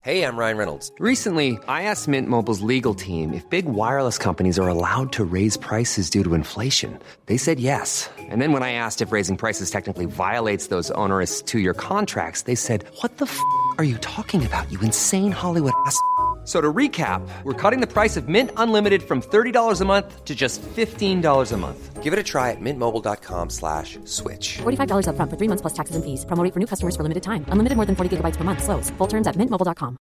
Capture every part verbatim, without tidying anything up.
Hey, I'm Ryan Reynolds. Recently, I asked Mint Mobile's legal team if big wireless companies are allowed to raise prices due to inflation. They said yes. And then when I asked if raising prices technically violates those onerous two-year contracts, they said, what the f*** are you talking about, you insane Hollywood ass f- So to recap, we're cutting the price of Mint Unlimited from thirty dollars a month to just fifteen dollars a month. Give it a try at mintmobile.com slash switch. forty-five dollars up front for three months plus taxes and fees. Promo rate for new customers for limited time. Unlimited more than forty gigabytes per month. Slows full terms at mint mobile dot com.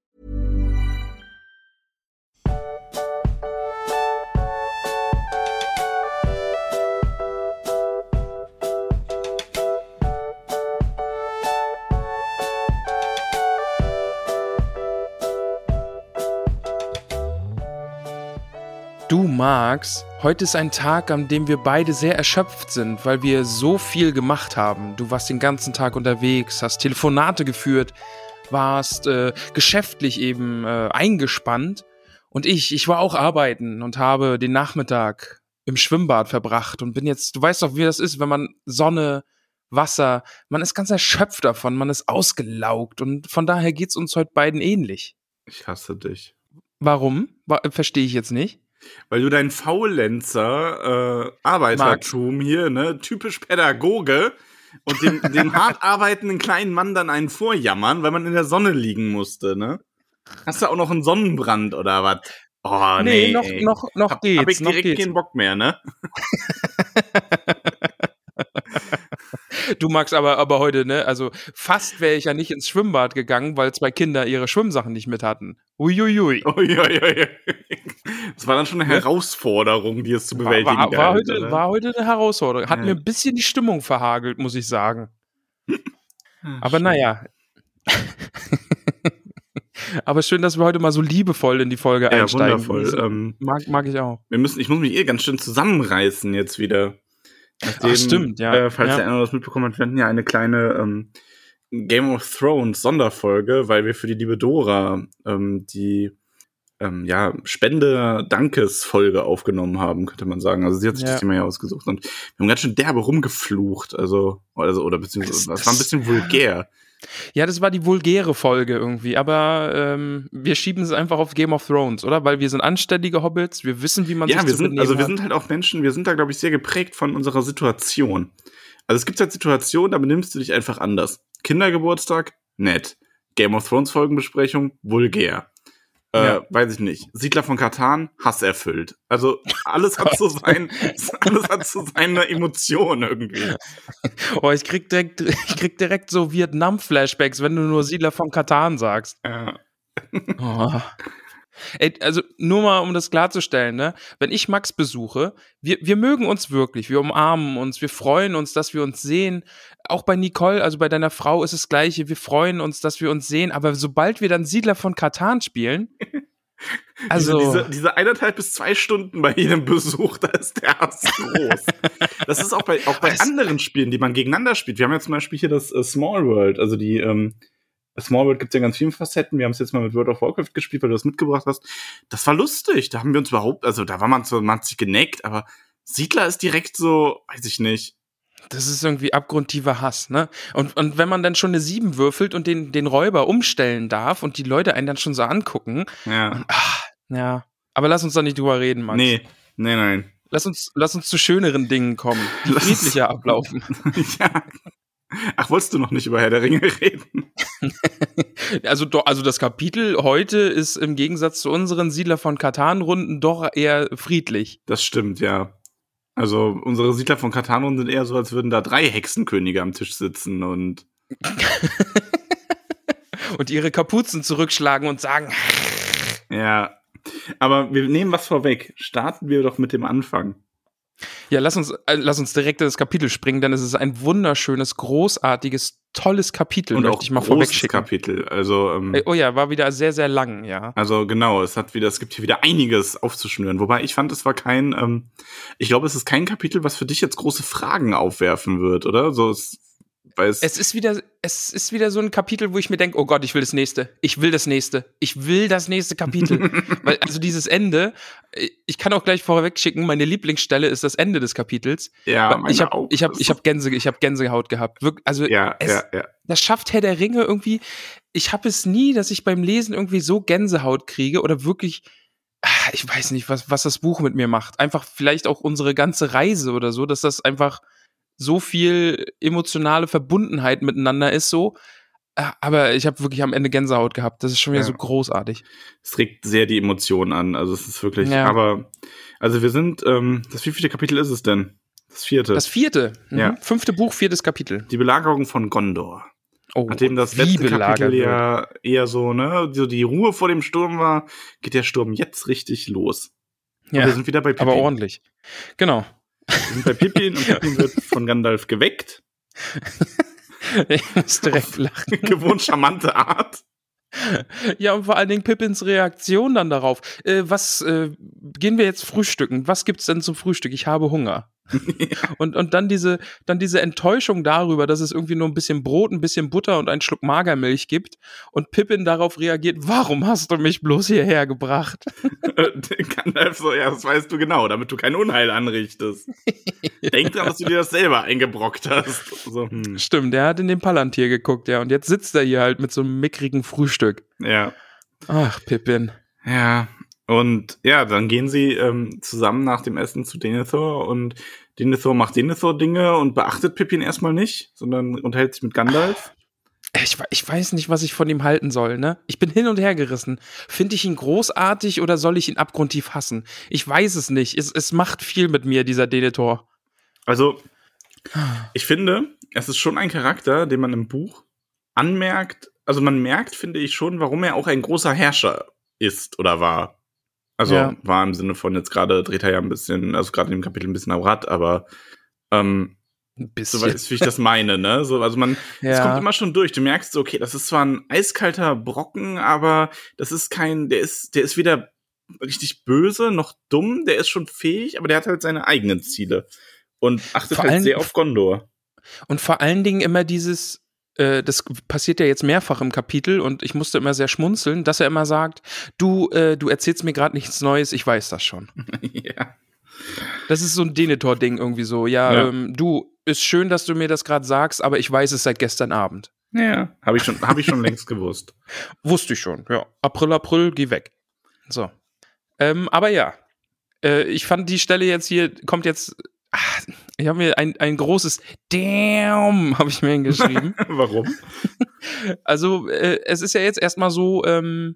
Du Max, heute ist ein Tag, an dem wir beide sehr erschöpft sind, weil wir so viel gemacht haben. Du warst den ganzen Tag unterwegs, hast Telefonate geführt, warst äh, geschäftlich eben äh, eingespannt. Und ich, ich war auch arbeiten und habe den Nachmittag im Schwimmbad verbracht und bin jetzt, du weißt doch, wie das ist, wenn man Sonne, Wasser, man ist ganz erschöpft davon, man ist ausgelaugt und von daher geht's uns heute beiden ähnlich. Ich hasse dich. Warum? Wa- Verstehe ich jetzt nicht. Weil du dein Faulenzer äh, Arbeitertum Max. hier, ne, typisch Pädagoge und dem, dem hart arbeitenden kleinen Mann dann einen vorjammern, weil man in der Sonne liegen musste, ne? Hast du auch noch einen Sonnenbrand oder was? Oh, nee, Nee, noch, ey. noch, noch hab, geht's. hab ich noch direkt geht's. keinen Bock mehr, ne? Du magst aber, aber heute, ne, also fast wäre ich ja nicht ins Schwimmbad gegangen, weil zwei Kinder ihre Schwimmsachen nicht mit hatten. Uiuiui. Uiuiui. Das war dann schon eine Herausforderung, die es zu War, bewältigen war, war, galt, heute, oder? war heute eine Herausforderung. Hat Ja. mir ein bisschen die Stimmung verhagelt, muss ich sagen. Aber schön. naja. Aber schön, dass wir heute mal so liebevoll in die Folge Ja, einsteigen. wundervoll. Das Ähm, mag, mag ich auch. wir müssen, ich muss mich eh ganz schön zusammenreißen jetzt wieder. Nachdem, Ach, stimmt, ja. Äh, falls Ja. der eine das mitbekommen hat, wir hatten ja eine kleine ähm, Game of Thrones Sonderfolge, weil wir für die liebe Dora ähm, die ähm, ja, Spende-Dankes-Folge aufgenommen haben, könnte man sagen. Also sie hat sich Ja. das Thema ja ausgesucht und wir haben ganz schön derbe rumgeflucht, also, also oder beziehungsweise, Das- das, war ein bisschen vulgär. Ja, das war die vulgäre Folge irgendwie, aber ähm, wir schieben es einfach auf Game of Thrones, oder? Weil wir sind anständige Hobbits, wir wissen, wie man Ja, sich wir zu sind, benehmen also wir hat. sind halt auch Menschen, wir sind da, glaube ich, sehr geprägt von unserer Situation. Also es gibt halt Situationen, da benimmst du dich einfach anders. Kindergeburtstag, nett. Game of Thrones Folgenbesprechung, vulgär. Äh, Ja. weiß ich nicht. Siedler von Katan, hasserfüllt. Also alles hat so sein, alles hat so seine Emotionen irgendwie. Oh, ich krieg direkt, ich krieg direkt so Vietnam-Flashbacks, wenn du nur Siedler von Katan sagst. Ja. Oh. Ey, also nur mal, um das klarzustellen, ne? Wenn ich Max besuche, wir, wir mögen uns wirklich, wir umarmen uns, wir freuen uns, dass wir uns sehen. Auch bei Nicole, also bei deiner Frau ist das Gleiche, wir freuen uns, dass wir uns sehen, aber sobald wir dann Siedler von Katan spielen, also Diese, diese, diese eineinhalb bis zwei Stunden bei jedem Besuch, da ist der Hass groß. Das ist auch bei, auch bei Was? anderen Spielen, die man gegeneinander spielt. Wir haben ja zum Beispiel hier das äh, Small World, also die ähm, Small World gibt es ja ganz viele Facetten. Wir haben es jetzt mal mit World of Warcraft gespielt, weil du das mitgebracht hast. Das war lustig. Da haben wir uns überhaupt, also da war man so, man hat sich geneckt, aber Siedler ist direkt so, weiß ich nicht. das ist irgendwie abgrundtiefer Hass, ne? Und, und wenn man dann schon eine sieben würfelt und den, den Räuber umstellen darf und die Leute einen dann schon so angucken, Ja. ach, ja. Aber lass uns doch nicht drüber reden, Max. Nee, nee, nein. Lass uns, lass uns zu schöneren Dingen kommen, die Lass- friedlicher ablaufen. Ja. Ach, wolltest du noch nicht über Herr der Ringe reden? Also, do, also das Kapitel heute ist im Gegensatz zu unseren Siedler von Katan-Runden doch eher friedlich. Das stimmt, ja. Also unsere Siedler von Katan sind eher so, als würden da drei Hexenkönige am Tisch sitzen und Und ihre Kapuzen zurückschlagen und sagen, ja. Aber wir nehmen was vorweg. Starten wir doch mit dem Anfang. ja, lass uns, äh, lass uns direkt in das Kapitel springen, denn es ist ein wunderschönes, großartiges, tolles Kapitel, Und möchte auch ich mal großes vorwegschicken. Kapitel. Also, ähm, Äh, Oh ja, war wieder sehr, sehr lang, ja. also genau, es hat wieder, es gibt hier wieder einiges aufzuschnüren. Wobei ich fand, es war kein, ähm, ich glaube, es ist kein Kapitel, was für dich jetzt große Fragen aufwerfen wird, oder? So, es, weil es, Es ist wieder, es ist wieder so ein Kapitel, wo ich mir denke, oh Gott, ich will das nächste, ich will das nächste, ich will das nächste Kapitel. Weil, also dieses Ende, ich kann auch gleich vorweg schicken, meine Lieblingsstelle ist das Ende des Kapitels. Ja, meine ich habe auch. ich hab, ich hab Gänse, ich hab Gänsehaut gehabt. Wirk, also ja, es, ja, ja. das schafft Herr der Ringe irgendwie. Ich habe es nie, dass ich beim Lesen irgendwie so Gänsehaut kriege oder wirklich, ich weiß nicht, was, was das Buch mit mir macht. Einfach vielleicht auch unsere ganze Reise oder so, dass das einfach so viel emotionale Verbundenheit miteinander ist so. Aber ich habe wirklich am Ende Gänsehaut gehabt. Das ist schon wieder ja. so großartig. Es regt sehr die Emotionen an. Also es ist wirklich, ja. aber, also wir sind, ähm, das wievielte Kapitel ist es denn? Das vierte. Das vierte. Mhm. Ja. Fünfte Buch, viertes Kapitel. Die Belagerung von Gondor. Oh, Nachdem das letzte Kapitel ja eher so, ne, so die Ruhe vor dem Sturm war, geht der Sturm jetzt richtig los. Ja, und wir sind wieder bei Pippin. Aber ordentlich. Genau. Wir sind bei Pippin und Pippin wird von Gandalf geweckt. Ich muss direkt lachen. Gewohnt charmante Art. Ja, und vor allen Dingen Pippins Reaktion dann darauf. Äh, was, äh, gehen wir jetzt frühstücken? Was gibt's denn zum Frühstück? Ich habe Hunger. Ja. Und, und dann diese, dann diese Enttäuschung darüber, dass es irgendwie nur ein bisschen Brot, ein bisschen Butter und einen Schluck Magermilch gibt und Pippin darauf reagiert, warum hast du mich bloß hierher gebracht? Gandalf so, ja, das weißt du genau, damit du kein Unheil anrichtest. Denk dran, dass du dir das selber eingebrockt hast. So, hm. Stimmt, der hat in den Palantir geguckt, ja, und jetzt sitzt er hier halt mit so einem mickrigen Frühstück. Ja. Ach, Pippin. Ja, und ja, dann gehen sie ähm, zusammen nach dem Essen zu Denethor und Denethor macht Denethor-Dinge und beachtet Pippin erstmal nicht, sondern unterhält sich mit Gandalf. Ich, ich weiß nicht, was ich von ihm halten soll, ne? Ich bin hin und her gerissen. Finde ich ihn großartig oder soll ich ihn abgrundtief hassen? Ich weiß es nicht. Es, es macht viel mit mir, dieser Denethor. Also, ich finde, es ist schon ein Charakter, den man im Buch anmerkt, also man merkt, finde ich schon, warum er auch ein großer Herrscher ist oder war. Also ja. war im Sinne von, jetzt gerade dreht er ja ein bisschen, also gerade in dem Kapitel ein bisschen am Rad, aber ähm, ein bisschen. So weißt, wie ich das meine, ne? So, also man, es ja. kommt immer schon durch. Du merkst so, okay, das ist zwar ein eiskalter Brocken, aber das ist kein, der ist, der ist weder richtig böse noch dumm, der ist schon fähig, aber der hat halt seine eigenen Ziele und achtet vor halt allen, sehr auf Gondor. Und vor allen Dingen immer dieses, äh, das passiert ja jetzt mehrfach im Kapitel und ich musste immer sehr schmunzeln, dass er immer sagt, du, äh, du erzählst mir gerade nichts Neues, ich weiß das schon. Ja. Das ist so ein Denethor-Ding irgendwie so. Ja, ja. Ähm, du, ist schön, dass du mir das gerade sagst, aber ich weiß es seit gestern Abend. Ja, habe ich schon, habe ich schon längst gewusst. Wusste ich schon, ja. April, April, geh weg. So. Ähm, aber ja, äh, ich fand die Stelle jetzt hier, kommt jetzt, ach, ich habe mir ein, ein großes Damn, habe ich mir hingeschrieben. Warum? Also, äh, es ist ja jetzt erstmal so, ähm,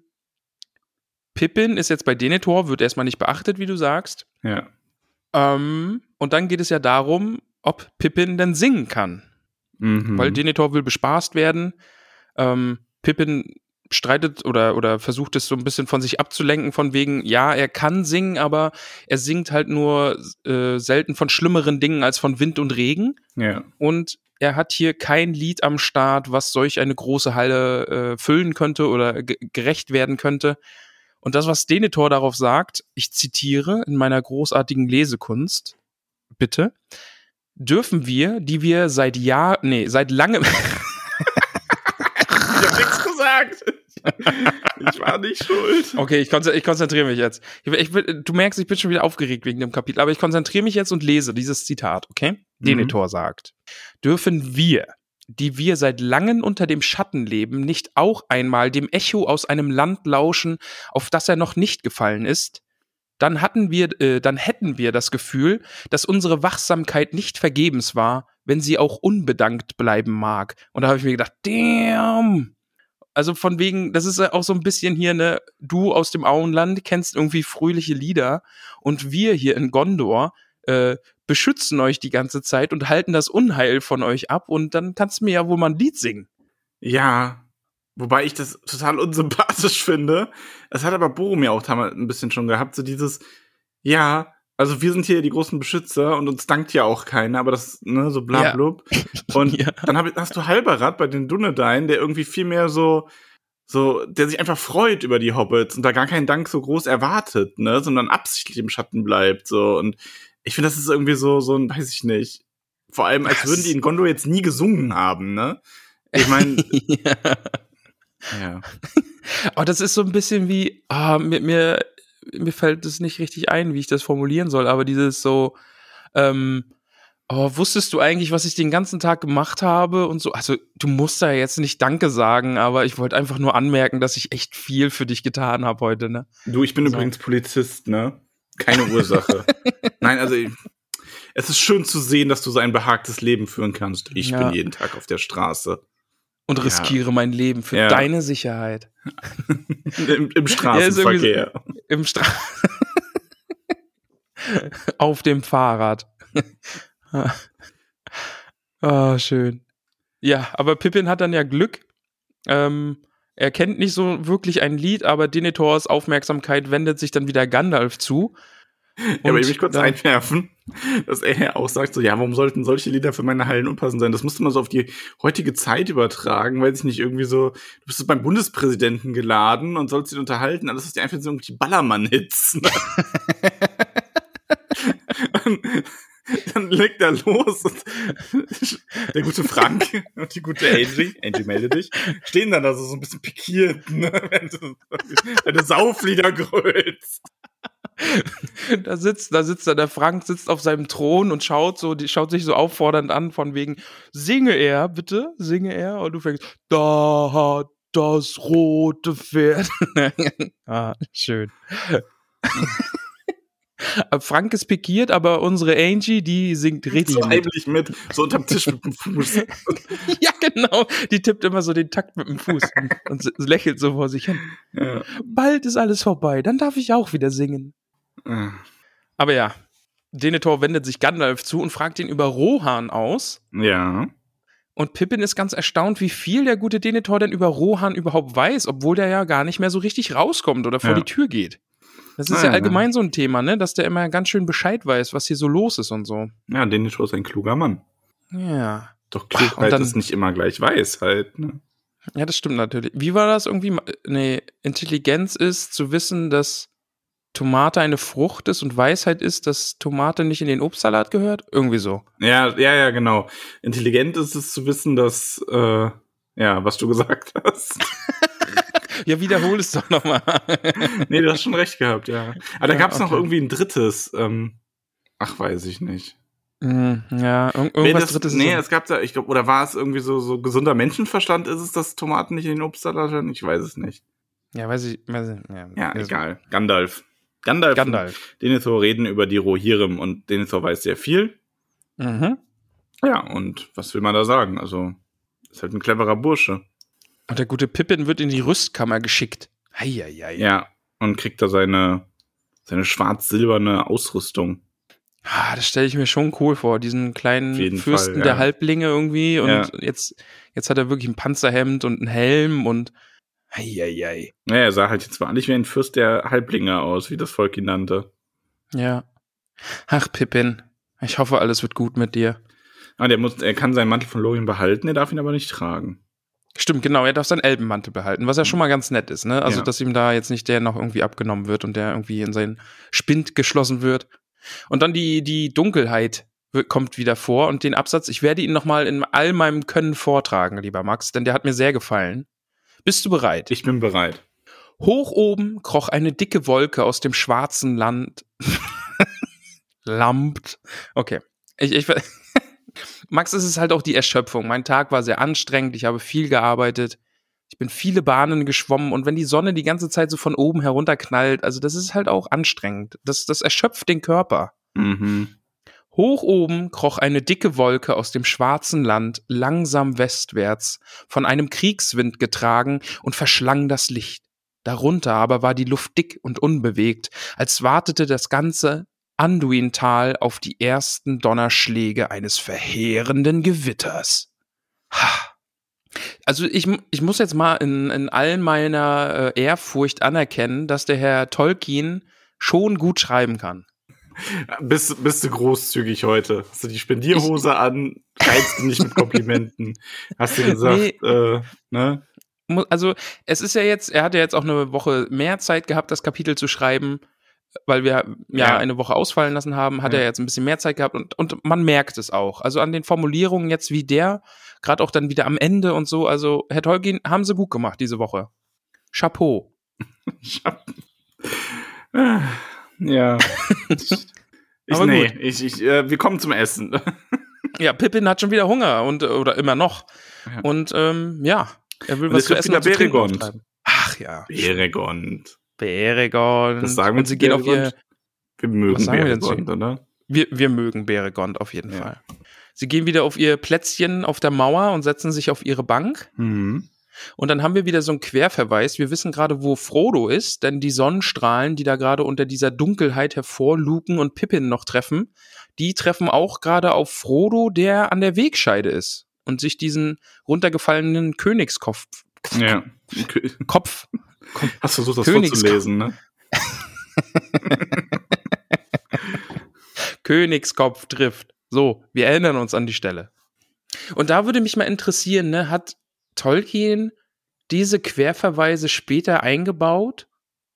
Pippin ist jetzt bei Denethor, wird erstmal nicht beachtet, wie du sagst. Ja. Ähm, und dann geht es ja darum, ob Pippin denn singen kann. Mhm. Weil Denethor will bespaßt werden. Ähm, Pippin streitet oder, oder versucht es so ein bisschen von sich abzulenken, von wegen, ja, er kann singen, aber er singt halt nur äh, selten von schlimmeren Dingen als von Wind und Regen. Ja. Und er hat hier kein Lied am Start, was solch eine große Halle äh, füllen könnte oder ge- gerecht werden könnte. Und das, was Denethor darauf sagt, ich zitiere in meiner großartigen Lesekunst, bitte, dürfen wir, die wir seit Jahr, nee, seit langem... Ich hab nichts gesagt. Ich war nicht schuld. Okay, ich, konzer- ich konzentriere mich jetzt. Ich, ich, du merkst, ich bin schon wieder aufgeregt wegen dem Kapitel, aber ich konzentriere mich jetzt und lese dieses Zitat, okay? Mhm. Denethor sagt, dürfen wir, die wir seit langem unter dem Schatten leben, nicht auch einmal dem Echo aus einem Land lauschen, auf das er noch nicht gefallen ist? Dann hatten wir, äh, dann hätten wir das Gefühl, dass unsere Wachsamkeit nicht vergebens war, wenn sie auch unbedankt bleiben mag. Und da habe ich mir gedacht, damn! Also von wegen, das ist ja auch so ein bisschen hier, ne, du aus dem Auenland kennst irgendwie fröhliche Lieder und wir hier in Gondor äh, beschützen euch die ganze Zeit und halten das Unheil von euch ab und dann kannst du mir ja wohl mal ein Lied singen. Ja, wobei ich das total unsympathisch finde. Das hat aber Boromir auch damals ein bisschen schon gehabt, so dieses, ja, also wir sind hier die großen Beschützer und uns dankt ja auch keiner, aber das, ne, so blablub. Ja. Und ja. dann hab, hast du Halberad bei den Dunedain, der irgendwie viel mehr so, so, der sich einfach freut über die Hobbits und da gar keinen Dank so groß erwartet, ne, sondern absichtlich im Schatten bleibt, so. Und ich finde, das ist irgendwie so, so ein, weiß ich nicht. Vor allem, als Was? würden die in Gondor jetzt nie gesungen haben, ne? Ich meine, ja. ja. Aber das ist so ein bisschen wie, ah, mir, mir, mir fällt es nicht richtig ein, wie ich das formulieren soll, aber dieses so, ähm, oh, wusstest du eigentlich, was ich den ganzen Tag gemacht habe und so? Also, du musst da jetzt nicht Danke sagen, aber ich wollte einfach nur anmerken, dass ich echt viel für dich getan habe heute, ne? Du, ich bin So. übrigens Polizist, ne? Keine Ursache. Nein, also ich, es ist schön zu sehen, dass du so ein behagtes Leben führen kannst. Ich Ja. bin jeden Tag auf der Straße. Und Ja. riskiere mein Leben für Ja. deine Sicherheit. Im, im Ja, Straßenverkehr. ist irgendwie so, Im Stra Auf dem Fahrrad. Ah, schön. Ja, aber Pippin hat dann ja Glück. Ähm, er kennt nicht so wirklich ein Lied, aber Denethors Aufmerksamkeit wendet sich dann wieder Gandalf zu. Ja, aber ich will kurz dann- einwerfen, dass er ja auch sagt so, ja, warum sollten solche Lieder für meine Hallen unpassend sein? Das musste man so auf die heutige Zeit übertragen, weiß ich nicht, irgendwie so, du bist so beim Bundespräsidenten geladen und sollst ihn unterhalten, alles ist ja einfach so irgendwie Ballermann-Hits. Ne? Und dann legt er los und der gute Frank und die gute Angie, Angie melde dich, stehen dann da so, so ein bisschen pikiert, ne? Wenn du deine Sauflieder grölst. Da sitzt, da sitzt da der Frank, sitzt auf seinem Thron und schaut so, die schaut sich so auffordernd an, von wegen, singe er, bitte, singe er, und du fängst, da hat das rote Pferd. Ah, schön. Frank ist pikiert, aber unsere Angie, die singt richtig So mit. heimlich mit, so unterm Tisch mit dem Fuß. Ja, genau. Die tippt immer so den Takt mit dem Fuß und, und lächelt so vor sich hin. Ja. Bald ist alles vorbei, dann darf ich auch wieder singen. Aber ja, Denethor wendet sich Gandalf zu und fragt ihn über Rohan aus. Ja. Und Pippin ist ganz erstaunt, wie viel der gute Denethor denn über Rohan überhaupt weiß, obwohl der ja gar nicht mehr so richtig rauskommt oder vor Ja. die Tür geht. Das ist Ah, ja ja, allgemein so ein Thema, ne, dass der immer ganz schön Bescheid weiß, was hier so los ist und so. Ja, Denethor ist ein kluger Mann. Ja. Doch Ach, und Klugheit dann- ist nicht immer gleich Weisheit, ne? Ja, das stimmt natürlich. Wie war das irgendwie? Nee, Intelligenz ist zu wissen, dass Tomate eine Frucht ist und Weisheit ist, dass Tomate nicht in den Obstsalat gehört? Irgendwie so. Ja, ja, ja, genau. Intelligent ist es zu wissen, dass, äh, ja, was du gesagt hast. Ja, wiederhol es doch nochmal. Nee, du hast schon recht gehabt, ja. Aber da Ja, gab es noch okay. irgendwie ein drittes, ähm, ach, weiß ich nicht. Mm, ja, irg Nee, irgendwas das, drittes. nee, ist es gab da, ich glaube, oder war es irgendwie so, so gesunder Menschenverstand ist es, dass Tomaten nicht in den Obstsalat hören? Ich weiß es nicht. ja, weiß ich. Weiß ich ja, Ja, also- egal. Gandalf. Gandalf, Gandalf. und Denethor reden über die Rohirrim und Denethor weiß sehr viel. Mhm. Ja, und was will man da sagen? Also, ist halt ein cleverer Bursche. Und der gute Pippin wird in die Rüstkammer geschickt. Heieiei. Ja, und kriegt da seine, seine schwarz-silberne Ausrüstung. Ah, das stelle ich mir schon cool vor, diesen Auf kleinen jeden Fürsten Fall, ja. der Halblinge irgendwie. Und Ja. jetzt, jetzt hat er wirklich ein Panzerhemd und einen Helm und heieiei. Naja, er sah halt jetzt zwar nicht wie ein Fürst der Halblinge aus, wie das Volk ihn nannte. Ja. Ach, Pippin. Ich hoffe, alles wird gut mit dir. Ah, der muss, er kann seinen Mantel von Lorien behalten, er darf ihn aber nicht tragen. Stimmt, genau, er darf seinen Elbenmantel behalten, was ja schon mal ganz nett ist, ne? Also, Ja. dass ihm da jetzt nicht der noch irgendwie abgenommen wird und der irgendwie in seinen Spind geschlossen wird. Und dann die, die Dunkelheit w- kommt wieder vor und den Absatz, ich werde ihn nochmal in all meinem Können vortragen, lieber Max, denn der hat mir sehr gefallen. Bist du bereit? Ich bin bereit. Hoch oben kroch eine dicke Wolke aus dem schwarzen Land. Lampt. Okay. Ich, ich, Max, es ist halt auch die Erschöpfung. Mein Tag war sehr anstrengend, ich habe viel gearbeitet, ich bin viele Bahnen geschwommen und wenn die Sonne die ganze Zeit so von oben herunterknallt, also das ist halt auch anstrengend. Das, das erschöpft den Körper. Mhm. Hoch oben kroch eine dicke Wolke aus dem schwarzen Land langsam westwärts, von einem Kriegswind getragen und verschlang das Licht. Darunter aber war die Luft dick und unbewegt, als wartete das ganze Anduintal auf die ersten Donnerschläge eines verheerenden Gewitters. Ha. Also ich, ich muss jetzt mal in, in all meiner äh, Ehrfurcht anerkennen, dass der Herr Tolkien schon gut schreiben kann. Bist, bist du großzügig heute? Hast du die Spendierhose an? Reizt du nicht mit Komplimenten? Hast du gesagt, Nee. äh, ne? Mu- Also es ist ja jetzt, er hat ja jetzt auch eine Woche mehr Zeit gehabt, das Kapitel zu schreiben, weil wir ja, Ja. eine Woche ausfallen lassen haben, hat Ja. er jetzt ein bisschen mehr Zeit gehabt und, und man merkt es auch. Also an den Formulierungen jetzt, wie der gerade auch dann wieder am Ende und so. Also, Herr Tolkien, haben sie gut gemacht diese Woche. Chapeau. Ja. Ich, Aber nee, gut. ich, ich, äh, wir kommen zum Essen. Ja, Pippin hat schon wieder Hunger und oder immer noch. Ja. Und ähm, ja, er will Und was es zu gibt essen wieder und zu trinken Beregond. auftreiben. Ach ja. Beregond. Beregond. Das sagen wir und sie zu gehen auf ihr. Beregond? Wir mögen Was sagen wir denn zu Beregond, oder? Wir, wir mögen Beregond auf jeden Ja. Fall. Sie gehen wieder auf ihr Plätzchen auf der Mauer und setzen sich auf ihre Bank. Mhm. Und dann haben wir wieder so einen Querverweis. Wir wissen gerade, wo Frodo ist, denn die Sonnenstrahlen, die da gerade unter dieser Dunkelheit hervorluken und Pippin noch treffen, die treffen auch gerade auf Frodo, der an der Wegscheide ist und sich diesen runtergefallenen Königskopf Ja. Kopf Hast versucht, das Königskopf. vorzulesen, ne? Königskopf trifft. So, wir erinnern uns an die Stelle. Und da würde mich mal interessieren, ne, hat Tolkien diese Querverweise später eingebaut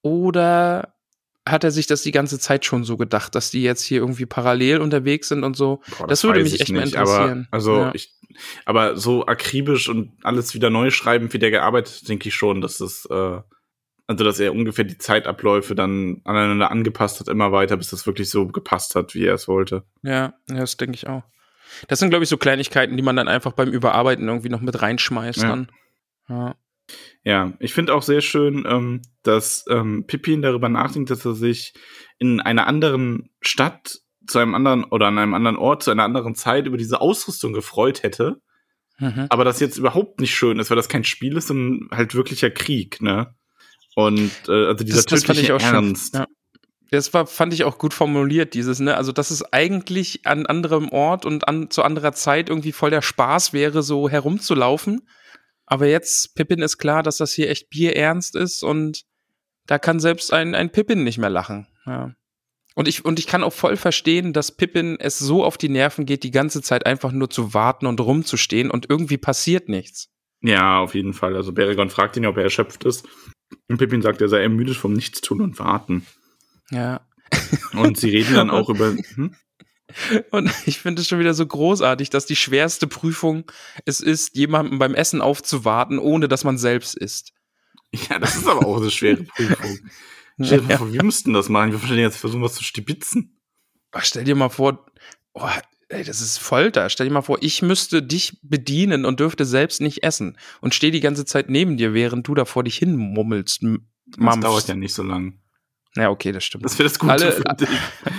oder hat er sich das die ganze Zeit schon so gedacht, dass die jetzt hier irgendwie parallel unterwegs sind und so? Boah, das, das würde weiß mich ich echt mal nicht, interessieren. Aber, also ja. ich, aber so akribisch und alles wieder neu schreiben, wie der gearbeitet, denke ich schon, dass das, äh, also dass er ungefähr die Zeitabläufe dann aneinander angepasst hat, immer weiter, bis das wirklich so gepasst hat, wie er es wollte. Ja, das denke ich auch. Das sind, glaube ich, so Kleinigkeiten, die man dann einfach beim Überarbeiten irgendwie noch mit reinschmeißt. Ja. Dann. Ja. Ja, ich finde auch sehr schön, ähm, dass ähm, Pippin darüber nachdenkt, dass er sich in einer anderen Stadt zu einem anderen oder an einem anderen Ort zu einer anderen Zeit über diese Ausrüstung gefreut hätte, Mhm. aber das jetzt überhaupt nicht schön ist, weil das kein Spiel ist, sondern halt wirklicher Krieg, ne? Und äh, also dieser Das, das fand ich tödliche auch schön. Ernst. Ja. Das war, fand ich auch gut formuliert, dieses, ne, also dass es eigentlich an anderem Ort und an, zu anderer Zeit irgendwie voll der Spaß wäre, so herumzulaufen. Aber jetzt, Pippin ist klar, dass das hier echt bierernst ist und da kann selbst ein, ein Pippin nicht mehr lachen. Ja. Und ich, und ich kann auch voll verstehen, dass Pippin es so auf die Nerven geht, die ganze Zeit einfach nur zu warten und rumzustehen und irgendwie passiert nichts. Ja, auf jeden Fall. Also Beregond fragt ihn, ob er erschöpft ist. Und Pippin sagt, er sei ermüdet vom Nichtstun und Warten. Ja. Und sie reden dann auch über... Hm? Und ich finde es schon wieder so großartig, dass die schwerste Prüfung es ist, jemandem beim Essen aufzuwarten, ohne dass man selbst isst. Ja, das ist aber auch eine schwere Prüfung. Stell dir mal Ja. vor, wir müssten das machen. Wir wahrscheinlich jetzt versuchen, was zu stibitzen. Oh, stell dir mal vor, oh, ey, das ist Folter. Stell dir mal vor, ich müsste dich bedienen und dürfte selbst nicht essen und stehe die ganze Zeit neben dir, während du da vor dich hin mummelst. m- Das mampfst. dauert ja nicht so lang. Ja, okay, das stimmt. Das wäre das Gute Alle- für dich.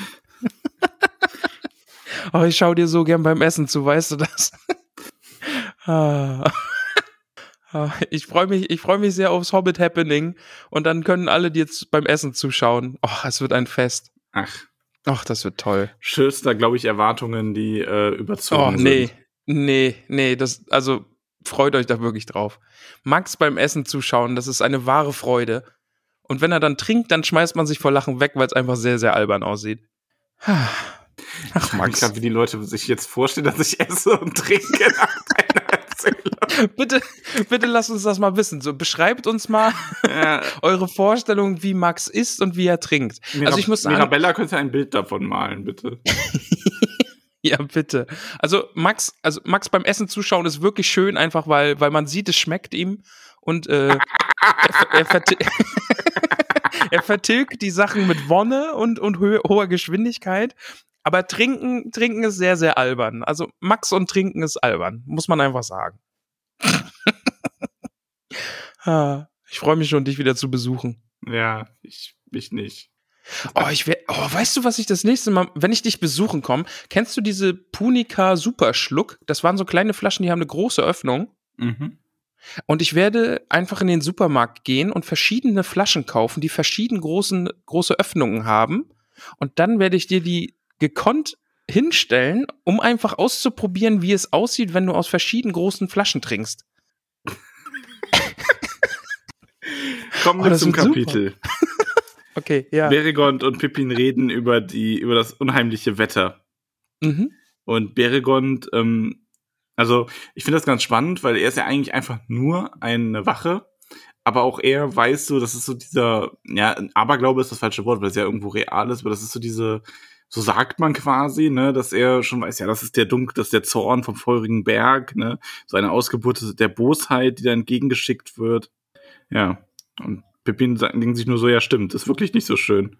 Oh, ich schau dir so gern beim Essen zu, weißt du das? Ah. Ah, Ich freue mich, ich freue mich sehr aufs Hobbit Happening und dann können alle dir jetzt beim Essen zuschauen. Oh, es wird ein Fest. Ach, Ach, das wird toll. schönster, glaube ich, Erwartungen, die äh, überzogen Oh, nee, sind. nee, nee, das, also freut euch da wirklich drauf. Max beim Essen zuschauen, das ist eine wahre Freude. Und wenn er dann trinkt, dann schmeißt man sich vor Lachen weg, weil es einfach sehr, sehr albern aussieht. Ach, Ich Max. glaube, wie die Leute sich jetzt vorstellen, dass ich esse und trinke nach deiner Erzählung. Bitte, bitte lasst uns das mal wissen. So, beschreibt uns mal Ja, eure Vorstellung, wie Max isst und wie er trinkt. Also ich muss sagen, Mirabella könnte ein Bild davon malen, bitte. ja, bitte. Also Max, also Max beim Essen zuschauen ist wirklich schön, einfach weil, weil man sieht, es schmeckt ihm und äh, er, er, verti- er vertilgt die Sachen mit Wonne und, und hö- hoher Geschwindigkeit. Aber trinken, trinken ist sehr, sehr albern. Also Max und Trinken ist albern, muss man einfach sagen. Ah, ich freue mich schon, dich wieder zu besuchen. Ja, ich, ich nicht. Oh, ich wär, oh, weißt du, was ich das nächste Mal, wenn ich dich besuchen komme, kennst du diese Punica Superschluck? Das waren so kleine Flaschen, die haben eine große Öffnung. Mhm. Und ich werde einfach in den Supermarkt gehen und verschiedene Flaschen kaufen, die verschieden großen, große Öffnungen haben. Und dann werde ich dir die gekonnt hinstellen, um einfach auszuprobieren, wie es aussieht, wenn du aus verschiedenen großen Flaschen trinkst. Kommen Oh, wir das zum wird super. Kapitel. Okay, ja. Beregond und Pippin reden über die, über das unheimliche Wetter. Mhm. Und Beregond, ähm, also ich finde das ganz spannend, weil er ist ja eigentlich einfach nur eine Wache, aber auch er weiß so, das ist so dieser, ja, Aberglaube ist das falsche Wort, weil es ja irgendwo real ist, aber das ist so diese, so sagt man quasi, ne, dass er schon weiß, ja, das ist der Dunk, das ist der Zorn vom feurigen Berg, ne, so eine Ausgeburt der Bosheit, die da entgegengeschickt wird. Ja, und Pippin denkt sich nur so, ja stimmt, ist wirklich nicht so schön.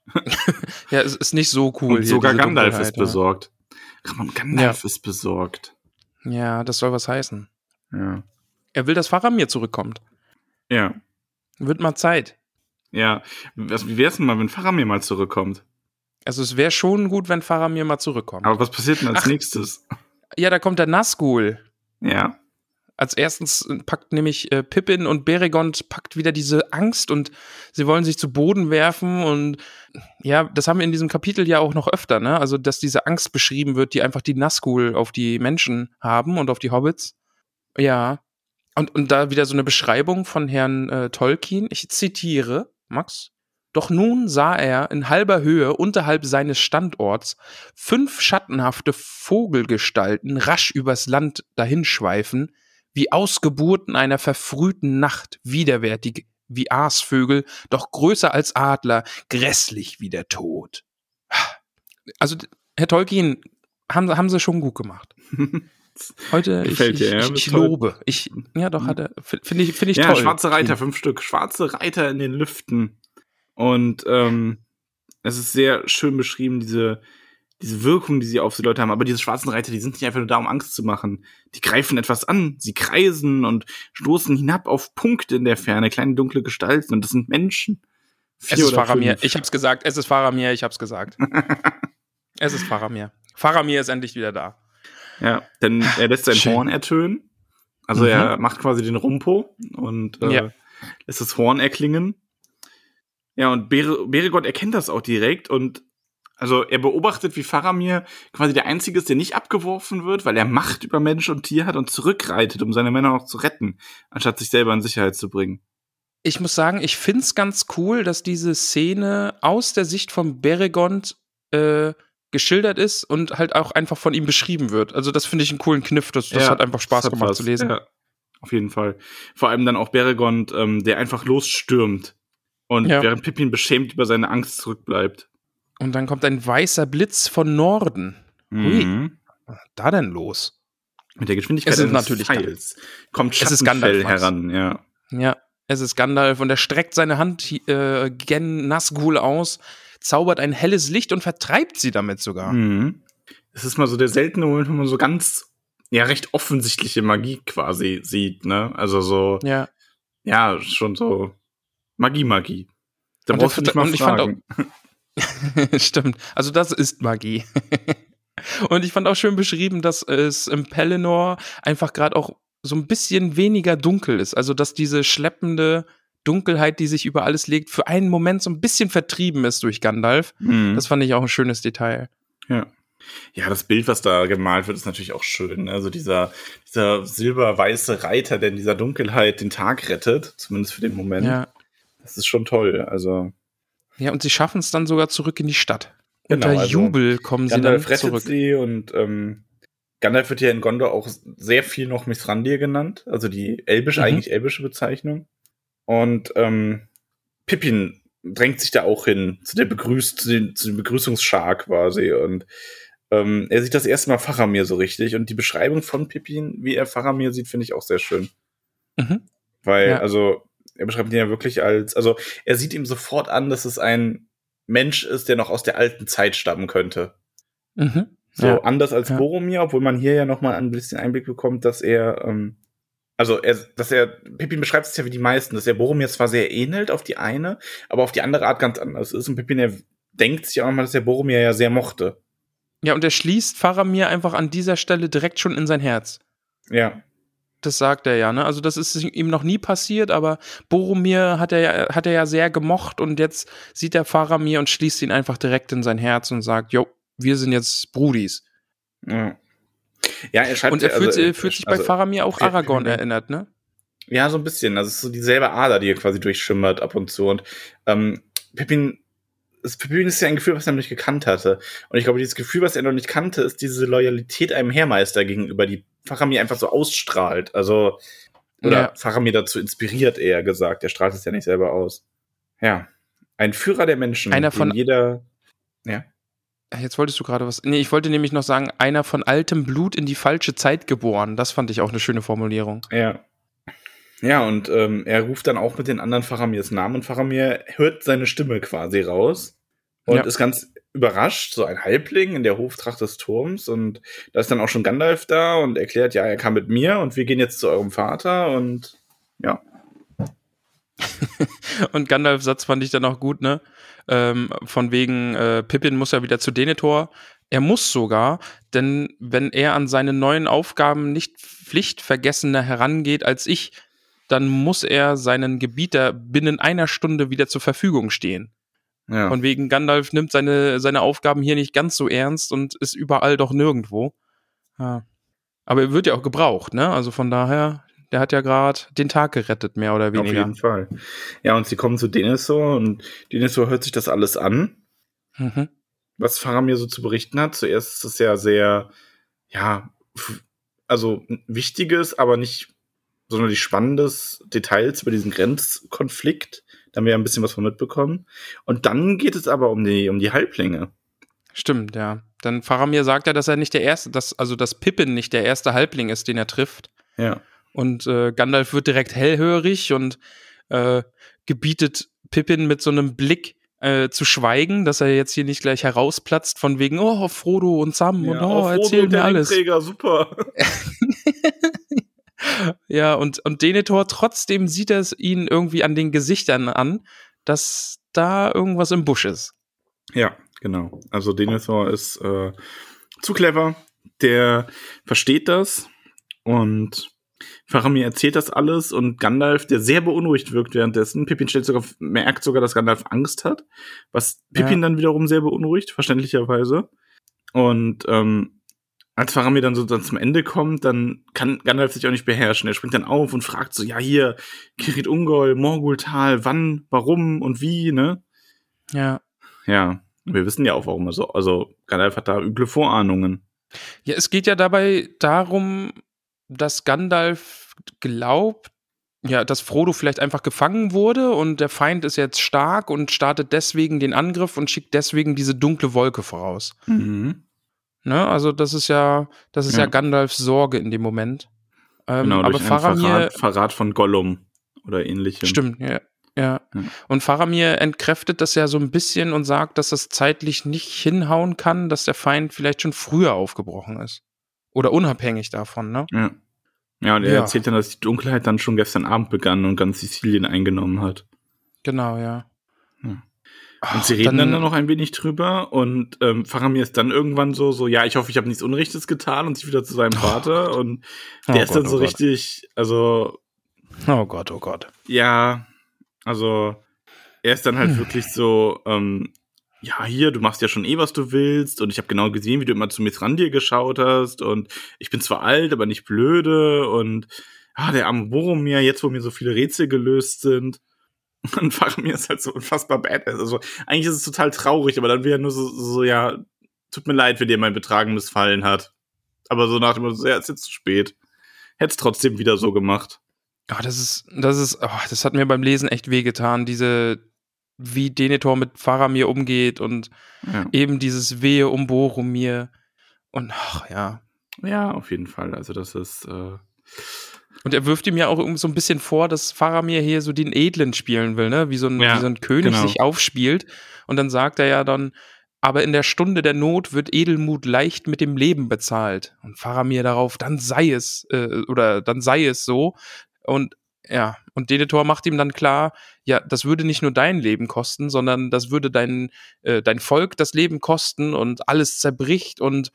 Ja, es ist nicht so cool. Und hier, sogar diese Gandalf Dunkelheit, ist besorgt. Ach man, Gandalf Ja. ist besorgt. Ja. ja, das soll was heißen. Ja. Er will, dass Faramir zurückkommt. Ja. Wird mal Zeit. Ja. Was, wie wär's denn mal, wenn Faramir mal zurückkommt? Also es wäre schon gut, wenn Faramir mal zurückkommt. Aber was passiert denn als Ach. nächstes? Ja, da kommt der Nazgul. Ja. Als erstens packt nämlich äh, Pippin und Beregond packt wieder diese Angst und sie wollen sich zu Boden werfen und ja, das haben wir in diesem Kapitel ja auch noch öfter, ne? Also, dass diese Angst beschrieben wird, die einfach die Nazgul auf die Menschen haben und auf die Hobbits. Ja. Und, und da wieder so eine Beschreibung von Herrn äh, Tolkien. Ich zitiere, Max. Doch nun sah er in halber Höhe unterhalb seines Standorts fünf schattenhafte Vogelgestalten rasch übers Land dahinschweifen, wie Ausgeburten einer verfrühten Nacht, widerwärtig wie Aasvögel, doch größer als Adler, grässlich wie der Tod. Also, Herr Tolkien, haben, haben Sie schon gut gemacht. Heute, ich, Gefällt dir, ich, ja? ich, ich Toll. lobe. Ich, ja, doch, hat er, finde ich, finde ich Ja, toll. schwarze Reiter, fünf Stück. Schwarze Reiter in den Lüften. Und ähm, es ist sehr schön beschrieben, diese, diese Wirkung, die sie auf die Leute haben. Aber diese schwarzen Reiter, die sind nicht einfach nur da, um Angst zu machen. Die greifen etwas an, sie kreisen und stoßen hinab auf Punkte in der Ferne, kleine dunkle Gestalten. Und das sind Menschen. Es Vier ist oder Faramir. fünf. Ich hab's gesagt. Es ist Faramir. Ich hab's gesagt. Es ist Faramir. Faramir ist endlich wieder da. Ja, denn er lässt sein Schön. Horn ertönen. Also Mhm. er macht quasi den Rumpo und äh, Ja. lässt das Horn erklingen. Ja, und Bere- Beregond erkennt das auch direkt und also er beobachtet, wie Faramir quasi der Einzige ist, der nicht abgeworfen wird, weil er Macht über Mensch und Tier hat und zurückreitet, um seine Männer noch zu retten, anstatt sich selber in Sicherheit zu bringen. Ich muss sagen, ich find's ganz cool, dass diese Szene aus der Sicht von Beregond äh, geschildert ist und halt auch einfach von ihm beschrieben wird. Also das finde ich einen coolen Kniff. Das, das Ja, hat einfach Spaß das hat gemacht was. zu lesen. Ja, auf jeden Fall. Vor allem dann auch Beregond, ähm, der einfach losstürmt und Ja. während Pippin beschämt über seine Angst zurückbleibt. Und dann kommt ein weißer Blitz von Norden. Hui, Mhm. was ist da denn los? Mit der Geschwindigkeit Es ist eines natürlich Pfeils kommt Es ist Schattenfell Gandalf, Max. heran, ja. Ja, es ist Gandalf und er streckt seine Hand äh, gen Nazgul aus, zaubert ein helles Licht und vertreibt sie damit sogar. Mhm. Es ist mal so der seltene Moment, wo man so ganz, ja, recht offensichtliche Magie quasi sieht, ne? Also so, Ja. ja, schon so Magie-Magie. Da Und brauchst du der- nicht mal und ich fand fragen. Stimmt. Also das ist Magie. Und ich fand auch schön beschrieben, dass es im Pelennor einfach gerade auch so ein bisschen weniger dunkel ist. Also dass diese schleppende Dunkelheit, die sich über alles legt, für einen Moment so ein bisschen vertrieben ist durch Gandalf. Mhm. Das fand ich auch ein schönes Detail. Ja. Ja, das Bild, was da gemalt wird, ist natürlich auch schön. ne? Also dieser, dieser silberweiße Reiter, der in dieser Dunkelheit den Tag rettet, zumindest für den Moment. Ja. Das ist schon toll. Also Ja, und sie schaffen es dann sogar zurück in die Stadt. Genau, Unter also Jubel kommen sie Gandalf dann rettet zurück. sie und ähm, Gandalf wird ja in Gondor auch sehr viel noch Mithrandir genannt, also die elbisch, Mhm. eigentlich elbische Bezeichnung. Und ähm, Pippin drängt sich da auch hin, zu der Begrüß zu, den, zu dem Begrüßungsschar quasi. Und ähm, er sieht das erste Mal Faramir so richtig. Und die Beschreibung von Pippin, wie er Faramir sieht, finde ich auch sehr schön. Mhm. Weil, Ja. also, er beschreibt ihn ja wirklich als, also, er sieht ihm sofort an, dass es ein Mensch ist, der noch aus der alten Zeit stammen könnte. Mhm. So, Ja. anders als Ja. Boromir, obwohl man hier ja noch mal ein bisschen Einblick bekommt, dass er, ähm, also, er, dass er, Pippin beschreibt es ja wie die meisten, dass er Boromir zwar sehr ähnelt auf die eine, aber auf die andere Art ganz anders ist. Und Pippin, er denkt sich auch mal, dass er Boromir ja sehr mochte. Ja, und er schließt Faramir einfach an dieser Stelle direkt schon in sein Herz. Ja. Das sagt er ja, ne? Also das ist ihm noch nie passiert, aber Boromir hat er ja, hat er ja sehr gemocht und jetzt sieht er Faramir und schließt ihn einfach direkt in sein Herz und sagt, jo, wir sind jetzt Brudis. Ja, ja er schreibt Und er ja, fühlt, also, äh, fühlt sich bei also, Faramir auch ja, Aragorn ja. erinnert, ne? Ja, so ein bisschen. Also es ist so dieselbe Ader, die hier quasi durchschimmert ab und zu. Und ähm, Pippin, das Pippin ist ja ein Gefühl, was er noch nicht gekannt hatte. Und ich glaube, dieses Gefühl, was er noch nicht kannte, ist diese Loyalität einem Heermeister gegenüber, die Faramir einfach so ausstrahlt. Also, oder Ja. Faramir dazu inspiriert, eher gesagt. Er strahlt es ja nicht selber aus. Ja. Ein Führer der Menschen, Einer von- den jeder. Ja. Jetzt wolltest du gerade was. Nee, ich wollte nämlich noch sagen, einer von altem Blut in die falsche Zeit geboren. Das fand ich auch eine schöne Formulierung. Ja. Ja, und ähm, er ruft dann auch mit den anderen Faramirs Namen und Faramir hört seine Stimme quasi raus und Ja. ist ganz überrascht, so ein Halbling in der Hoftracht des Turms, und da ist dann auch schon Gandalf da und erklärt, ja, er kam mit mir und wir gehen jetzt zu eurem Vater und ja. Und Gandalfs Satz fand ich dann auch gut, ne? Ähm, von wegen, äh, Pippin muss ja wieder zu Denethor. Er muss sogar, denn wenn er an seine neuen Aufgaben nicht pflichtvergessener herangeht als ich, dann muss er seinen Gebieter binnen einer Stunde wieder zur Verfügung stehen. Ja. Von wegen, Gandalf nimmt seine, seine Aufgaben hier nicht ganz so ernst und ist überall doch nirgendwo. Ja. Aber er wird ja auch gebraucht, ne? Also von daher, der hat ja gerade den Tag gerettet, mehr oder weniger. Auf jeden Fall. Ja, und sie kommen zu Denethor und Denethor hört sich das alles an, Mhm. was Faramir so zu berichten hat. Zuerst ist es ja sehr, ja, f- also ein wichtiges, aber nicht sonderlich spannendes Details über diesen Grenzkonflikt. Da haben wir ja ein bisschen was von mitbekommen. Und dann geht es aber um die, um die Halblinge. Stimmt, ja. Dann Faramir sagt ja, dass er nicht der erste, dass, also dass Pippin nicht der erste Halbling ist, den er trifft. Ja. Und äh, Gandalf wird direkt hellhörig und äh, gebietet Pippin mit so einem Blick äh, zu schweigen, dass er jetzt hier nicht gleich herausplatzt von wegen, oh, Frodo und Sam und oh, erzähl mir alles. Ringträger, super. Ja, und, und Denethor, trotzdem sieht er es ihnen irgendwie an den Gesichtern an, dass da irgendwas im Busch ist. Ja, genau. Also Denethor ist äh, zu clever. Der versteht das und Faramir erzählt das alles und Gandalf, der sehr beunruhigt wirkt währenddessen. Pippin stellt sogar, merkt sogar, dass Gandalf Angst hat, was Pippin Ja. dann wiederum sehr beunruhigt, verständlicherweise. Und ähm, als Faramir dann so dann zum Ende kommt, dann kann Gandalf sich auch nicht beherrschen. Er springt dann auf und fragt so, ja hier, Kirit Ungol, Morgultal, wann, warum und wie, ne? Ja. Ja, wir wissen ja auch, warum er so, also Gandalf hat da üble Vorahnungen. Ja, es geht ja dabei darum, dass Gandalf glaubt, ja, dass Frodo vielleicht einfach gefangen wurde und der Feind ist jetzt stark und startet deswegen den Angriff und schickt deswegen diese dunkle Wolke voraus. Mhm. Ne? Also das ist ja, das ist ja, Ja. Gandalfs Sorge in dem Moment. Ähm, Genau, aber durch einen Faramir, Verrat, Verrat von Gollum oder ähnlichem. stimmt, ja, ja. Ja. Und Faramir entkräftet das ja so ein bisschen und sagt, dass das zeitlich nicht hinhauen kann, dass der Feind vielleicht schon früher aufgebrochen ist. Oder unabhängig davon, ne? Ja. Ja, und er Ja. erzählt dann, dass die Dunkelheit dann schon gestern Abend begann und ganz Sizilien eingenommen hat. Genau, ja. Ja. Ach, Und sie reden dann, dann noch ein wenig drüber und ähm, Faramir ist dann irgendwann so, so, ja, ich hoffe, ich habe nichts Unrechtes getan und sich wieder zu seinem Vater und der Oh ist Gott, dann oh so Gott. richtig, also, Oh Gott, oh Gott. ja, also, er ist dann halt Hm. wirklich so, ähm, ja, hier, du machst ja schon eh, was du willst und ich habe genau gesehen, wie du immer zu Mithrandir geschaut hast und ich bin zwar alt, aber nicht blöde und ah, der arme Boromir, jetzt wo mir so viele Rätsel gelöst sind. Und Faramir ist halt so unfassbar badass. Also eigentlich ist es total traurig, aber dann wäre nur so, so, ja, tut mir leid, wenn dir mein Betragen missfallen hat. Aber so nach dem Motto, ja, ist jetzt zu spät. Hätte es trotzdem wieder so gemacht. Oh, das ist, das ist, oh, das hat mir beim Lesen echt wehgetan, diese, wie Denethor mit Faramir umgeht und Ja. eben dieses Wehe um Boromir. Und ach ja. Ja, auf jeden Fall. Also das ist, äh, Und er wirft ihm ja auch irgendwie so ein bisschen vor, dass Faramir hier so den Edlen spielen will, ne? Wie so ein, Ja, wie so ein König genau. sich aufspielt. Und dann sagt er ja dann, aber in der Stunde der Not wird Edelmut leicht mit dem Leben bezahlt. Und Faramir darauf, dann sei es, äh, oder dann sei es so. Und ja, und Denethor macht ihm dann klar, ja, das würde nicht nur dein Leben kosten, sondern das würde dein, äh, dein Volk das Leben kosten und alles zerbricht und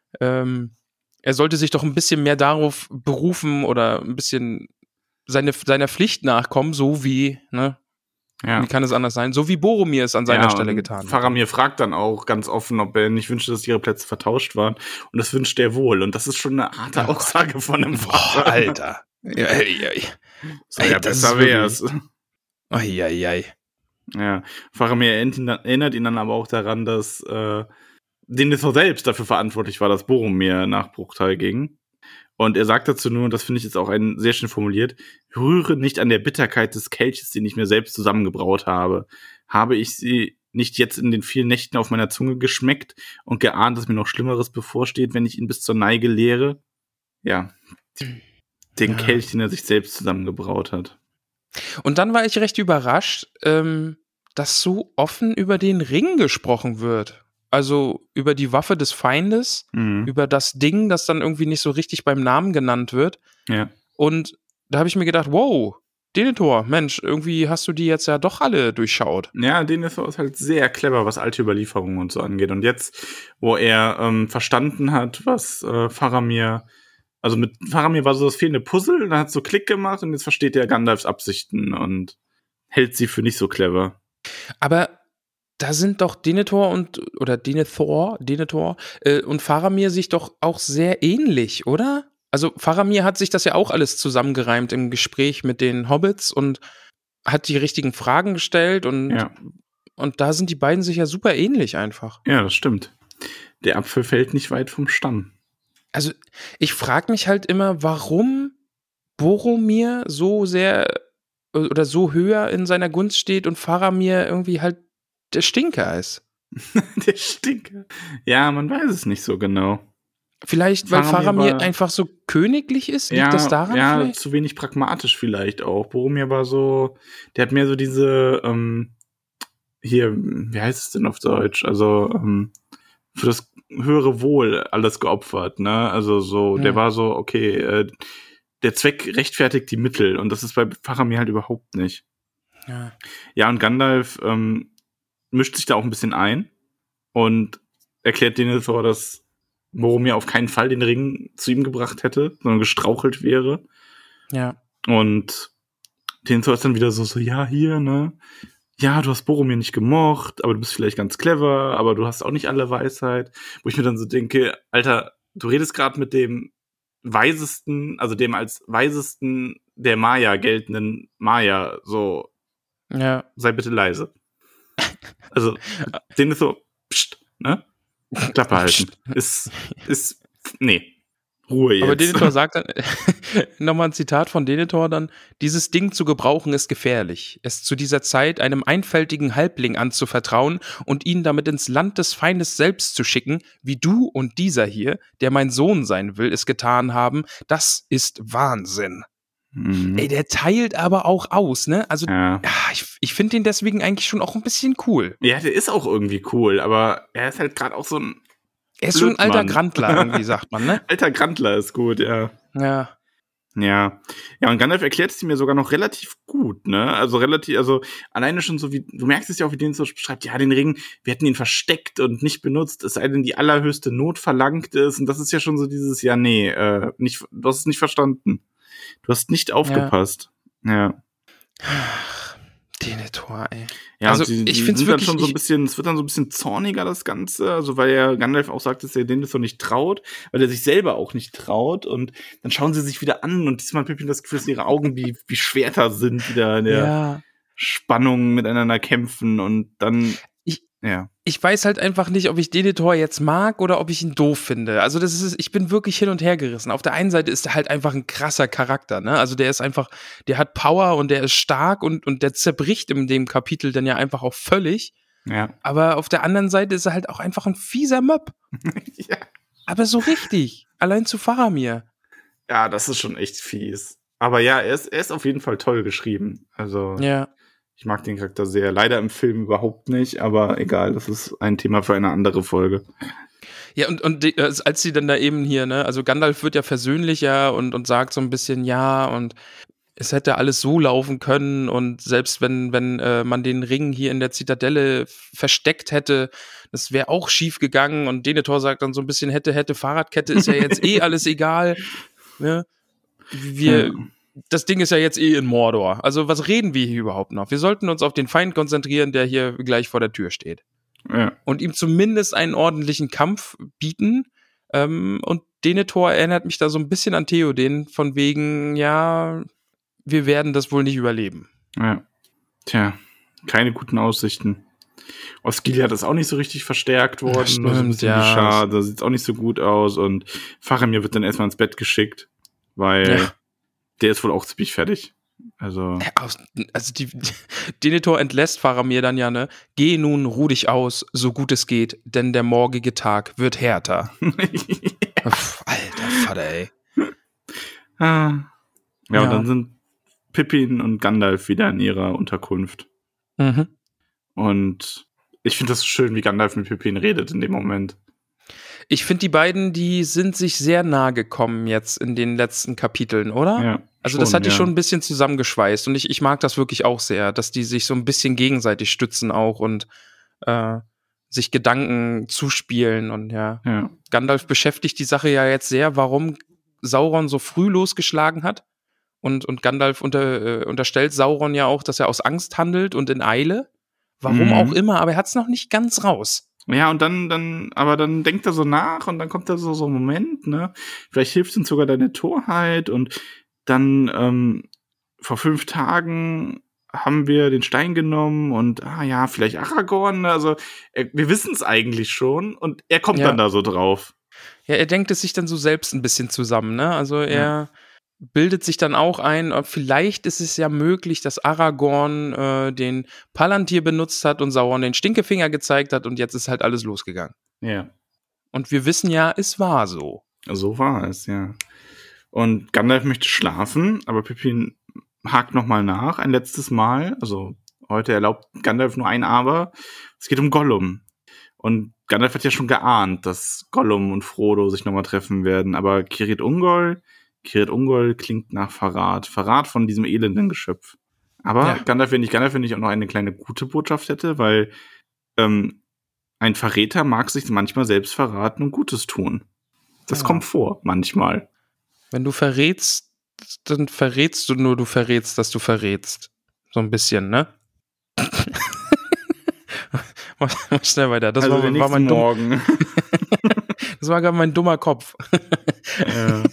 ähm, er sollte sich doch ein bisschen mehr darauf berufen oder ein bisschen seine, seiner Pflicht nachkommen, so wie, ne, ja. wie kann es anders sein, so wie Boromir es an seiner ja, Stelle und getan hat. Faramir fragt dann auch ganz offen, ob er nicht wünschte, dass ihre Plätze vertauscht waren. Und das wünscht er wohl. Und das ist schon eine harte Oh Aussage von einem Boah, Vater. Alter. Ja, ja, ja. So, Ey, ja, das besser ist wär's. Eieiei. Ja, Faramir erinnert ihn, dann, erinnert ihn dann aber auch daran, dass äh, Denethor selbst dafür verantwortlich war, dass Boromir nach Bruchtal ging. Und er sagt dazu nur, und das finde ich jetzt auch ein, sehr schön formuliert, rühre nicht an der Bitterkeit des Kelches, den ich mir selbst zusammengebraut habe. Habe ich sie, nicht jetzt in den vielen Nächten auf meiner Zunge geschmeckt und geahnt, dass mir noch Schlimmeres bevorsteht, wenn ich ihn bis zur Neige leere. Ja, den Ja. Kelch, den er sich selbst zusammengebraut hat. Und dann war ich recht überrascht, ähm, dass so offen über den Ring gesprochen wird. Also über die Waffe des Feindes, Mhm. über das Ding, das dann irgendwie nicht so richtig beim Namen genannt wird. Ja. Und da habe ich mir gedacht, wow, Denethor, Mensch, irgendwie hast du die jetzt ja doch alle durchschaut. Ja, Denethor ist halt sehr clever, was alte Überlieferungen und so angeht. Und jetzt, wo er ähm, verstanden hat, was äh, Faramir, also mit Faramir war so das fehlende Puzzle, dann hat es so Klick gemacht und jetzt versteht er Gandalfs Absichten und hält sie für nicht so clever. Aber da sind doch Denethor und, oder Denethor, Denethor äh, und Faramir sich doch auch sehr ähnlich, oder? Also Faramir hat sich das ja auch alles zusammengereimt im Gespräch mit den Hobbits und hat die richtigen Fragen gestellt und, Ja. und da sind die beiden sich ja super ähnlich einfach. Ja, das stimmt. Der Apfel fällt nicht weit vom Stamm. Also ich frage mich halt immer, warum Boromir so sehr oder so höher in seiner Gunst steht und Faramir irgendwie halt der Stinker ist. Der Stinker. Ja, man weiß es nicht so genau. Vielleicht, weil Faramir Faramir war- einfach so königlich ist? Liegt ja, das daran ja, vielleicht? zu wenig pragmatisch vielleicht auch. Boromir war so, der hat mehr so diese, ähm, hier, wie heißt es denn auf Deutsch? Also, ähm, für das höhere Wohl alles geopfert, ne? Also so, der Hm. war so, okay, äh, der Zweck rechtfertigt die Mittel und das ist bei Faramir halt überhaupt nicht. Ja. Ja, und Gandalf ähm, mischt sich da auch ein bisschen ein und erklärt Denethor, dass Boromir auf keinen Fall den Ring zu ihm gebracht hätte, sondern gestrauchelt wäre. Ja. Und Denethor ist dann wieder so, so, ja, hier, ne? Ja, du hast Boromir nicht gemocht, aber du bist vielleicht ganz clever, aber du hast auch nicht alle Weisheit. Wo ich mir dann so denke, Alter, du redest gerade mit dem weisesten, also dem als weisesten der Maya geltenden Maya, so, Ja. sei bitte leise. Also, Denethor, pst, ne? Klappe halten. Ist, ist, nee. Ruhe jetzt. Aber Denethor sagt dann, nochmal ein Zitat von Denethor dann, dieses Ding zu gebrauchen ist gefährlich. Es zu dieser Zeit einem einfältigen Halbling anzuvertrauen und ihn damit ins Land des Feindes selbst zu schicken, wie du und dieser hier, der mein Sohn sein will, es getan haben, das ist Wahnsinn. Mhm. Ey, der teilt aber auch aus, ne? Also, Ja. ja, ich, ich finde den deswegen eigentlich schon auch ein bisschen cool. Ja, der ist auch irgendwie cool, aber er ist halt gerade auch so ein Er ist so ein alter Blödmann. Grantler, irgendwie sagt man, ne? alter Grantler, ist gut, ja. Ja. Ja. Ja, und Gandalf erklärt es mir sogar noch relativ gut, ne? Also relativ, also alleine schon so wie, du merkst es ja auch, wie den so beschreibt, ja, den Ring, wir hätten ihn versteckt und nicht benutzt, es sei denn, die allerhöchste Not verlangt ist. Und das ist ja schon so dieses, ja, nee, äh, nicht, du hast es nicht verstanden. Du hast nicht aufgepasst. Ja. Denethor, ey. Ja, Also, und die, ich die find's sind wirklich- dann schon so ein ich- bisschen, es wird dann so ein bisschen zorniger, das Ganze, also weil ja Gandalf auch sagt, dass er Denethor nicht traut, weil er sich selber auch nicht traut und dann schauen sie sich wieder an und diesmal hat Pippin das Gefühl, dass ihre Augen wie, wie Schwerter sind, die da in der Ja. Spannung miteinander kämpfen und dann, Ich- ja. Ich weiß halt einfach nicht, ob ich Denethor jetzt mag oder ob ich ihn doof finde. Also das ist, ich bin wirklich hin und her gerissen. Auf der einen Seite ist er halt einfach ein krasser Charakter, ne? Also der ist einfach, der hat Power und der ist stark und, und der zerbricht in dem Kapitel dann ja einfach auch völlig. Ja. Aber auf der anderen Seite ist er halt auch einfach ein fieser Möb. ja. Aber so richtig. Allein zu Faramir. Ja, das ist schon echt fies. Aber ja, er ist, er ist auf jeden Fall toll geschrieben. Also, Ja. ich mag den Charakter sehr. Leider im Film überhaupt nicht, aber egal, das ist ein Thema für eine andere Folge. Ja, und, und die, als als sie dann da eben hier, ne, also Gandalf wird ja versöhnlicher und, und sagt so ein bisschen, ja, und es hätte alles so laufen können und selbst wenn, wenn äh, man den Ring hier in der Zitadelle versteckt hätte, das wäre auch schief gegangen und Denethor sagt dann so ein bisschen, hätte, hätte, Fahrradkette ist ja jetzt eh alles egal, ne, wir, Ja. das Ding ist ja jetzt eh in Mordor, also was reden wir hier überhaupt noch? Wir sollten uns auf den Feind konzentrieren, der hier gleich vor der Tür steht. Ja. Und ihm zumindest einen ordentlichen Kampf bieten. Ähm, und Denethor erinnert mich da so ein bisschen an Theoden, von wegen, ja, wir werden das wohl nicht überleben. Ja. Tja, keine guten Aussichten. Osgiliath ist auch nicht so richtig verstärkt worden. Ja, das ist ein stimmt, bisschen ja. schade. Da sieht's auch nicht so gut aus. Und Faramir wird dann erstmal ins Bett geschickt, weil Ja. der ist wohl auch ziemlich fertig. Also, also die, Denethor entlässt Faramir dann ja, ne? Geh nun, ruh dich aus, so gut es geht, denn der morgige Tag wird härter. Uff, alter Vater, ey. ah. ja, Ja. und dann sind Pippin und Gandalf wieder in ihrer Unterkunft. Mhm. Und ich finde das schön, wie Gandalf mit Pippin redet in dem Moment. Ich finde, die beiden, die sind sich sehr nahe gekommen jetzt in den letzten Kapiteln, oder? Ja, also schon, das hat die ja. schon ein bisschen zusammengeschweißt und ich, ich mag das wirklich auch sehr, dass die sich so ein bisschen gegenseitig stützen auch und äh, sich Gedanken zuspielen und ja. Ja. Gandalf beschäftigt die Sache ja jetzt sehr, warum Sauron so früh losgeschlagen hat und, und Gandalf unter, äh, unterstellt Sauron ja auch, dass er aus Angst handelt und in Eile. Warum Mhm. auch immer, aber er hat es noch nicht ganz raus. Ja, und dann, dann, aber dann denkt er so nach und dann kommt da so, so ein Moment, ne? Vielleicht hilft uns sogar deine Torheit und dann, ähm, vor fünf Tagen haben wir den Stein genommen und, ah ja, vielleicht Aragorn, ne? Also, äh, wir wissen es eigentlich schon und er kommt Ja. dann da so drauf. Ja, er denkt es sich dann so selbst ein bisschen zusammen, ne? Also er Ja. bildet sich dann auch ein, ob vielleicht ist es ja möglich, dass Aragorn äh, den Palantir benutzt hat und Sauron den Stinkefinger gezeigt hat und jetzt ist halt alles losgegangen. Ja, Und wir wissen ja, es war so. so war es, ja. Und Gandalf möchte schlafen, aber Pippin hakt nochmal nach, ein letztes Mal. Also, heute erlaubt Gandalf nur ein Aber. Es geht um Gollum. Und Gandalf hat ja schon geahnt, dass Gollum und Frodo sich nochmal treffen werden. Aber Kirit Ungol, Kirit Ungol klingt nach Verrat. Verrat von diesem elenden Geschöpf. Aber Ja. Gandalf, wenn ich Gandalf, wenn ich auch noch eine kleine gute Botschaft hätte, weil ähm, ein Verräter mag sich manchmal selbst verraten und Gutes tun. Das Ja. kommt vor, manchmal. Wenn du verrätst, dann verrätst du nur, du verrätst, dass du verrätst. So ein bisschen, ne? mach, mach schnell weiter. Das also war, der war nächste mein dumm, Morgen. das war gerade mein dummer Kopf. ja.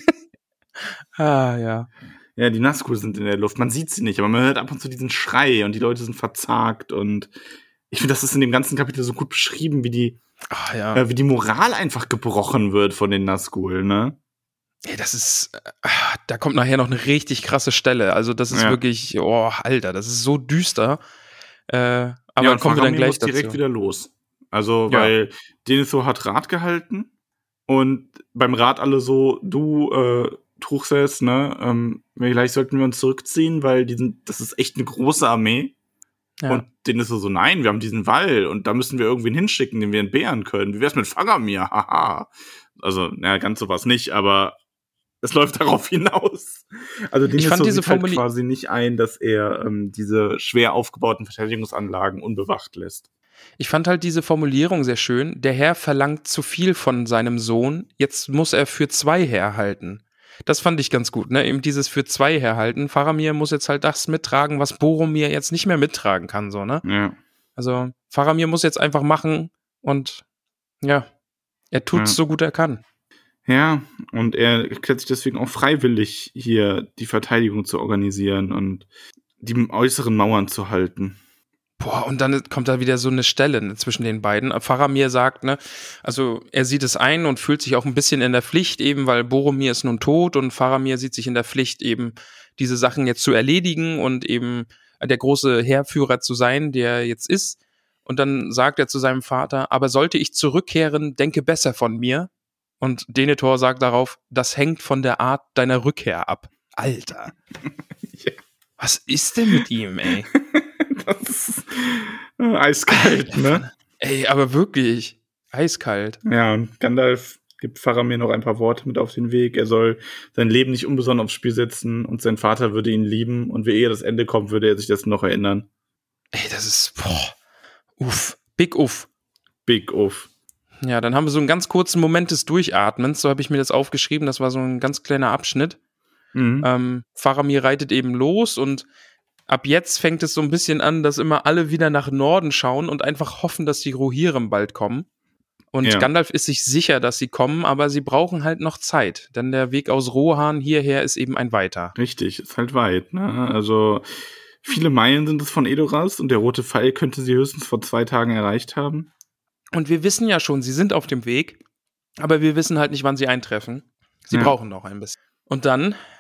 ah, ja. ja, die Nazgul sind in der Luft. Man sieht sie nicht, aber man hört ab und zu diesen Schrei und die Leute sind verzagt. Und ich finde, das ist in dem ganzen Kapitel so gut beschrieben, wie die, Ah, ja. äh, wie die Moral einfach gebrochen wird von den Nazgul, ne? Ey, das ist, äh, da kommt nachher noch eine richtig krasse Stelle. Also das ist Ja. wirklich, oh, Alter, das ist so düster. Äh, aber ja, und kommen wir dann Faramir gleich muss direkt dazu. wieder los. Also, Ja. weil Denethor hat Rat gehalten und beim Rat alle so, du, äh, Truchsess, ne, ähm, vielleicht sollten wir uns zurückziehen, weil die sind, das ist echt eine große Armee. Ja. Und Denethor so, nein, wir haben diesen Wall und da müssen wir irgendwen hinschicken, den wir entbehren können. Wie wär's mit Faramir? Haha. Also, naja, ganz sowas nicht, aber es läuft darauf hinaus. Also Ich Denethor fand diese sieht halt Formuli- quasi nicht ein, dass er ähm, diese schwer aufgebauten Verteidigungsanlagen unbewacht lässt. Ich fand halt diese Formulierung sehr schön. Der Herr verlangt zu viel von seinem Sohn, jetzt muss er für zwei herhalten. Das fand ich ganz gut, ne? Eben dieses für zwei herhalten. Faramir muss jetzt halt das mittragen, was Boromir jetzt nicht mehr mittragen kann, so, ne? Ja. Also Faramir muss jetzt einfach machen und ja, er tut's Ja. so gut er kann. Ja, und er erklärt sich deswegen auch freiwillig, hier die Verteidigung zu organisieren und die äußeren Mauern zu halten. Boah, und dann kommt da wieder so eine Stelle ne, zwischen den beiden. Faramir sagt, ne, also er sieht es ein und fühlt sich auch ein bisschen in der Pflicht, eben weil Boromir ist nun tot und Faramir sieht sich in der Pflicht, eben diese Sachen jetzt zu erledigen und eben der große Heerführer zu sein, der er jetzt ist. Und dann sagt er zu seinem Vater, aber sollte ich zurückkehren, denke besser von mir. Und Denethor sagt darauf, das hängt von der Art deiner Rückkehr ab. Alter. Ja. Was ist denn mit ihm, ey? Das ist äh, eiskalt, ne? Ey, aber wirklich eiskalt. Ja, und Gandalf gibt Faramir noch ein paar Worte mit auf den Weg. Er soll sein Leben nicht unbesonnen aufs Spiel setzen und sein Vater würde ihn lieben und wie eher das Ende kommt, würde er sich das noch erinnern. Ey, das ist, boah, uff, big uff. Big Uff. Ja, dann haben wir so einen ganz kurzen Moment des Durchatmens, so habe ich mir das aufgeschrieben, das war so ein ganz kleiner Abschnitt. Mhm. Ähm, Faramir reitet eben los und ab jetzt fängt es so ein bisschen an, dass immer alle wieder nach Norden schauen und einfach hoffen, dass die Rohirrim bald kommen. Und Ja. Gandalf ist sich sicher, dass sie kommen, aber sie brauchen halt noch Zeit, denn der Weg aus Rohan hierher ist eben ein weiter. Richtig, ist halt weit, ne? Also viele Meilen sind es von Edoras und der rote Pfeil könnte sie höchstens vor zwei Tagen erreicht haben. Und wir wissen ja schon, sie sind auf dem Weg, aber wir wissen halt nicht, wann sie eintreffen. Sie Ja. brauchen noch ein bisschen. Und dann,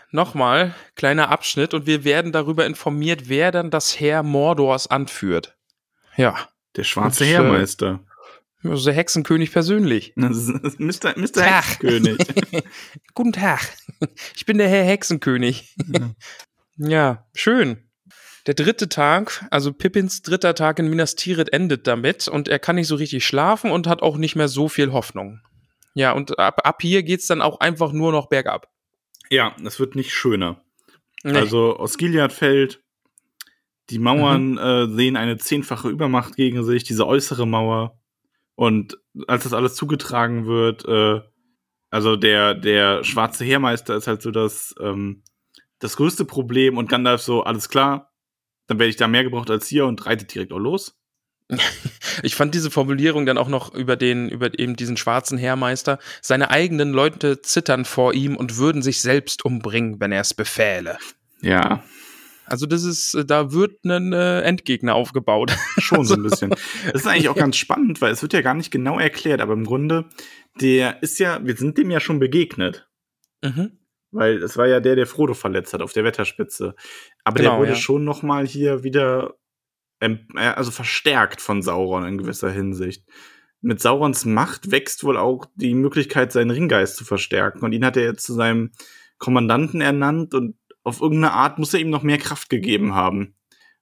nochmal, kleiner Abschnitt und wir werden darüber informiert, wer dann das Heer Mordors anführt. Ja. Der schwarze Und, äh, Heermeister. Also der Hexenkönig persönlich. Das ist Mister Mister Tag. Hexenkönig. Guten Tag. Ich bin der Herr Hexenkönig. Ja, schön. Der dritte Tag, also Pippins dritter Tag in Minas Tirith endet damit und er kann nicht so richtig schlafen und hat auch nicht mehr so viel Hoffnung. Ja, und ab, ab hier geht's dann auch einfach nur noch bergab. Ja, es wird nicht schöner. Nee. Also Osgiliath fällt, die Mauern Mhm. äh, sehen eine zehnfache Übermacht gegen sich, diese äußere Mauer. Und als das alles zugetragen wird, äh, also der, der schwarze Heermeister ist halt so das, ähm, das größte Problem und Gandalf so, alles klar, dann werde ich da mehr gebraucht als hier und reitet direkt auch los. Ich fand diese Formulierung dann auch noch über den, über eben diesen schwarzen Heermeister. Seine eigenen Leute zittern vor ihm und würden sich selbst umbringen, wenn er es befähle. Ja, Also das ist, da wird ein äh, Endgegner aufgebaut. schon so ein bisschen. Das ist eigentlich auch ganz spannend, weil es wird ja gar nicht genau erklärt, aber im Grunde, der ist ja, wir sind dem ja schon begegnet. Mhm. Weil es war ja der, der Frodo verletzt hat auf der Wetterspitze. Aber Genau, der wurde ja. schon noch mal hier wieder, ähm, äh, also verstärkt von Sauron in gewisser Hinsicht. Mit Saurons Macht wächst wohl auch die Möglichkeit, seinen Ringgeist zu verstärken. Und ihn hat er jetzt zu seinem Kommandanten ernannt und auf irgendeine Art muss er ihm noch mehr Kraft gegeben haben.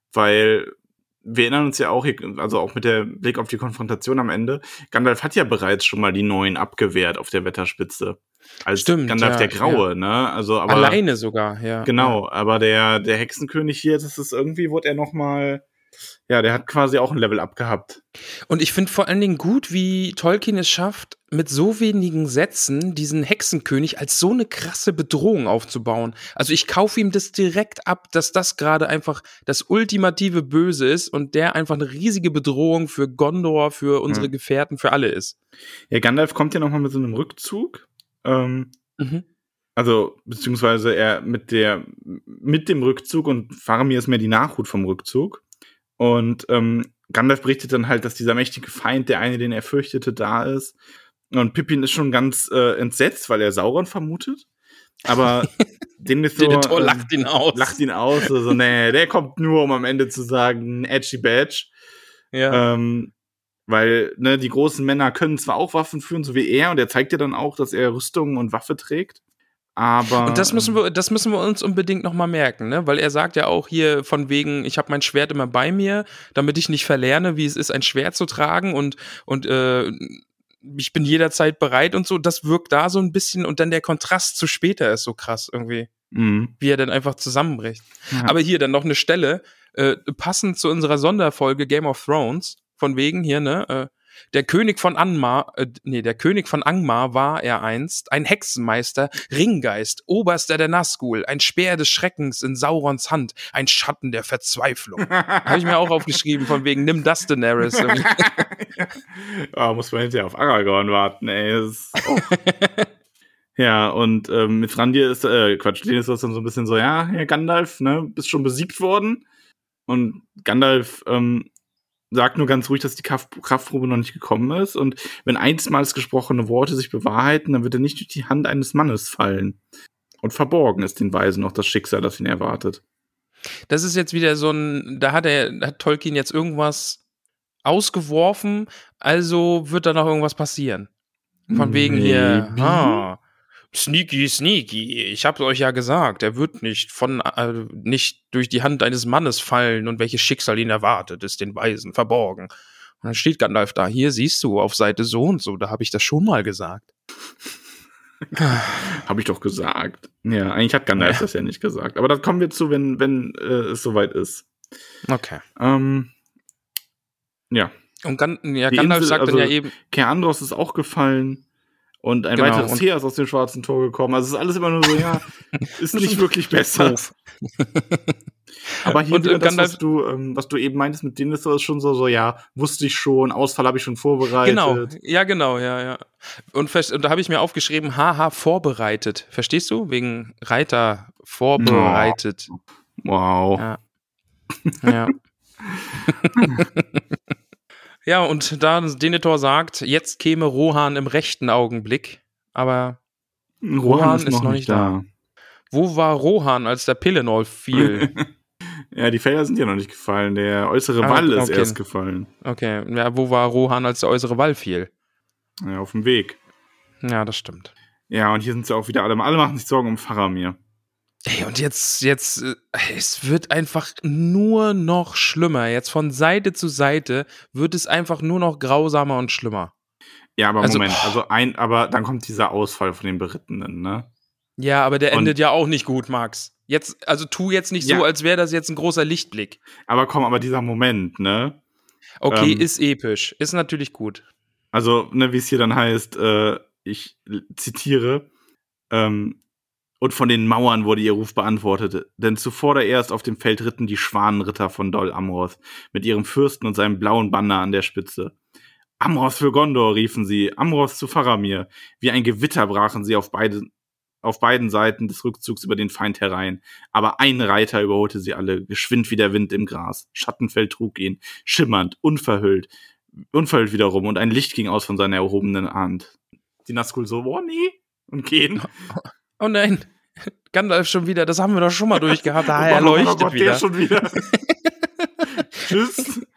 Weil wir erinnern uns ja auch, hier, also auch mit der Blick auf die Konfrontation am Ende, Gandalf hat ja bereits schon mal die Neuen abgewehrt auf der Wetterspitze. Als Stimmt, Gandalf ja, der Graue, ne? Also, aber Alleine sogar, ja. genau, aber der, der Hexenkönig hier, das ist irgendwie, wurde er noch mal, ja, der hat quasi auch ein Level up gehabt. Und ich finde vor allen Dingen gut, wie Tolkien es schafft, mit so wenigen Sätzen diesen Hexenkönig als so eine krasse Bedrohung aufzubauen. Also ich kaufe ihm das direkt ab, dass das gerade einfach das ultimative Böse ist und der einfach eine riesige Bedrohung für Gondor, für unsere Hm. Gefährten, für alle ist. Ja, Gandalf kommt ja noch mal mit so einem Rückzug. Ähm, Mhm. also, beziehungsweise er mit der, mit dem Rückzug und Faramir ist mehr die Nachhut vom Rückzug. Und ähm, Gandalf berichtet dann halt, dass dieser mächtige Feind, der eine, den er fürchtete, da ist. Und Pippin ist schon ganz äh, entsetzt, weil er Sauron vermutet. Aber Denethor Denethor ähm, lacht ihn aus. lacht ihn aus. So, so, nee, der kommt nur, um am Ende zu sagen, edgy badge. Ja. Ähm, weil ne, die großen Männer können zwar auch Waffen führen, so wie er. Und er zeigt ja dann auch, dass er Rüstung und Waffe trägt. Aber Und das müssen wir, das müssen wir uns unbedingt noch mal merken, ne? Weil er sagt ja auch hier von wegen, ich habe mein Schwert immer bei mir, damit ich nicht verlerne, wie es ist, ein Schwert zu tragen und und äh, ich bin jederzeit bereit und so. Das wirkt da so ein bisschen und dann der Kontrast zu später ist so krass irgendwie, Mhm. wie er dann einfach zusammenbricht. Ja. Aber hier dann noch eine Stelle, äh, passend zu unserer Sonderfolge Game of Thrones, von wegen hier, ne? Äh, Der König von Angmar, äh, nee, der König von Angmar war er einst, ein Hexenmeister, Ringgeist, Oberster der Nazgul, ein Speer des Schreckens in Saurons Hand, ein Schatten der Verzweiflung. Habe ich mir auch aufgeschrieben, von wegen, nimm das, Daenerys. Ah, muss man hinterher auf Aragorn warten, ey. Das ist auch ja, und ähm, mit Thrandir ist, äh, Quatsch, den ist das dann so ein bisschen so, ja, Herr Gandalf, ne, bist schon besiegt worden. Und Gandalf, ähm, sagt nur ganz ruhig, dass die Kraft- Kraftprobe noch nicht gekommen ist. Und wenn einstmals gesprochene Worte sich bewahrheiten, dann wird er nicht durch die Hand eines Mannes fallen. Und verborgen ist den Weisen noch das Schicksal, das ihn erwartet. Das ist jetzt wieder so ein, da hat er, hat Tolkien jetzt irgendwas ausgeworfen, also wird da noch irgendwas passieren. Von wegen hier, Maybe. ah, sneaky, sneaky, ich hab's euch ja gesagt, er wird nicht von, äh, nicht durch die Hand eines Mannes fallen und welches Schicksal ihn erwartet, ist den Weisen verborgen. Und dann steht Gandalf da, hier siehst du, auf Seite so und so, da habe ich das schon mal gesagt. Habe ich doch gesagt. Ja, eigentlich hat Gandalf Ja. das ja nicht gesagt. Aber da kommen wir zu, wenn, wenn äh, es soweit ist. Okay. Ähm, ja. Und Gan ja, Die Gandalf Insel, sagt also, dann ja eben, Ker Andros ist auch gefallen. Und ein Genau, weiteres und- Heer ist aus dem Schwarzen Tor gekommen. Also es ist alles immer nur so, ja, ist nicht wirklich besser. doof. Aber hier Und, wieder äh, das, Gandalf- was du, ähm, was du eben meintest mit Denethor, ist schon so, so, ja, wusste ich schon, Ausfall habe ich schon vorbereitet. Genau, ja, genau, ja, ja. Und, vers- und da habe ich mir aufgeschrieben, haha, vorbereitet. Verstehst du? Wegen Reiter vorbereitet. Wow. Ja. Ja. Ja, und da Denethor sagt, jetzt käme Rohan im rechten Augenblick, aber Rohan, Rohan ist noch nicht da. Wo war Rohan, als der Pelennor fiel? Ja, die Felder sind ja noch nicht gefallen. Der äußere Ah, Wall ist okay. erst gefallen. Okay, ja, wo war Rohan, als der äußere Wall fiel? Ja, auf dem Weg. Ja, das stimmt. Ja, und hier sind sie auch wieder alle. Alle machen sich Sorgen um Faramir. Ey, und jetzt, jetzt, äh, es wird einfach nur noch schlimmer. Jetzt von Seite zu Seite wird es einfach nur noch grausamer und schlimmer. Ja, aber Also, Moment, oh. also ein, aber dann kommt dieser Ausfall von den Berittenen, ne? Ja, aber der Und- endet ja auch nicht gut, Max. Jetzt, also tu jetzt nicht Ja. so, als wäre das jetzt ein großer Lichtblick. Aber komm, aber dieser Moment, ne? Okay, Ähm, ist episch. Ist natürlich gut. Also, ne, wie es hier dann heißt, äh, ich zitiere, ähm, und von den Mauern wurde ihr Ruf beantwortet, denn zuvor erst auf dem Feld ritten die Schwanenritter von Dol Amroth mit ihrem Fürsten und seinem blauen Banner an der Spitze. Amroth für Gondor, riefen sie, Amroth zu Faramir. Wie ein Gewitter brachen sie auf, beide, auf beiden Seiten des Rückzugs über den Feind herein. Aber ein Reiter überholte sie alle, geschwind wie der Wind im Gras. Schattenfeld trug ihn, schimmernd, unverhüllt, unverhüllt wiederum, und ein Licht ging aus von seiner erhobenen Hand. Die Nazgul so, oh nee, und gehen. Oh nein, Gandalf schon wieder. Das haben wir doch schon mal durchgehabt. Ah, Oh er Gott, oh leuchtet Gott, wieder. der schon wieder. Tschüss.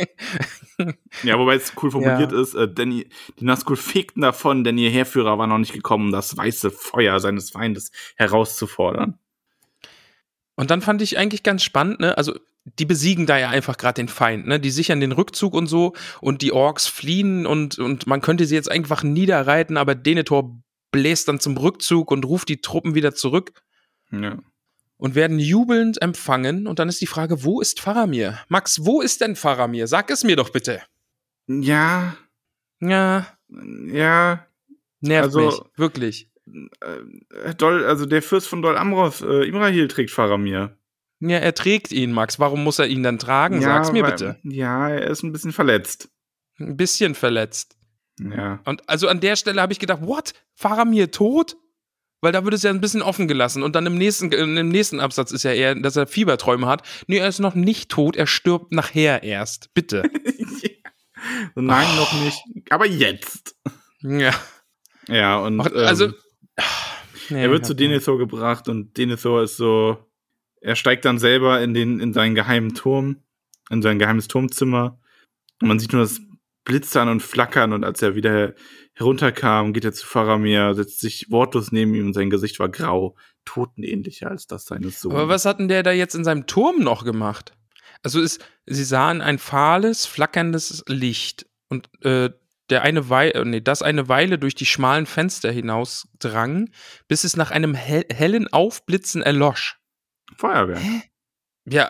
Ja, wobei es cool formuliert Ja. ist, äh, denn die, die Nazgul fegten davon, denn ihr Heerführer war noch nicht gekommen, um das weiße Feuer seines Feindes herauszufordern. Und dann fand ich eigentlich ganz spannend, ne? Also, die besiegen da ja einfach gerade den Feind, ne? Die sichern den Rückzug und so und die Orks fliehen und, und man könnte sie jetzt einfach niederreiten, aber Denethor bläst dann zum Rückzug und ruft die Truppen wieder zurück Ja. und werden jubelnd empfangen. Und dann ist die Frage, wo ist Faramir? Max, wo ist denn Faramir? Sag es mir doch bitte. Ja, Ja, ja, nervt Also- mich, wirklich. äh, Dol, also der Fürst von Dol Amroth, äh, Imrahil trägt Faramir. Ja, er trägt ihn, Max. Warum muss er ihn dann tragen? Ja, Sag's mir weil- bitte. Ja, er ist ein bisschen verletzt. Ein bisschen verletzt. Ja. Und also an der Stelle habe ich gedacht, what? Faramir tot? Weil da wird es ja ein bisschen offen gelassen. Und dann im nächsten, im nächsten Absatz ist ja eher, dass er Fieberträume hat. Nee, er ist noch nicht tot, er stirbt nachher erst. Bitte. So, nein, noch nicht. Aber jetzt. Ja. Ja, und Ach, also. ähm, Nee, er wird zu Denethor gebracht und Denethor ist so, er steigt dann selber in den in seinen geheimen Turm, in sein geheimes Turmzimmer und man sieht nur das Blitzern und Flackern, und als er wieder herunterkam, geht er zu Faramir, setzt sich wortlos neben ihm und sein Gesicht war grau, totenähnlicher als das seines Sohnes. Aber was hat denn der da jetzt in seinem Turm noch gemacht? Also ist, sie sahen ein fahles, flackerndes Licht und äh, der eine Weile, nee, das eine Weile durch die schmalen Fenster hinaus drang, bis es nach einem hell, hellen Aufblitzen erlosch. Feuerwerk. Ja.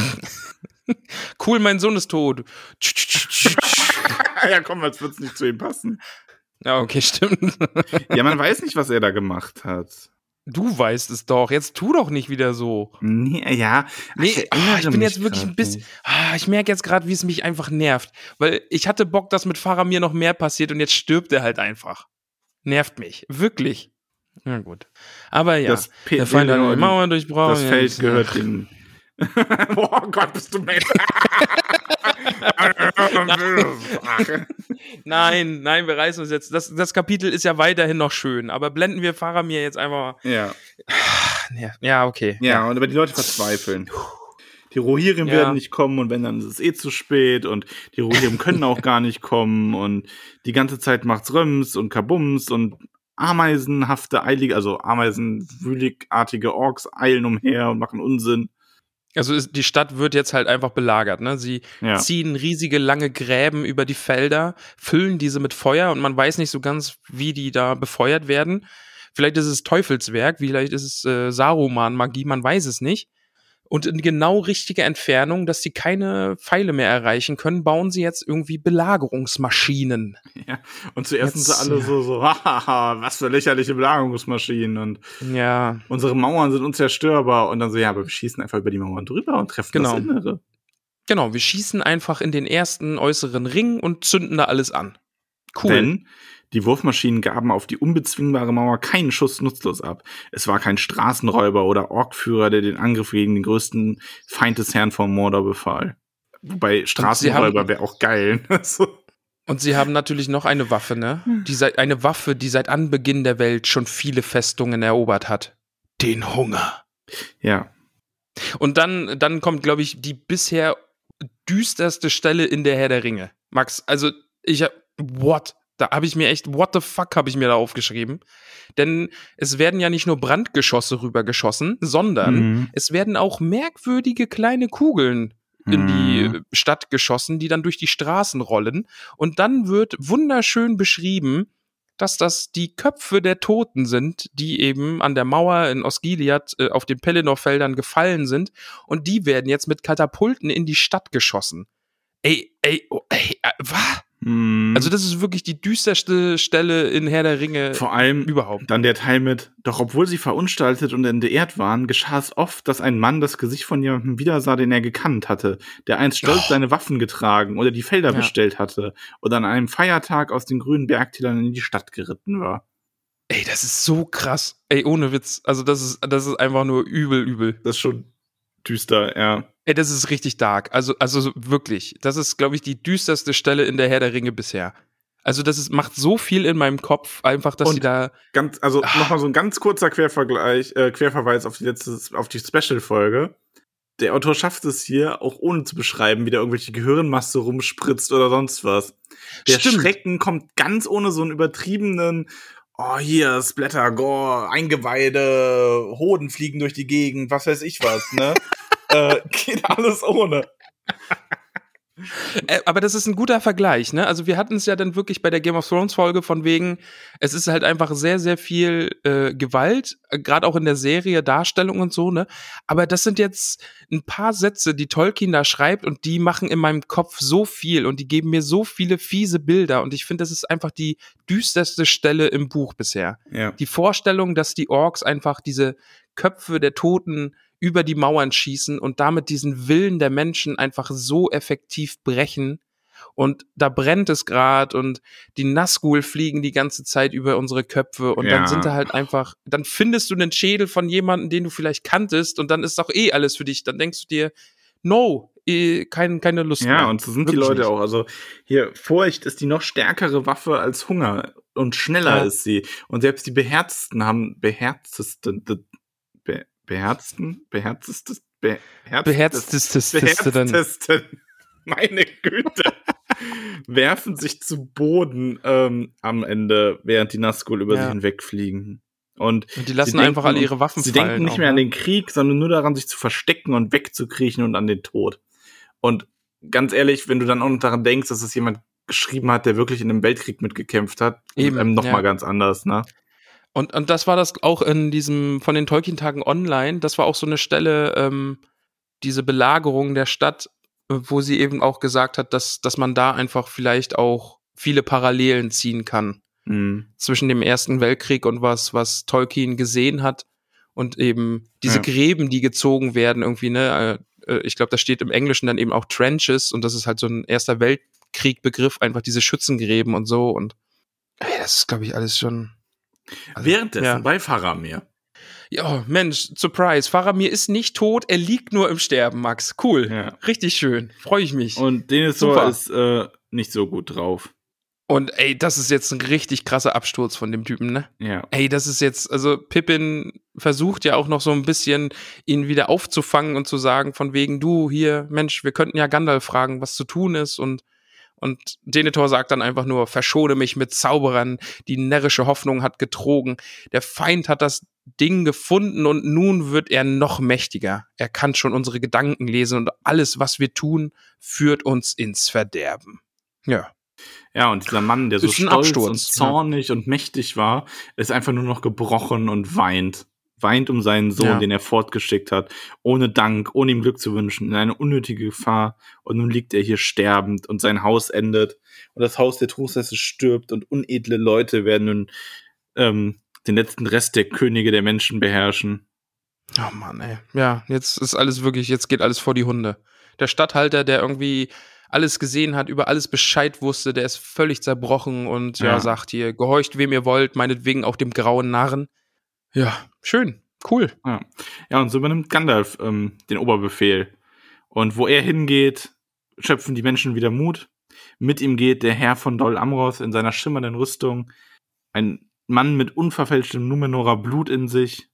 Cool, mein Sohn ist tot. Ja, komm, als wird's nicht zu ihm passen. Ja, okay, stimmt. Ja, man weiß nicht, was er da gemacht hat. Du weißt es doch. Jetzt tu doch nicht wieder so. Nee, ja. Nee, ich, ah, erinnere ich bin mich jetzt wirklich grad ein bisschen. nicht. Ah, ich merke jetzt gerade, wie es mich einfach nervt. Weil ich hatte Bock, dass mit Faramir noch mehr passiert und jetzt stirbt er halt einfach. Nervt mich. Wirklich. Na gut. Aber ja. Das Pe- der Feind hat Pelennor- die Mauern durchbrochen. Das Feld gehört den. Boah, Gott, bist du männlich. Nein, nein, wir reißen uns jetzt. Das, das Kapitel ist ja weiterhin noch schön. Aber blenden wir Faramir jetzt einfach. Ja. Ja, ja okay. Ja, und aber die Leute verzweifeln. Die Rohirrim Ja. werden nicht kommen und wenn, dann ist es eh zu spät und die Rohirrim können auch gar nicht kommen und die ganze Zeit macht's Röms und Kabums und ameisenhafte, eilige, also ameisenwühligartige Orks eilen umher und machen Unsinn. Also ist, die Stadt wird jetzt halt einfach belagert, ne? Sie Ja. ziehen riesige, lange Gräben über die Felder, füllen diese mit Feuer und man weiß nicht so ganz, wie die da befeuert werden. Vielleicht ist es Teufelswerk, vielleicht ist es äh, Saruman-Magie, man weiß es nicht. Und in genau richtiger Entfernung, dass sie keine Pfeile mehr erreichen können, bauen sie jetzt irgendwie Belagerungsmaschinen. Ja. Und zuerst Jetzt, sind sie alle ja. so, so, hahaha, was für lächerliche Belagerungsmaschinen und Ja, unsere Mauern sind unzerstörbar. Und dann so, ja, aber wir schießen einfach über die Mauern drüber und treffen Genau. das Innere. genau, wir schießen einfach in den ersten äußeren Ring und zünden da alles an. Cool. Denn die Wurfmaschinen gaben auf die unbezwingbare Mauer keinen Schuss nutzlos ab. Es war kein Straßenräuber oder Orkführer, der den Angriff gegen den größten Feind des Herrn von Mordor befahl. Wobei Straßenräuber haben- wäre auch geil. So. Und sie haben natürlich noch eine Waffe, ne? Die seit, eine Waffe, die seit Anbeginn der Welt schon viele Festungen erobert hat. den Hunger. Ja. Und dann, dann kommt, glaube ich, die bisher düsterste Stelle in der Herr der Ringe. Max, also ich hab, what? Da habe ich mir echt, what the fuck habe ich mir da aufgeschrieben. Denn es werden ja nicht nur Brandgeschosse rübergeschossen, sondern Mhm. es werden auch merkwürdige kleine Kugeln in die Mhm. Stadt geschossen, die dann durch die Straßen rollen. Und dann wird wunderschön beschrieben, dass das die Köpfe der Toten sind, die eben an der Mauer in Osgiliath äh, auf den Pelennor-Feldern gefallen sind. Und die werden jetzt mit Katapulten in die Stadt geschossen. Ey, ey, oh, ey, äh, was? Mhm. Also das ist wirklich die düsterste Stelle in Herr der Ringe Vor allem überhaupt. dann der Teil mit, doch obwohl sie verunstaltet und entehrt waren, geschah es oft, dass ein Mann das Gesicht von jemandem wiedersah, den er gekannt hatte, der einst stolz Oh. seine Waffen getragen oder die Felder Ja. bestellt hatte oder an einem Feiertag aus den grünen Bergtälern in die Stadt geritten war. Ey, das ist so krass. Ey, ohne Witz. Also das ist, das ist einfach nur übel, übel. Das ist schon düster, ja. Ey, das ist richtig dark. Also, also wirklich. Das ist, glaube ich, die düsterste Stelle in der Herr der Ringe bisher. Also das ist, macht so viel in meinem Kopf, einfach, dass Und sie da. Ganz, also Ah. nochmal so ein ganz kurzer Quervergleich, äh, Querverweis auf die letzte, auf die Special-Folge. Der Autor schafft es hier, auch ohne zu beschreiben, wie da irgendwelche Gehirnmasse rumspritzt oder sonst was. Der Stimmt. Schrecken kommt ganz ohne so einen übertriebenen, oh, hier, Splatter, Gore, Eingeweide, Hoden fliegen durch die Gegend, was weiß ich was, ne? äh, geht alles ohne. Äh, aber das ist ein guter Vergleich, ne? Also wir hatten es ja dann wirklich bei der Game of Thrones Folge von wegen, es ist halt einfach sehr, sehr viel äh, Gewalt, äh, gerade auch in der Serie, Darstellung und so, ne? Aber das sind jetzt ein paar Sätze, die Tolkien da schreibt und die machen in meinem Kopf so viel und die geben mir so viele fiese Bilder und ich finde, das ist einfach die düsterste Stelle im Buch bisher. Ja. Die Vorstellung, dass die Orks einfach diese Köpfe der Toten über die Mauern schießen und damit diesen Willen der Menschen einfach so effektiv brechen. Und da brennt es gerade und die Nazgul fliegen die ganze Zeit über unsere Köpfe und Ja. dann sind da halt einfach, dann findest du einen Schädel von jemandem, den du vielleicht kanntest und dann ist doch eh alles für dich. Dann denkst du dir, no, eh, kein, keine Lust mehr. Ja, und so sind die Wirklich Leute nicht. auch. Also hier, Furcht ist die noch stärkere Waffe als Hunger und schneller Ja. ist sie. Und selbst die Beherzten haben beherztesten, be, beherzten, beherztestes, beherztes, Beherztesteste dann. beherztesten, meine Güte, werfen sich zu Boden ähm, am Ende, während die Nazgul über Ja. sich hinwegfliegen. Und, Und die lassen sie denken- einfach alle ihre Waffen Sie fallen. denken nicht auch, mehr an ne? den Krieg, sondern nur daran, sich zu verstecken und wegzukriechen und an den Tod. Und ganz ehrlich, wenn du dann auch noch daran denkst, dass es jemand geschrieben hat, der wirklich in einem Weltkrieg mitgekämpft hat, Eben, ist einem noch ja. mal ganz anders, ne? Und, und das war das auch in diesem, von den Tolkien-Tagen online, das war auch so eine Stelle, ähm, diese Belagerung der Stadt, äh, wo sie eben auch gesagt hat, dass, dass man da einfach vielleicht auch viele Parallelen ziehen kann Mhm. zwischen dem Ersten Weltkrieg und was, was Tolkien gesehen hat und eben diese Ja. Gräben, die gezogen werden irgendwie, ne, äh, äh, ich glaube, da steht im Englischen dann eben auch Trenches und das ist halt so ein Erster Weltkrieg-Begriff, einfach diese Schützengräben und so und ey, das ist, glaube ich, alles schon. Also, Währenddessen ja. bei Faramir. Ja, Mensch, Surprise. Faramir ist nicht tot, er liegt nur im Sterben, Max. Cool. Ja. Richtig schön. Freue ich mich. Und, Und Denethor Super. ist äh, nicht so gut drauf. ey, das ist jetzt ein richtig krasser Absturz von dem Typen, ne? Ja. Ey, das ist jetzt, also Pippin versucht ja auch noch so ein bisschen, ihn wieder aufzufangen und zu sagen, von wegen, du hier, Mensch, wir könnten ja Gandalf fragen, was zu tun ist und Und Denethor sagt dann einfach nur, verschone mich mit Zauberern, die närrische Hoffnung hat getrogen. Der Feind hat das Ding gefunden und nun wird er noch mächtiger. Er kann schon unsere Gedanken lesen und alles, was wir tun, führt uns ins Verderben. Ja. Ja, und dieser Mann, der so Ist ein stolz Absturz, und zornig und mächtig war, ist einfach nur noch gebrochen und weint. Weint um seinen Sohn, Ja. den er fortgeschickt hat, ohne Dank, ohne ihm Glück zu wünschen, in eine unnötige Gefahr. Und nun liegt er hier sterbend und sein Haus endet. Und das Haus der Truchsesse stirbt und unedle Leute werden nun ähm, den letzten Rest der Könige der Menschen beherrschen. Oh Mann, ey. Ja, jetzt ist alles wirklich, jetzt geht alles vor die Hunde. Der Statthalter, der irgendwie alles gesehen hat, über alles Bescheid wusste, der ist völlig zerbrochen und ja, Ja. sagt hier, gehorcht wem ihr wollt, meinetwegen auch dem grauen Narren. Ja, schön, cool. Ja, ja und so übernimmt Gandalf ähm, den Oberbefehl. Und wo er hingeht, schöpfen die Menschen wieder Mut. Mit ihm geht der Herr von Dol Amroth in seiner schimmernden Rüstung. Ein Mann mit unverfälschtem Numenorer Blut in sich.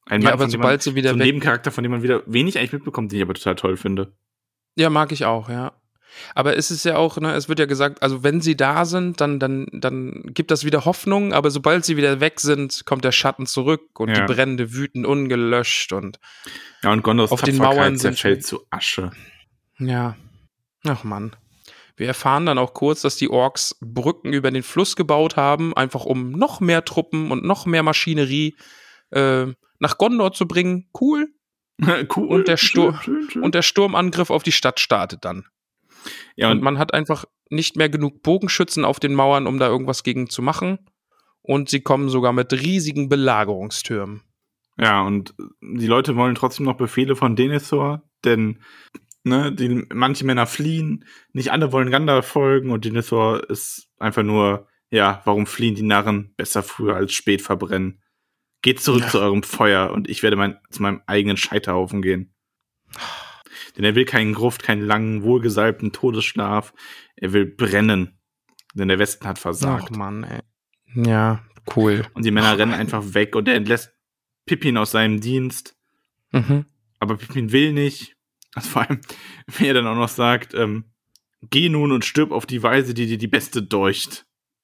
Ein Ja, Mann, aber von dem sobald man, sie wieder so ein weg- Nebencharakter, von dem man wieder wenig eigentlich mitbekommt, den ich aber total toll finde. Ja, mag ich auch, ja. Aber es ist ja auch, ne, es wird ja gesagt, also wenn sie da sind, dann, dann, dann gibt das wieder Hoffnung, aber sobald sie wieder weg sind, kommt der Schatten zurück und Ja. die Brände wüten ungelöscht und Ja, und Gondors Auf den Tapferkeit Mauern sind zerfällt schon- zu Asche. ja. Ach Mann. Wir erfahren dann auch kurz, dass die Orks Brücken über den Fluss gebaut haben, einfach um noch mehr Truppen und noch mehr Maschinerie äh, nach Gondor zu bringen. Cool. Cool. Und der, Stur- schön, schön, schön. und der Sturmangriff auf die Stadt startet dann. ja, Und und man hat einfach nicht mehr genug Bogenschützen auf den Mauern, um da irgendwas gegen zu machen. Und sie kommen sogar mit riesigen Belagerungstürmen. Ja, und die Leute wollen trotzdem noch Befehle von Denethor, denn ne, die, manche Männer fliehen, nicht alle wollen Gandalf folgen und Denethor ist einfach nur, ja, warum fliehen die Narren? Besser früher als spät verbrennen. Geht zurück Ja. zu eurem Feuer und ich werde mein, zu meinem eigenen Scheiterhaufen gehen. Denn er will keinen Gruft, keinen langen, wohlgesalbten Todesschlaf. Er will brennen. Denn der Westen hat versagt. Ach Mann, ey. Ja, cool. Und die Männer rennen einfach weg und er entlässt Pippin aus seinem Dienst. Mhm. Aber Pippin will nicht. Also vor allem, wenn er dann auch noch sagt, ähm, geh nun und stirb auf die Weise, die dir die Beste deucht.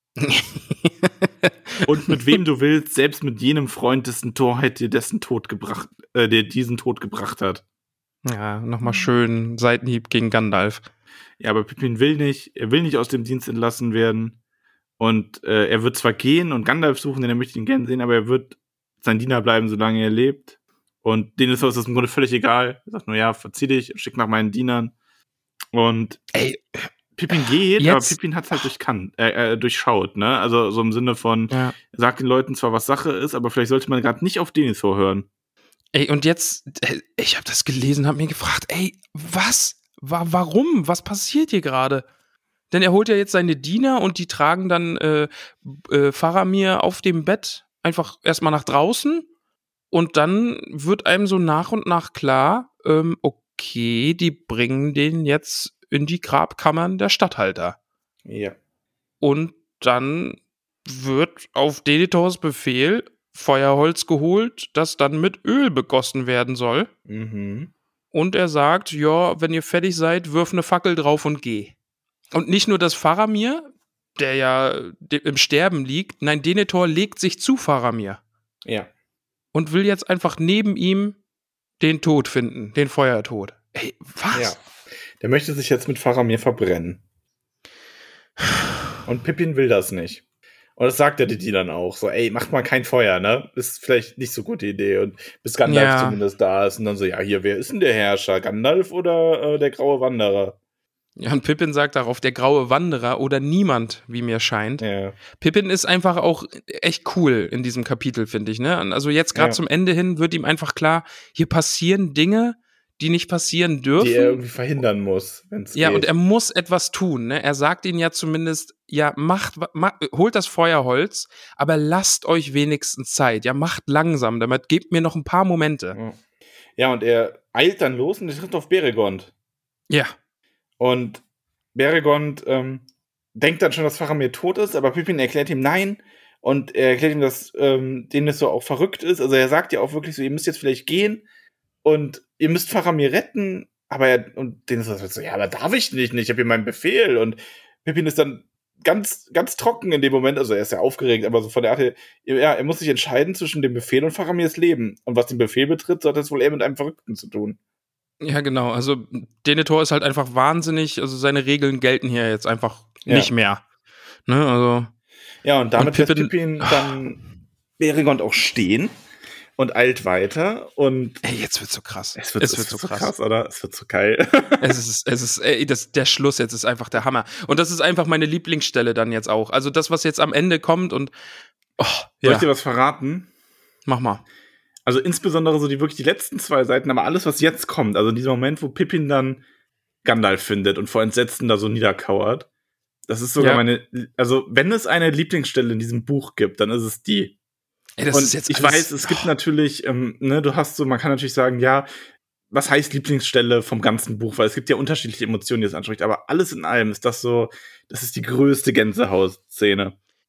Und mit wem du willst, selbst mit jenem Freund, dessen Torheit dir dessen Tod gebracht, äh, der diesen Tod gebracht hat. Ja, nochmal schön Seitenhieb gegen Gandalf. Ja, aber Pippin will nicht, er will nicht aus dem Dienst entlassen werden. Und äh, er wird zwar gehen und Gandalf suchen, denn er möchte ihn gerne sehen, aber er wird sein Diener bleiben, solange er lebt. Und Denethor ist das im Grunde völlig egal. Er sagt nur, ja, verzieh dich, schick nach meinen Dienern. Und Ey, Pippin geht, Jetzt- aber Pippin hat es halt durchkannt, äh, äh, durchschaut, ne? Also so im Sinne von, ja. er sagt den Leuten zwar, was Sache ist, aber vielleicht sollte man gerade nicht auf Denethor hören. Ey, und jetzt, äh, ich habe das gelesen, habe mir gefragt, ey, was? Wa- warum? Was passiert hier gerade? Denn er holt ja jetzt seine Diener und die tragen dann äh, äh, Faramir auf dem Bett einfach erstmal nach draußen und dann wird einem so nach und nach klar, ähm, okay, die bringen den jetzt in die Grabkammern der Statthalter. Ja. Und dann wird auf Denethors Befehl Feuerholz geholt, das dann mit Öl begossen werden soll. Mhm. Und er sagt, ja, wenn ihr fertig seid, wirf eine Fackel drauf und geh. Und nicht nur das Faramir, der ja de- im Sterben liegt, nein, Denethor legt sich zu Faramir Ja. und will jetzt einfach neben ihm den Tod finden, den Feuertod. Ey, was? Ja. Der möchte sich jetzt mit Faramir verbrennen. Und Pippin will das nicht. Und das sagt er die dann auch. So, ey, macht mal kein Feuer, ne? Ist vielleicht nicht so gute Idee. Und bis Gandalf Ja. zumindest da ist. Und dann so, ja, hier, wer ist denn der Herrscher? Gandalf oder äh, der graue Wanderer? Ja, und Pippin sagt darauf, der graue Wanderer oder niemand, wie mir scheint. Ja. Pippin ist einfach auch echt cool in diesem Kapitel, finde ich. Ne? Also jetzt gerade Ja. zum Ende hin wird ihm einfach klar, hier passieren Dinge, die nicht passieren dürfen. Die er irgendwie verhindern muss, wenn es ja, geht. und er muss etwas tun. Ne? Er sagt ihnen ja zumindest, ja, macht, ma, holt das Feuerholz, aber lasst euch wenigstens Zeit. Ja, macht langsam, damit gebt mir noch ein paar Momente. Ja. Ja, und er eilt dann los und er trifft auf Beregond. Ja, Und Beregond ähm, denkt dann schon, dass Faramir tot ist, aber Pippin erklärt ihm nein. Und er erklärt ihm, dass ähm, Denethor auch verrückt ist. Also er sagt ja auch wirklich so, ihr müsst jetzt vielleicht gehen und ihr müsst Faramir retten. Aber er, und Denethor sagt so, ja, aber darf ich nicht, ich habe hier meinen Befehl. Und Pippin ist dann ganz, ganz trocken in dem Moment. Also er ist ja aufgeregt, aber so von der Art her, ja, er muss sich entscheiden zwischen dem Befehl und Faramirs Leben. Und was den Befehl betrifft, so hat das wohl eher mit einem Verrückten zu tun. ja, genau. Also Denethor ist halt einfach wahnsinnig. Also seine Regeln gelten hier jetzt einfach Ja. nicht mehr. Ne, also Ja, und damit Und lässt Pippin- Pippin dann Beregond auch stehen und eilt weiter und ey, jetzt wird's so krass. es wird, es wird so krass. oder? Es wird so geil. Es ist, es ist, ey, das, der Schluss jetzt ist einfach der Hammer. Und das ist einfach meine Lieblingsstelle dann jetzt auch. Also das, was jetzt am Ende kommt und, oh, Soll ja, ich dir was verraten? mach mal. Also insbesondere so die wirklich die letzten zwei Seiten, aber alles, was jetzt kommt, also in diesem Moment, wo Pippin dann Gandalf findet und vor Entsetzen da so niederkauert, das ist sogar Ja. meine, also wenn es eine Lieblingsstelle in diesem Buch gibt, dann ist es die. Ey, das und ist jetzt ich alles- weiß, es gibt natürlich, ähm, ne, du hast so, man kann natürlich sagen, ja, was heißt Lieblingsstelle vom ganzen Buch? Weil es gibt ja unterschiedliche Emotionen, die es anspricht, aber alles in allem ist das so, das ist die größte Gänsehautszene.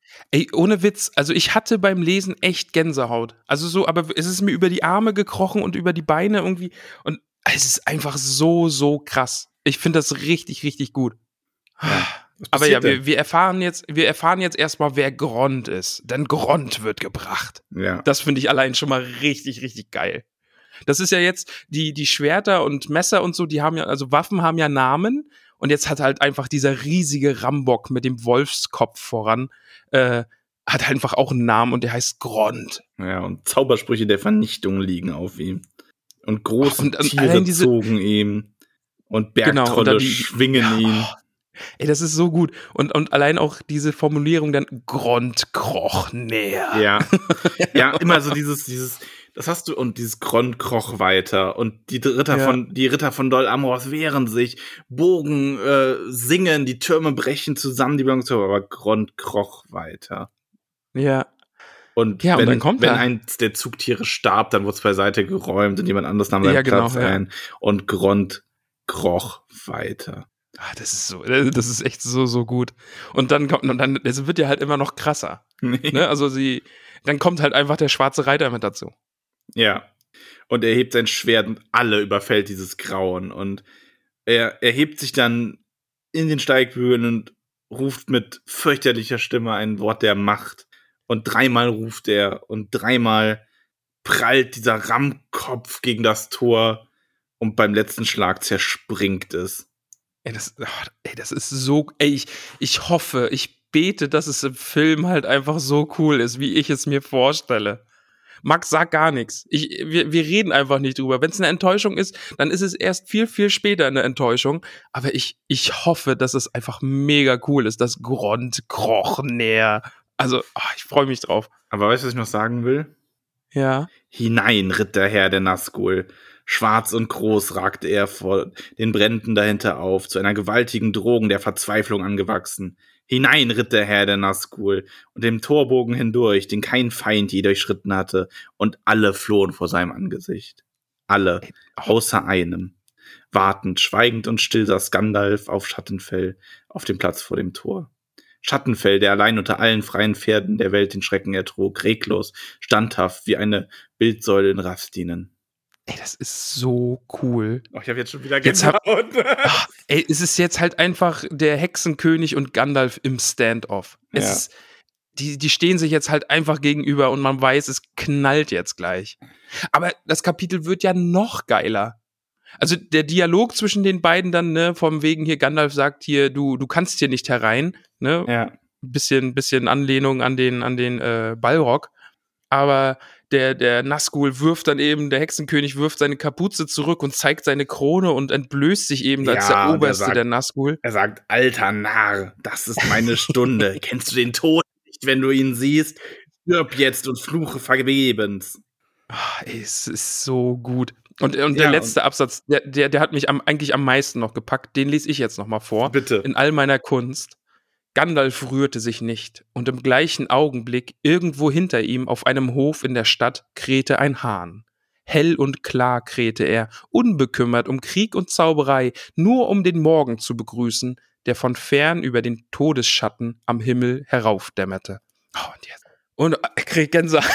Ey, ohne Witz, also ich hatte beim Lesen echt Gänsehaut. Also so, aber es ist mir über die Arme gekrochen und über die Beine irgendwie und es ist einfach so, so krass. Ich finde das richtig, richtig gut. Ja. Aber ja, wir, wir erfahren jetzt, wir erfahren jetzt erstmal, wer Grond ist. Denn Grond wird gebracht. Ja. Das finde ich allein schon mal richtig, richtig geil. Das ist ja jetzt, die, die Schwerter und Messer und so, die haben ja, also Waffen haben ja Namen. Und jetzt hat halt einfach dieser riesige Rambock mit dem Wolfskopf voran, äh, hat einfach auch einen Namen und der heißt Grond. Ja, und Zaubersprüche der Vernichtung liegen auf ihm. Und große Ach, und, und Tiere diese, zogen ihm. Und Bergtrolle genau, und dann die, schwingen ja, ihn. Ey, das ist so gut. Und, und allein auch diese Formulierung dann, Grond kroch näher. Ja. Ja, immer so dieses, dieses, das hast du, und dieses Grond kroch weiter. Und die Ritter Ja. von, die Ritter von Dol Amroth wehren sich, Bogen äh, singen, die Türme brechen zusammen, die Ballons, aber Grond kroch weiter. Ja. Und Ja, und wenn, dann kommt wenn er. eins der Zugtiere starb, dann wurde es beiseite geräumt und jemand anderes nahm seinen Ja, genau, Platz ja. ein. Und Grond kroch weiter. Ah, das ist so, das ist echt so, so gut. Und dann kommt, und dann, es wird ja halt immer noch krasser. Ne? Also sie, dann kommt halt einfach der schwarze Reiter mit dazu. Ja. Und er hebt sein Schwert und alle überfällt dieses Grauen. Und er, er hebt sich dann in den Steigbügeln und ruft mit fürchterlicher Stimme ein Wort der Macht. Und dreimal ruft er und dreimal prallt dieser Rammkopf gegen das Tor und beim letzten Schlag zerspringt es. Ey, das, ach, ey, das ist so, ey, ich, ich hoffe, ich bete, dass es im Film halt einfach so cool ist, wie ich es mir vorstelle. Max, sag gar nichts. Ich, wir, wir reden einfach nicht drüber. Wenn es eine Enttäuschung ist, dann ist es erst viel, viel später eine Enttäuschung. Aber ich, ich hoffe, dass es einfach mega cool ist, dass Grond kroch näher. Also, ach, ich freue mich drauf. Aber weißt du, was ich noch sagen will? Ja. Hinein ritt der Herr der Nazgul. Schwarz und groß ragte er vor den Bränden dahinter auf, zu einer gewaltigen Drohung der Verzweiflung angewachsen. Hinein ritt der Herr der Nazgul und dem Torbogen hindurch, den kein Feind je durchschritten hatte, und alle flohen vor seinem Angesicht. Alle, außer einem. Wartend, schweigend und still saß Gandalf auf Schattenfell, auf dem Platz vor dem Tor. Schattenfell, der allein unter allen freien Pferden der Welt den Schrecken ertrug, reglos, standhaft wie eine Bildsäule in Rastinen. Ey, das ist so cool. Oh, ich habe jetzt schon wieder Jetzt hab- Gänsehaut. Ach, ey, es ist jetzt halt einfach der Hexenkönig und Gandalf im Standoff. Es Ja. ist, die, die stehen sich jetzt halt einfach gegenüber und man weiß, es knallt jetzt gleich. Aber das Kapitel wird ja noch geiler. Also der Dialog zwischen den beiden dann, ne, vom wegen hier, Gandalf sagt hier, du, du kannst hier nicht herein, ne? Ja. Bisschen, bisschen Anlehnung an den, an den äh, Balrog. Aber der, der Nazgul wirft dann eben, der Hexenkönig wirft seine Kapuze zurück und zeigt seine Krone und entblößt sich eben als Ja, der und er Oberste sagt- der Nazgul. Er sagt, alter Narr, das ist meine Stunde. Kennst du den Tod nicht, wenn du ihn siehst? Stirb jetzt und fluche vergebens. Ah, ey, es ist so gut. Und, und der Ja, letzte Absatz, der, der, der hat mich am, eigentlich am meisten noch gepackt. Den lese ich jetzt noch mal vor. Bitte. In all meiner Kunst. Gandalf rührte sich nicht, und im gleichen Augenblick, irgendwo hinter ihm auf einem Hof in der Stadt, krähte ein Hahn. Hell und klar krähte er, unbekümmert um Krieg und Zauberei, nur um den Morgen zu begrüßen, der von fern über den Todesschatten am Himmel heraufdämmerte. Oh, und jetzt. Und er kriegt Gänsehaut.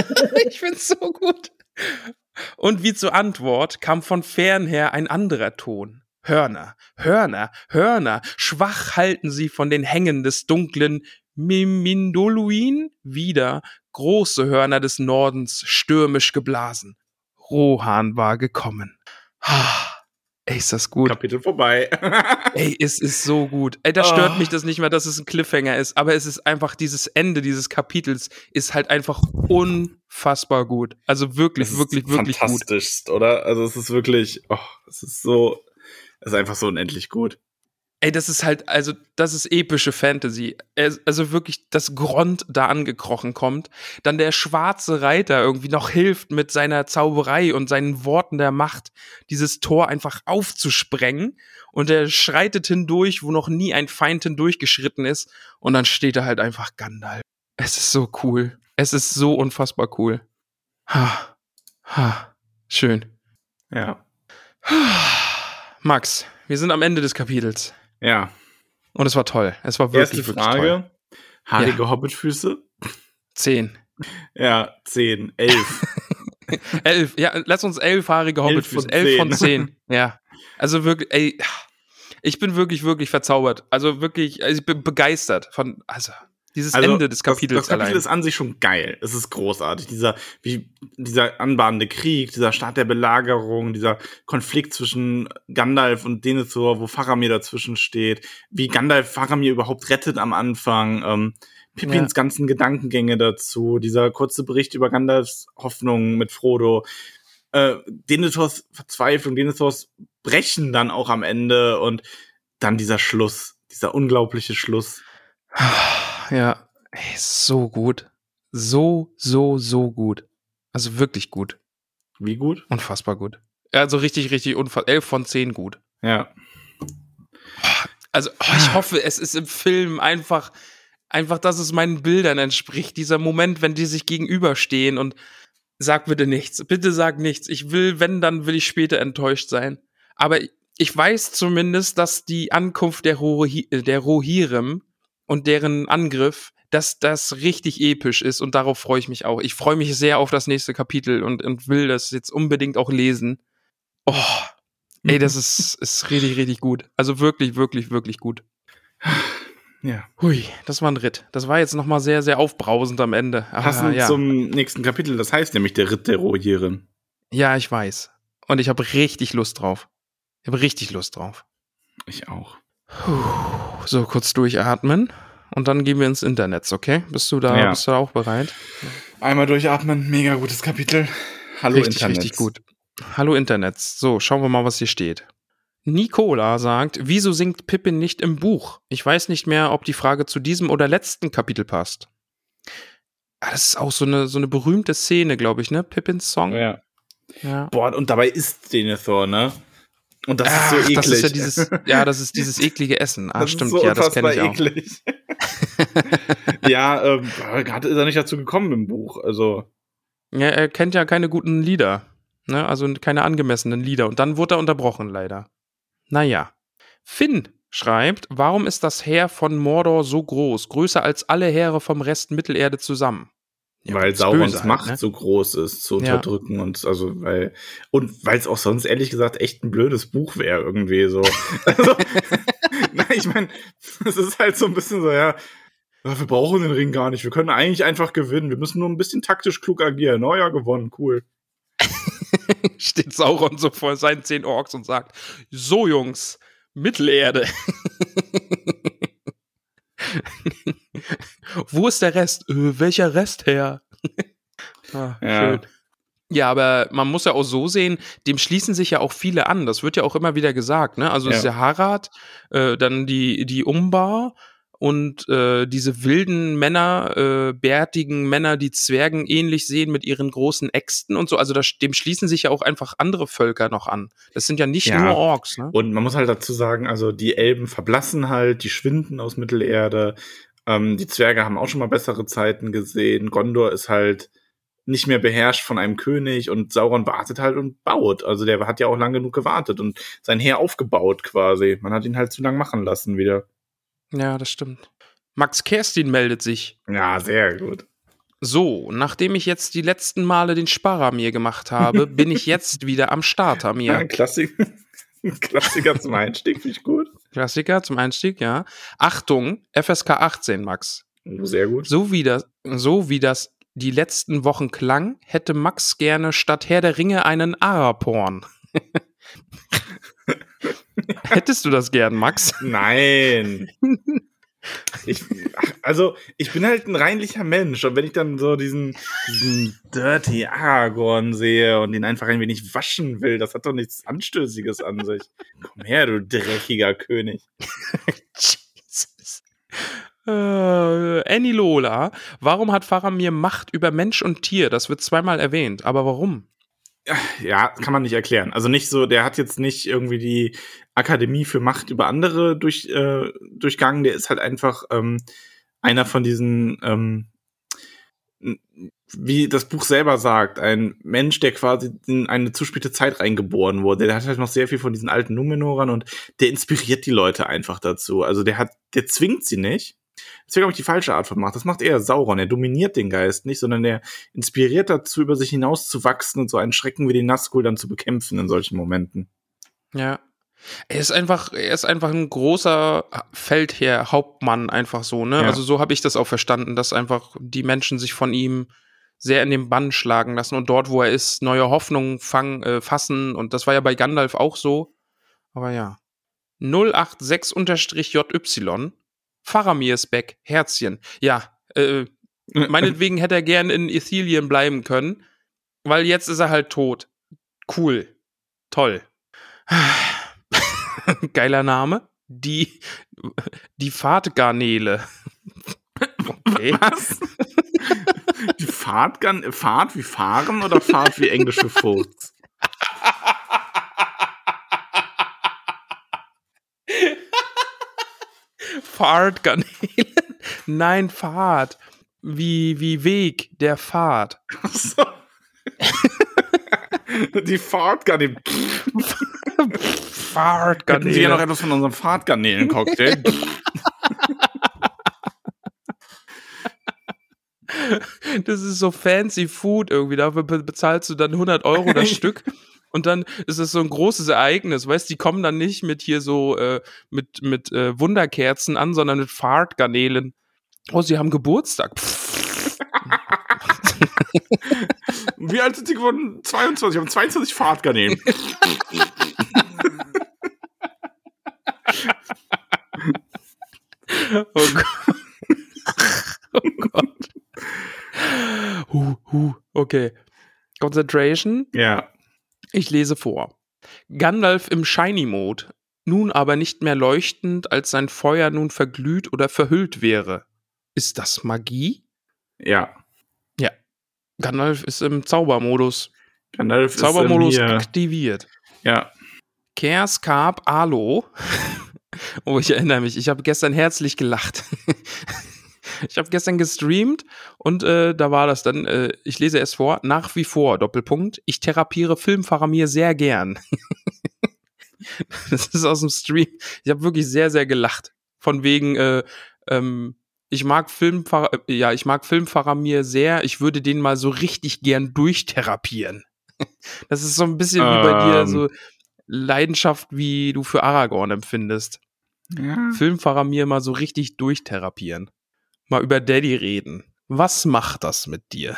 Ich find's so gut. Und wie zur Antwort kam von fern her ein anderer Ton. Hörner, Hörner, Hörner, schwach halten sie von den Hängen des dunklen Mimindoluin wieder, große Hörner des Nordens, stürmisch geblasen. Rohan war gekommen. Ah, ey, ist das gut. Kapitel vorbei. Ey, es ist so gut. Ey, da stört Oh. mich das nicht mehr, dass es ein Cliffhanger ist, aber es ist einfach, dieses Ende dieses Kapitels ist halt einfach unfassbar gut. Also wirklich, Es ist wirklich, wirklich gut. fantastisch, oder? Also es ist wirklich, oh, es ist so, es ist einfach so unendlich gut. Ey, das ist halt, also, das ist epische Fantasy. Es- Also wirklich, dass Grond da angekrochen kommt, dann der schwarze Reiter irgendwie noch hilft mit seiner Zauberei und seinen Worten der Macht, dieses Tor einfach aufzusprengen, und er schreitet hindurch, wo noch nie ein Feind hindurchgeschritten ist, und dann steht da halt einfach Gandalf. Es ist so cool. Es ist so unfassbar cool. Ha. Ha. Schön. Ja. Max, wir sind am Ende des Kapitels. Ja. Und es war toll. Es war wirklich, Erste wirklich toll. Frage. Haarige Ja. Hobbitfüße? Zehn. Ja, zehn, elf. Elf. Ja, lass uns elfhaarige Elf Hobbitfüße. von Elf von zehn. zehn. Ja. Also wirklich, ey, ich bin wirklich, wirklich verzaubert. Also wirklich, also ich bin begeistert von, also dieses Also, Ende des Kapitels das, das Kapitel allein. ist an sich schon geil. Es ist großartig. Dieser, wie, dieser anbahnende Krieg, dieser Start der Belagerung, dieser Konflikt zwischen Gandalf und Denethor, wo Faramir dazwischen steht, wie Gandalf Faramir überhaupt rettet am Anfang, ähm, Pippins Ja. ganzen Gedankengänge dazu, dieser kurze Bericht über Gandalfs Hoffnungen mit Frodo, äh, Denethors Verzweiflung, Denethors Brechen dann auch am Ende und dann dieser Schluss, dieser unglaubliche Schluss. Ja, ey, so gut. So, so, so gut. Also wirklich gut. Wie gut? Unfassbar gut. Also richtig, richtig unfassbar. Elf von zehn gut. Ja. Also oh, ich hoffe, es ist im Film einfach, einfach, dass es meinen Bildern entspricht. Dieser Moment, wenn die sich gegenüberstehen und sag bitte nichts. Bitte sag nichts. Ich will, wenn, dann will ich später enttäuscht sein. Aber ich weiß zumindest, dass die Ankunft der, Rohi- der Rohirrim und deren Angriff, dass das richtig episch ist und darauf freue ich mich auch. Ich freue mich sehr auf das nächste Kapitel und, und will das jetzt unbedingt auch lesen. Oh, ey, das ist, ist richtig, richtig gut. Also wirklich, wirklich, wirklich gut. Ja. Hui, das war ein Ritt. Das war jetzt nochmal sehr, sehr aufbrausend am Ende. Ah, Passend ja. zum nächsten Kapitel, das heißt nämlich der Ritt der Rohirrim. Ja, ich weiß. Und ich habe richtig Lust drauf. Ich habe richtig Lust drauf. Ich auch. So, kurz durchatmen und dann gehen wir ins Internet, okay? Bist du da, Ja. bist du da auch bereit? Einmal durchatmen, mega gutes Kapitel. Hallo richtig, Internet. richtig gut. Hallo Internet. So, schauen wir mal, was hier steht. Nicola sagt, wieso singt Pippin nicht im Buch? Ich weiß nicht mehr, ob die Frage zu diesem oder letzten Kapitel passt. Ah, das ist auch so eine, so eine berühmte Szene, glaube ich, ne? Pippins Song. Ja. Ja. Boah, und dabei ist Denethor, ne? Und das Ach, ist so eklig. das ist ja dieses, ja, das ist dieses eklige Essen. Ah, das stimmt, ist so ja, das kenne ich unfassbar auch. eklig. Ja, ähm, gerade ist er nicht dazu gekommen im Buch. Also, Ja, er kennt ja keine guten Lieder, ne? Also keine angemessenen Lieder. Und dann wurde er unterbrochen, leider. Naja. Finn schreibt, warum ist das Heer von Mordor so groß, größer als alle Heere vom Rest Mittelerde zusammen? Ja, weil das Saurons Böse halt, Macht ne? so groß ist, zu Ja. unterdrücken und also, weil, und weil es auch sonst ehrlich gesagt echt ein blödes Buch wäre, irgendwie so. Also, na, ich meine, es ist halt so ein bisschen so, ja, ja, wir brauchen den Ring gar nicht, wir können eigentlich einfach gewinnen, wir müssen nur ein bisschen taktisch klug agieren. Oh ja, gewonnen, cool. Steht Sauron so vor seinen zehn Orks und sagt, so Jungs, Mittelerde. Wo ist der Rest? Äh, welcher Rest, Herr? ah, Ja. Schön. Ja, aber man muss ja auch so sehen, dem schließen sich ja auch viele an. Das wird ja auch immer wieder gesagt, ne? Also Ja. es ist ja Harad, äh, dann die, die Umbar und äh, diese wilden Männer, äh, bärtigen Männer, die Zwergen ähnlich sehen mit ihren großen Äxten und so. Also das, dem schließen sich ja auch einfach andere Völker noch an. Das sind ja nicht Ja. nur Orks, ne? Und man muss halt dazu sagen, also die Elben verblassen halt, die schwinden aus Mittelerde. Ähm, die Zwerge haben auch schon mal bessere Zeiten gesehen. Gondor ist halt nicht mehr beherrscht von einem König und Sauron wartet halt und baut. Also der hat ja auch lang genug gewartet und sein Heer aufgebaut quasi. Man hat ihn halt zu lang machen lassen wieder. Ja, das stimmt. Max Kerstin meldet sich. Ja, sehr gut. So, nachdem ich jetzt die letzten Male den Sparramir gemacht habe, bin ich jetzt wieder am Startermir. Ja, Klassik Klassiker zum Einstieg, finde ich gut. Klassiker zum Einstieg, ja. Achtung, F S K achtzehn, Max. Oh, sehr gut. So wie das, so wie das die letzten Wochen klang, hätte Max gerne statt Herr der Ringe einen Araporn. Hättest du das gern, Max? Nein. Ich, ach, also, ich bin halt ein reinlicher Mensch. Und wenn ich dann so diesen, diesen Dirty Aragorn sehe und ihn einfach ein wenig waschen will, das hat doch nichts Anstößiges an sich. Komm her, du dreckiger König. Jesus. Äh, Annie Lola, warum hat Faramir Macht über Mensch und Tier? Das wird zweimal erwähnt, aber warum? Ja, kann man nicht erklären. Also nicht so, der hat jetzt nicht irgendwie die Akademie für Macht über andere durch, äh, durchgangen. Der ist halt einfach ähm, einer von diesen, ähm, wie das Buch selber sagt, ein Mensch, der quasi in eine zu späte Zeit reingeboren wurde. Der hat halt noch sehr viel von diesen alten Numenorern und der inspiriert die Leute einfach dazu. Also der hat, der zwingt sie nicht. Das wäre, glaube ich, die falsche Art von Macht. Das macht eher Sauron. Er dominiert den Geist nicht, sondern er inspiriert dazu, über sich hinaus zu wachsen und so einen Schrecken wie den Nazgul dann zu bekämpfen in solchen Momenten. Ja. Er ist einfach, er ist einfach ein großer Feldherr, Hauptmann, einfach so, ne? Ja. Also so habe ich das auch verstanden, dass einfach die Menschen sich von ihm sehr in den Bann schlagen lassen und dort, wo er ist, neue Hoffnungen fang, äh, fassen. Und das war ja bei Gandalf auch so. Aber ja. null acht sechs J Y. Faramir ist back. Herzchen. Ja, äh, meinetwegen hätte er gern in Ithilien bleiben können, weil jetzt ist er halt tot. Cool. Toll. Geiler Name. Die, die Fahrtgarnele. Okay. Was? Die Fahrtgan- Fahrt wie fahren oder Fahrt wie Englisch für Furz? Fahrtgarnelen? Nein, Fahrt. Wie, wie Weg, der Fahrt. So. Die Fahrtgarnelen. Fahrtgarnelen. Hätten Sie ja noch etwas von unserem Fahrtgarnelen-Cocktail? Das ist so fancy Food irgendwie. Dafür be- bezahlst du dann hundert Euro das Stück. Und dann ist es so ein großes Ereignis. Weißt du, die kommen dann nicht mit hier so äh, mit, mit äh, Wunderkerzen an, sondern mit Fahrtgarnelen. Oh, sie haben Geburtstag. Wie alt sind Sie geworden? zweiundzwanzig. Ich habe zweiundzwanzig Fahrtgarnelen. Oh Gott. Oh Gott. Huh, huh. Okay. Concentration. Ja. Ich lese vor. Gandalf im Shiny-Mode, nun aber nicht mehr leuchtend, als sein Feuer nun verglüht oder verhüllt wäre. Ist das Magie? Ja. Ja. Gandalf ist im Zaubermodus. Gandalf Zaubermodus ist ähm, hier, aktiviert. Ja. Kerskarp Alo. Oh, ich erinnere mich. Ich habe gestern herzlich gelacht. Ich habe gestern gestreamt und äh, da war das dann, äh, ich lese es vor, nach wie vor, Doppelpunkt, ich therapiere Filmfaramir sehr gern. Das ist aus dem Stream. Ich habe wirklich sehr, sehr gelacht. Von wegen, äh, ähm, ich mag Filmfar- äh, ja, ich mag Filmfaramir sehr, ich würde den mal so richtig gern durchtherapieren. Das ist so ein bisschen wie bei dir, Ähm. so Leidenschaft, wie du für Aragorn empfindest. Ja. Filmfaramir mal so richtig durchtherapieren. Mal über Daddy reden. Was macht das mit dir?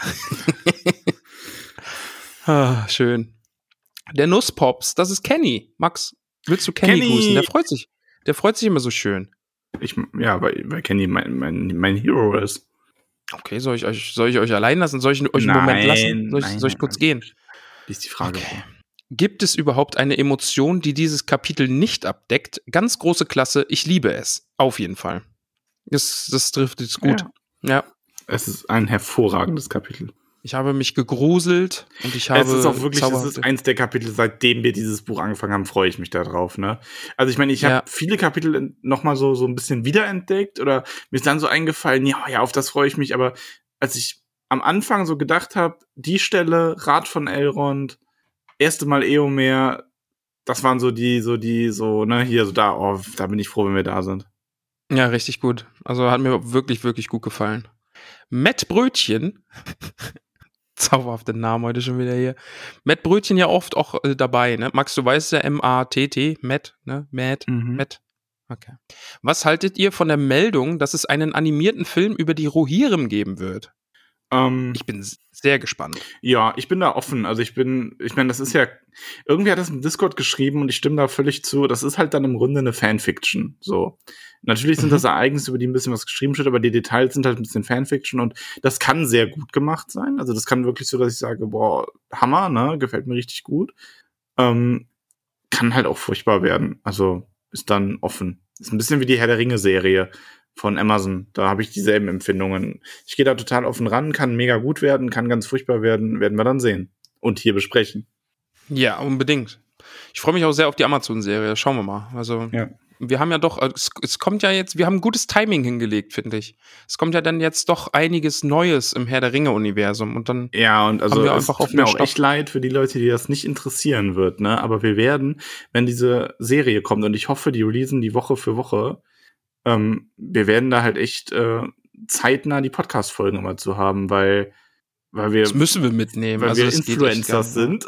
Ah, schön. Der Nusspops, das ist Kenny. Max, willst du Kenny, Kenny. grüßen? Der freut sich. Der freut sich immer so schön. Ich, ja, weil, weil Kenny mein, mein, mein Hero ist. Okay, soll ich euch, soll ich euch allein lassen? Soll ich euch einen Moment lassen? Soll ich, nein, soll ich kurz nein. gehen? Die ist die Frage. Okay. Gibt es überhaupt eine Emotion, die dieses Kapitel nicht abdeckt? Ganz große Klasse, ich liebe es. Auf jeden Fall. Das, das trifft jetzt gut. Ja. Ja. Es ist ein hervorragendes Kapitel. Ich habe mich gegruselt und ich habe Es ist auch wirklich, es zauberhafte- ist eins der Kapitel, seitdem wir dieses Buch angefangen haben, freue ich mich da drauf, ne? Also ich meine, ich habe Ja. viele Kapitel nochmal so, so ein bisschen wiederentdeckt oder mir ist dann so eingefallen, ja, ja, auf das freue ich mich, aber als ich am Anfang so gedacht habe, die Stelle, Rat von Elrond, erste Mal Eomer, das waren so die, so die, so, ne, hier, so da, oh, da bin ich froh, wenn wir da sind. Ja, richtig gut. Also hat mir wirklich, wirklich gut gefallen. Matt Brötchen, zauberhafte Namen heute schon wieder hier. Matt Brötchen ja oft auch äh, dabei, ne? Max, du weißt ja, M A T T, Matt, ne? Matt, Mhm. Matt. Okay. Was haltet ihr von der Meldung, dass es einen animierten Film über die Rohirrim geben wird? Ähm, Ich bin s- sehr gespannt. Ja, ich bin da offen. Also ich bin, ich meine, das ist ja, irgendwie hat das im Discord geschrieben und ich stimme da völlig zu. Das ist halt dann im Grunde eine Fanfiction. So. Natürlich sind Mhm. das Ereignisse, über die ein bisschen was geschrieben steht, aber die Details sind halt ein bisschen Fanfiction und das kann sehr gut gemacht sein. Also das kann wirklich so, dass ich sage, boah, Hammer, ne, gefällt mir richtig gut. Ähm, kann halt auch furchtbar werden. Also ist dann offen. Ist ein bisschen wie die Herr der Ringe-Serie von Amazon. Da habe ich dieselben Empfindungen. Ich gehe da total offen ran, kann mega gut werden, kann ganz furchtbar werden, werden wir dann sehen und hier besprechen. Ja, unbedingt. Ich freue mich auch sehr auf die Amazon-Serie. Schauen wir mal. Also, Ja. wir haben ja doch, es, es kommt ja jetzt, wir haben gutes Timing hingelegt, finde ich. Es kommt ja dann jetzt doch einiges Neues im Herr der Ringe-Universum und dann, Ja, und also Haben wir es einfach tut offenen mir auch Stoff. echt leid für die Leute, die das nicht interessieren wird, ne? Aber wir werden, wenn diese Serie kommt, und ich hoffe, die releasen die Woche für Woche, ähm, wir werden da halt echt äh, zeitnah die Podcast-Folgen immer zu haben, weil, weil wir. Das müssen wir mitnehmen. Weil also wir Influencer sind.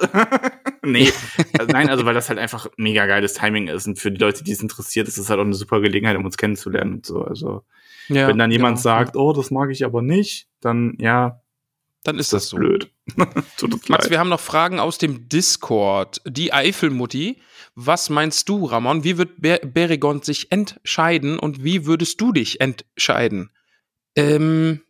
Nee, also nein, also weil das halt einfach mega geiles Timing ist. Und für die Leute, die es interessiert, ist es halt auch eine super Gelegenheit, um uns kennenzulernen und so. Also, ja, wenn dann jemand genau, sagt, ja. oh, das mag ich aber nicht, dann ja, dann ist das so. Blöd. Tut uns Max, leid. wir haben noch Fragen aus dem Discord. Die Eifelmutti. Was meinst du, Ramon? Wie wird Ber- Beregond sich entscheiden und wie würdest du dich entscheiden? Ähm,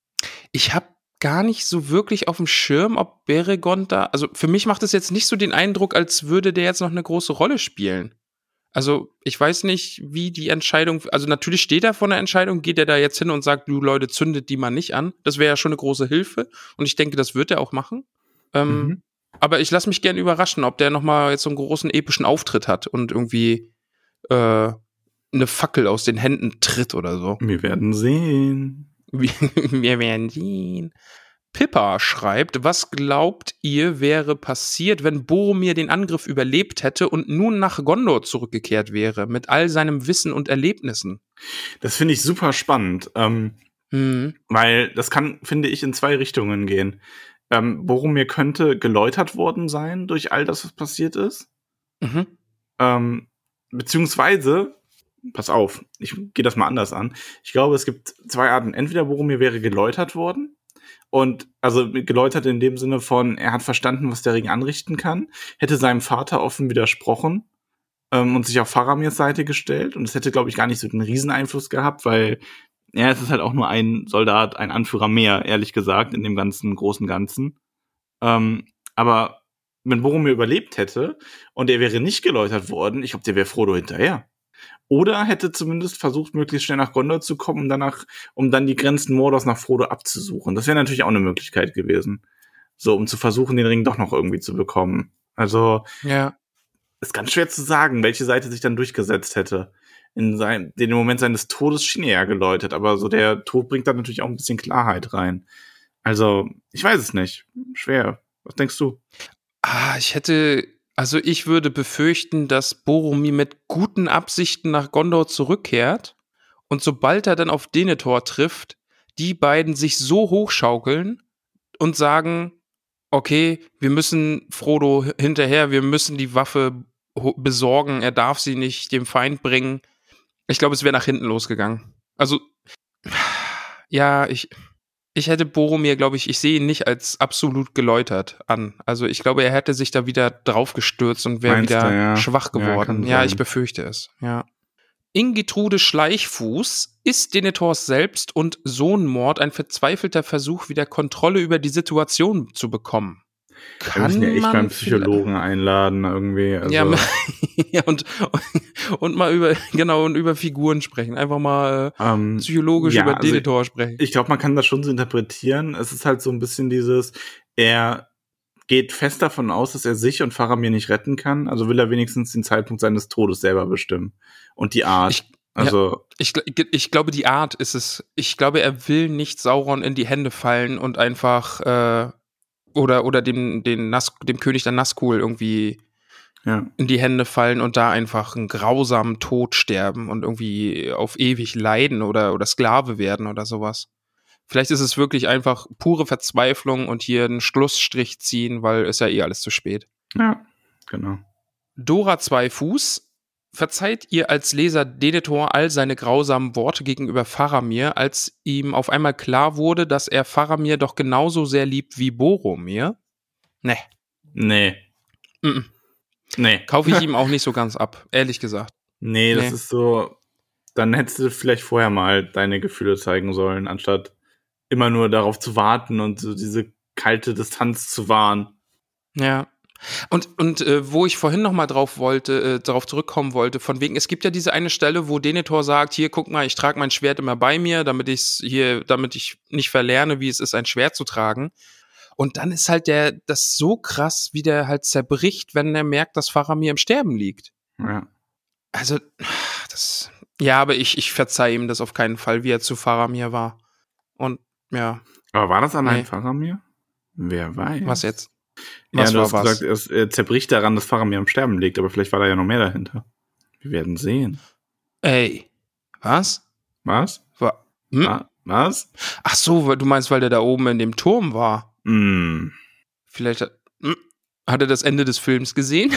ich habe gar nicht so wirklich auf dem Schirm, ob Beregond da, also für mich macht es jetzt nicht so den Eindruck, als würde der jetzt noch eine große Rolle spielen. Also ich weiß nicht, wie die Entscheidung, also natürlich steht er vor einer Entscheidung, geht er da jetzt hin und sagt, du Leute, zündet die mal nicht an. Das wäre ja schon eine große Hilfe und ich denke, das wird er auch machen. Ähm, Mhm. Aber ich lasse mich gerne überraschen, ob der noch mal jetzt so einen großen epischen Auftritt hat und irgendwie äh, eine Fackel aus den Händen tritt oder so. Wir werden sehen. Wir, wir werden sehen. Pippa schreibt, was glaubt ihr wäre passiert, wenn Boromir den Angriff überlebt hätte und nun nach Gondor zurückgekehrt wäre, mit all seinem Wissen und Erlebnissen? Das finde ich super spannend, ähm, Mhm. weil das kann, finde ich, in zwei Richtungen gehen. Ähm, Boromir könnte geläutert worden sein durch all das, was passiert ist. Mhm. Ähm, beziehungsweise, pass auf, ich gehe das mal anders an. Ich glaube, es gibt zwei Arten. Entweder Boromir wäre geläutert worden. Und also geläutert in dem Sinne von, er hat verstanden, was der Ring anrichten kann, hätte seinem Vater offen widersprochen ähm, und sich auf Faramirs Seite gestellt. Und es hätte, glaube ich, gar nicht so einen Rieseneinfluss gehabt, weil ja, es ist halt auch nur ein Soldat, ein Anführer mehr, ehrlich gesagt, in dem ganzen großen Ganzen. Ähm, aber wenn Boromir überlebt hätte und er wäre nicht geläutert worden, ich glaube, der wäre Frodo hinterher. Oder hätte zumindest versucht, möglichst schnell nach Gondor zu kommen, um danach, um dann die Grenzen Mordors nach Frodo abzusuchen. Das wäre natürlich auch eine Möglichkeit gewesen. So, um zu versuchen, den Ring doch noch irgendwie zu bekommen. Also, Ja. ist ganz schwer zu sagen, welche Seite sich dann durchgesetzt hätte. In sein, den Moment seines Todes schien er ja geläutet, aber so der Tod bringt dann natürlich auch ein bisschen Klarheit rein. Also, ich weiß es nicht. Schwer. Was denkst du? Ah, ich hätte, also ich würde befürchten, dass Boromir mit guten Absichten nach Gondor zurückkehrt und sobald er dann auf Denethor trifft, die beiden sich so hochschaukeln und sagen, okay, wir müssen Frodo hinterher, wir müssen die Waffe ho- besorgen, er darf sie nicht dem Feind bringen. Ich glaube, es wäre nach hinten losgegangen. Also, ja, ich, ich hätte Boromir, glaube ich, ich sehe ihn nicht als absolut geläutert an. Also ich glaube, er hätte sich da wieder draufgestürzt und wäre Meinst wieder du, ja? schwach Ja, geworden. kann Ja, sein. ich befürchte es, ja. Ingitrude Schleichfuß, ist Denethors Selbst- und Sohnmord ein verzweifelter Versuch, wieder Kontrolle über die Situation zu bekommen? Wir müssen ja echt man mal einen Psychologen einladen irgendwie. Also, Ja, ja und, und mal über, genau, und über Figuren sprechen. Einfach mal äh, ähm, psychologisch ja, über also Denethor sprechen. ich glaube, man kann das schon so interpretieren. Es ist halt so ein bisschen dieses, er geht fest davon aus, dass er sich und Faramir nicht retten kann. Also will er wenigstens den Zeitpunkt seines Todes selber bestimmen. Und die Art. Ich- also, Ich, gl- ich glaube, die Art ist es. Ich glaube, er will nicht Sauron in die Hände fallen und einfach äh, oder oder dem den Nas, dem König der Nazgul irgendwie ja. in die Hände fallen und da einfach einen grausamen Tod sterben und irgendwie auf ewig leiden oder oder Sklave werden oder sowas. Vielleicht ist es wirklich einfach pure Verzweiflung und hier einen Schlussstrich ziehen, weil ist ja eh alles zu spät. Ja, genau. Dora Zweifuß, verzeiht ihr als Leser Denethor all seine grausamen Worte gegenüber Faramir, als ihm auf einmal klar wurde, dass er Faramir doch genauso sehr liebt wie Boromir? Ne, Nee. mhm. Nee. Kaufe ich ihm auch nicht so ganz ab, ehrlich gesagt. Nee, das Nee. ist so, dann hättest du vielleicht vorher mal deine Gefühle zeigen sollen, anstatt immer nur darauf zu warten und so diese kalte Distanz zu wahren. Ja. Und, und äh, wo ich vorhin noch mal drauf wollte, äh, darauf zurückkommen wollte, von wegen, es gibt ja diese eine Stelle, wo Denethor sagt, hier, guck mal, ich trage mein Schwert immer bei mir, damit ich's hier, damit ich nicht verlerne, wie es ist, ein Schwert zu tragen. Und dann ist halt der, das so krass, wie der halt zerbricht, wenn er merkt, dass Faramir im Sterben liegt. Ja. Also, das, ja, aber ich, ich verzeih ihm das auf keinen Fall, wie er zu Faramir war. Und, ja, Aber war das allein Nee. Faramir? Wer weiß. was jetzt? Ja, Was du war hast was? gesagt, er, ist- er zerbricht daran, dass Faramir am Sterben liegt, aber vielleicht war da ja noch mehr dahinter. Wir werden sehen. Ey, Was? Was? Wa- hm? Ah, was? Ach so, weil- du meinst, weil der da oben in dem Turm war. Mm. Vielleicht hat, hm, hat er das Ende des Films gesehen?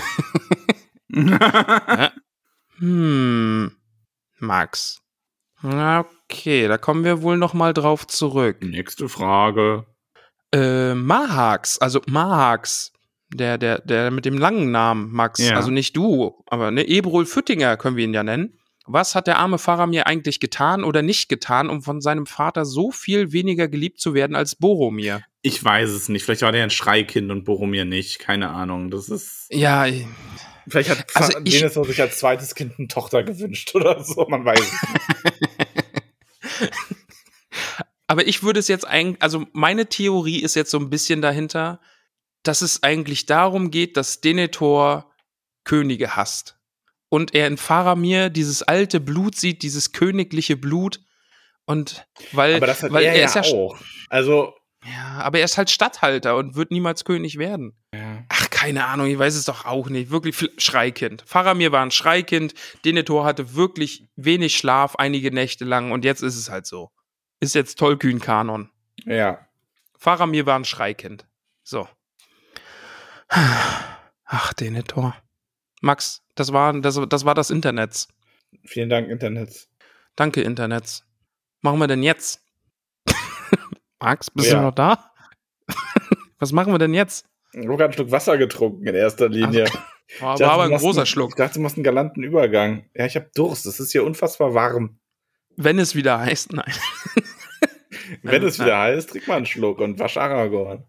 Ja. Hm, Max. Na, okay, da kommen wir wohl noch mal drauf zurück. Nächste Frage. Äh, Mahax, also Mahax, der, der, der mit dem langen Namen, Max, Ja. also nicht du, aber ne, Eberol Füttinger können wir ihn ja nennen. Was hat der arme Faramir eigentlich getan oder nicht getan, um von seinem Vater so viel weniger geliebt zu werden als Boromir? Ich weiß es nicht. Vielleicht war der ein Schreikind und Boromir nicht. Keine Ahnung. Das ist. Ja, Vielleicht hat Also Fa- ich- Denethor sich als zweites Kind eine Tochter gewünscht oder so. Man weiß es nicht. aber ich würde es jetzt eigentlich, also meine Theorie ist jetzt so ein bisschen dahinter, dass es eigentlich darum geht, dass Denethor Könige hasst. Und er in Faramir dieses alte Blut sieht, dieses königliche Blut. Und weil, Aber das hat weil er, er ja ist ja st- auch. Also. Ja, aber er ist halt Statthalter und wird niemals König werden. Ja. Ach, keine Ahnung, ich weiß es doch auch nicht. Wirklich viel Schreikind. Faramir war ein Schreikind, Denethor hatte wirklich wenig Schlaf einige Nächte lang und jetzt ist es halt so. Ist jetzt Tolkien-Kanon. ja. Faramir war ein Schreikind. So. Ach, Denethor. Max, das war das, das war das Internet. Vielen Dank, Internet. Danke, Internet. Machen wir denn jetzt? Max, bist Ja. du noch da? Was machen wir denn jetzt? Ich habe gerade einen Schluck Wasser getrunken in erster Linie. War, Ich war dachte, aber du ein machst großer einen- Schluck. Ich dachte, du machst einen galanten Übergang. Ja, ich habe Durst. Es ist hier unfassbar warm. Wenn es wieder heißt, nein. Wenn Nein, es wieder heißt, trink mal einen Schluck und wasch Aragorn.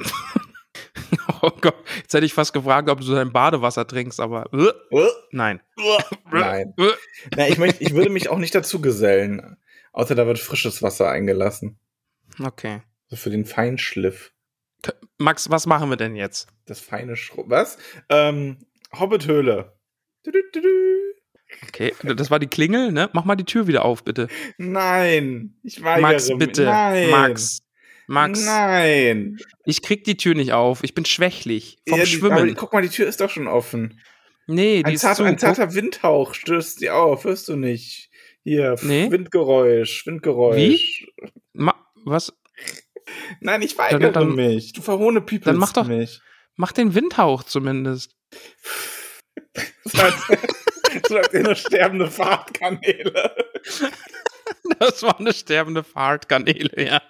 Oh Gott, jetzt hätte ich fast gefragt, ob du dein Badewasser trinkst, aber äh, Uh, nein. Nein. Äh, Na, ich, möcht, ich würde mich auch nicht dazu gesellen. Außer da wird frisches Wasser eingelassen. Okay. So für den Feinschliff. Max, was machen wir denn jetzt? Das feine Schrubb. Was? Ähm, Hobbithöhle. Du, du, du, du. Okay, das war die Klingel, ne? Mach mal die Tür wieder auf, bitte. Nein. Ich weigere Max, mich. bitte. Nein. Max. Max, Nein. ich krieg die Tür nicht auf. Ich bin schwächlich. Vom Ja, die, Schwimmen. aber die, guck mal, die Tür ist doch schon offen. nee, die Ein, ist zart, zu. ein zarter Windhauch stößt die auf. Hörst du nicht? Hier, F- Nee. Windgeräusch. Windgeräusch. Wie? Ma was? Nein, ich weigere Dann- dann- mich. Du verhohne Piepelst Dann mach doch- mich. Mach den Windhauch zumindest. So habt ihr nur sterbende Fahrtkanäle. Das war eine sterbende Fahrtkanäle, ja.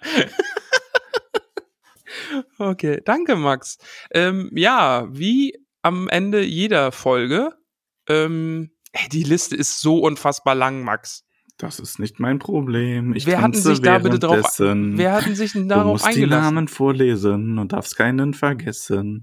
Okay, danke, Max. Ähm, ja, wie am Ende jeder Folge, ähm, ey, die Liste ist so unfassbar lang, Max. Das ist nicht mein Problem. Ich Wer hatten tanze sich da bitte drauf, währenddessen. wer hatten sich denn Du darauf musst die eingelassen? Namen vorlesen und darfst keinen vergessen.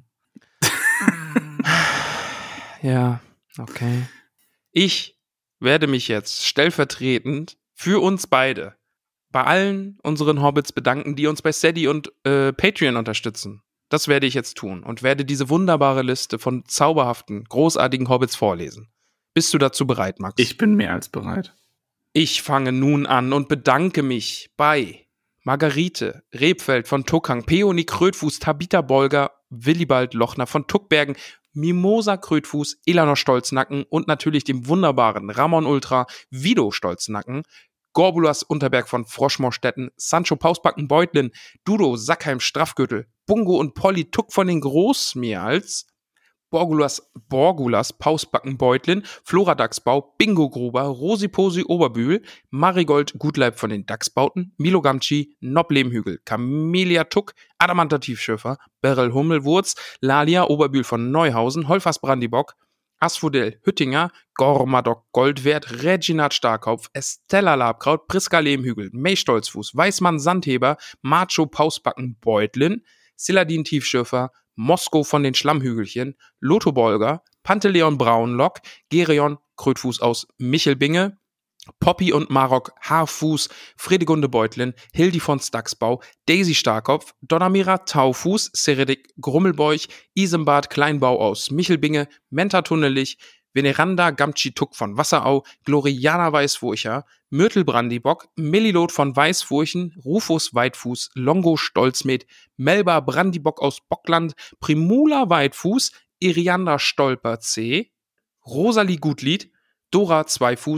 Ja, okay. Ich werde mich jetzt stellvertretend für uns beide bei allen unseren Hobbits bedanken, die uns bei Steady und äh, Patreon unterstützen. Das werde ich jetzt tun und werde diese wunderbare Liste von zauberhaften, großartigen Hobbits vorlesen. Bist du dazu bereit, Max? Ich bin mehr als bereit. Ich fange nun an und bedanke mich bei Margarite Rebfeld von Tuckang, Peony Krötfuß, Tabitha Bolger, Willibald Lochner von Tuckbergen, Mimosa Krötfuß, Elanor Stolznacken und natürlich dem wunderbaren Ramon Ultra, Vido Stolznacken, Gorbulas Unterberg von Froschmorstetten, Sancho Pausbacken Beutlin, Dudo Sackheim Straffgürtel, Bungo und Polly Tuck von den Großmeerls, Borgulas, Borgulas Pausbacken Beutlin, Flora Dachsbau, Bingo Gruber, Rosiposi Oberbühl, Marigold Gutleib von den Dachsbauten, Milo Gamci, Nob Lehmhügel, Camelia Tuck, Adamanta Tiefschiffer, Beryl Hummelwurz, Lalia Oberbühl von Neuhausen, Holfers Brandibock, Asphodel Hüttinger, Gormadok Goldwert, Reginat Starkopf, Estella Labkraut, Priska Lehmhügel, May Stolzfuß, Weißmann Sandheber, Macho Pausbacken Beutlin, Siladin Tiefschiffer, Mosko von den Schlammhügelchen, Lotho Bolger, Panteleon Braunlock, Gereon Krötfuß aus Michelbinge, Poppy und Marok Haarfuß, Fredegunde Beutlin, Hildi von Stacksbau, Daisy Starkopf, Donamira Taufuß, Seredik Grummelbeuch, Isembad Kleinbau aus Michelbinge, Menta Tunnelich, Veneranda Gamci Tuck von Wasserau, Gloriana Weißfurcher, Myrtle Brandibock, Mellilot von Weißfurchen, Rufus Weitfuß, Longo Stolzmet, Melba Brandibock aus Bockland, Primula Weitfuß, Irianda Stolper C, Rosalie Gutlied, Dora Zweifuß,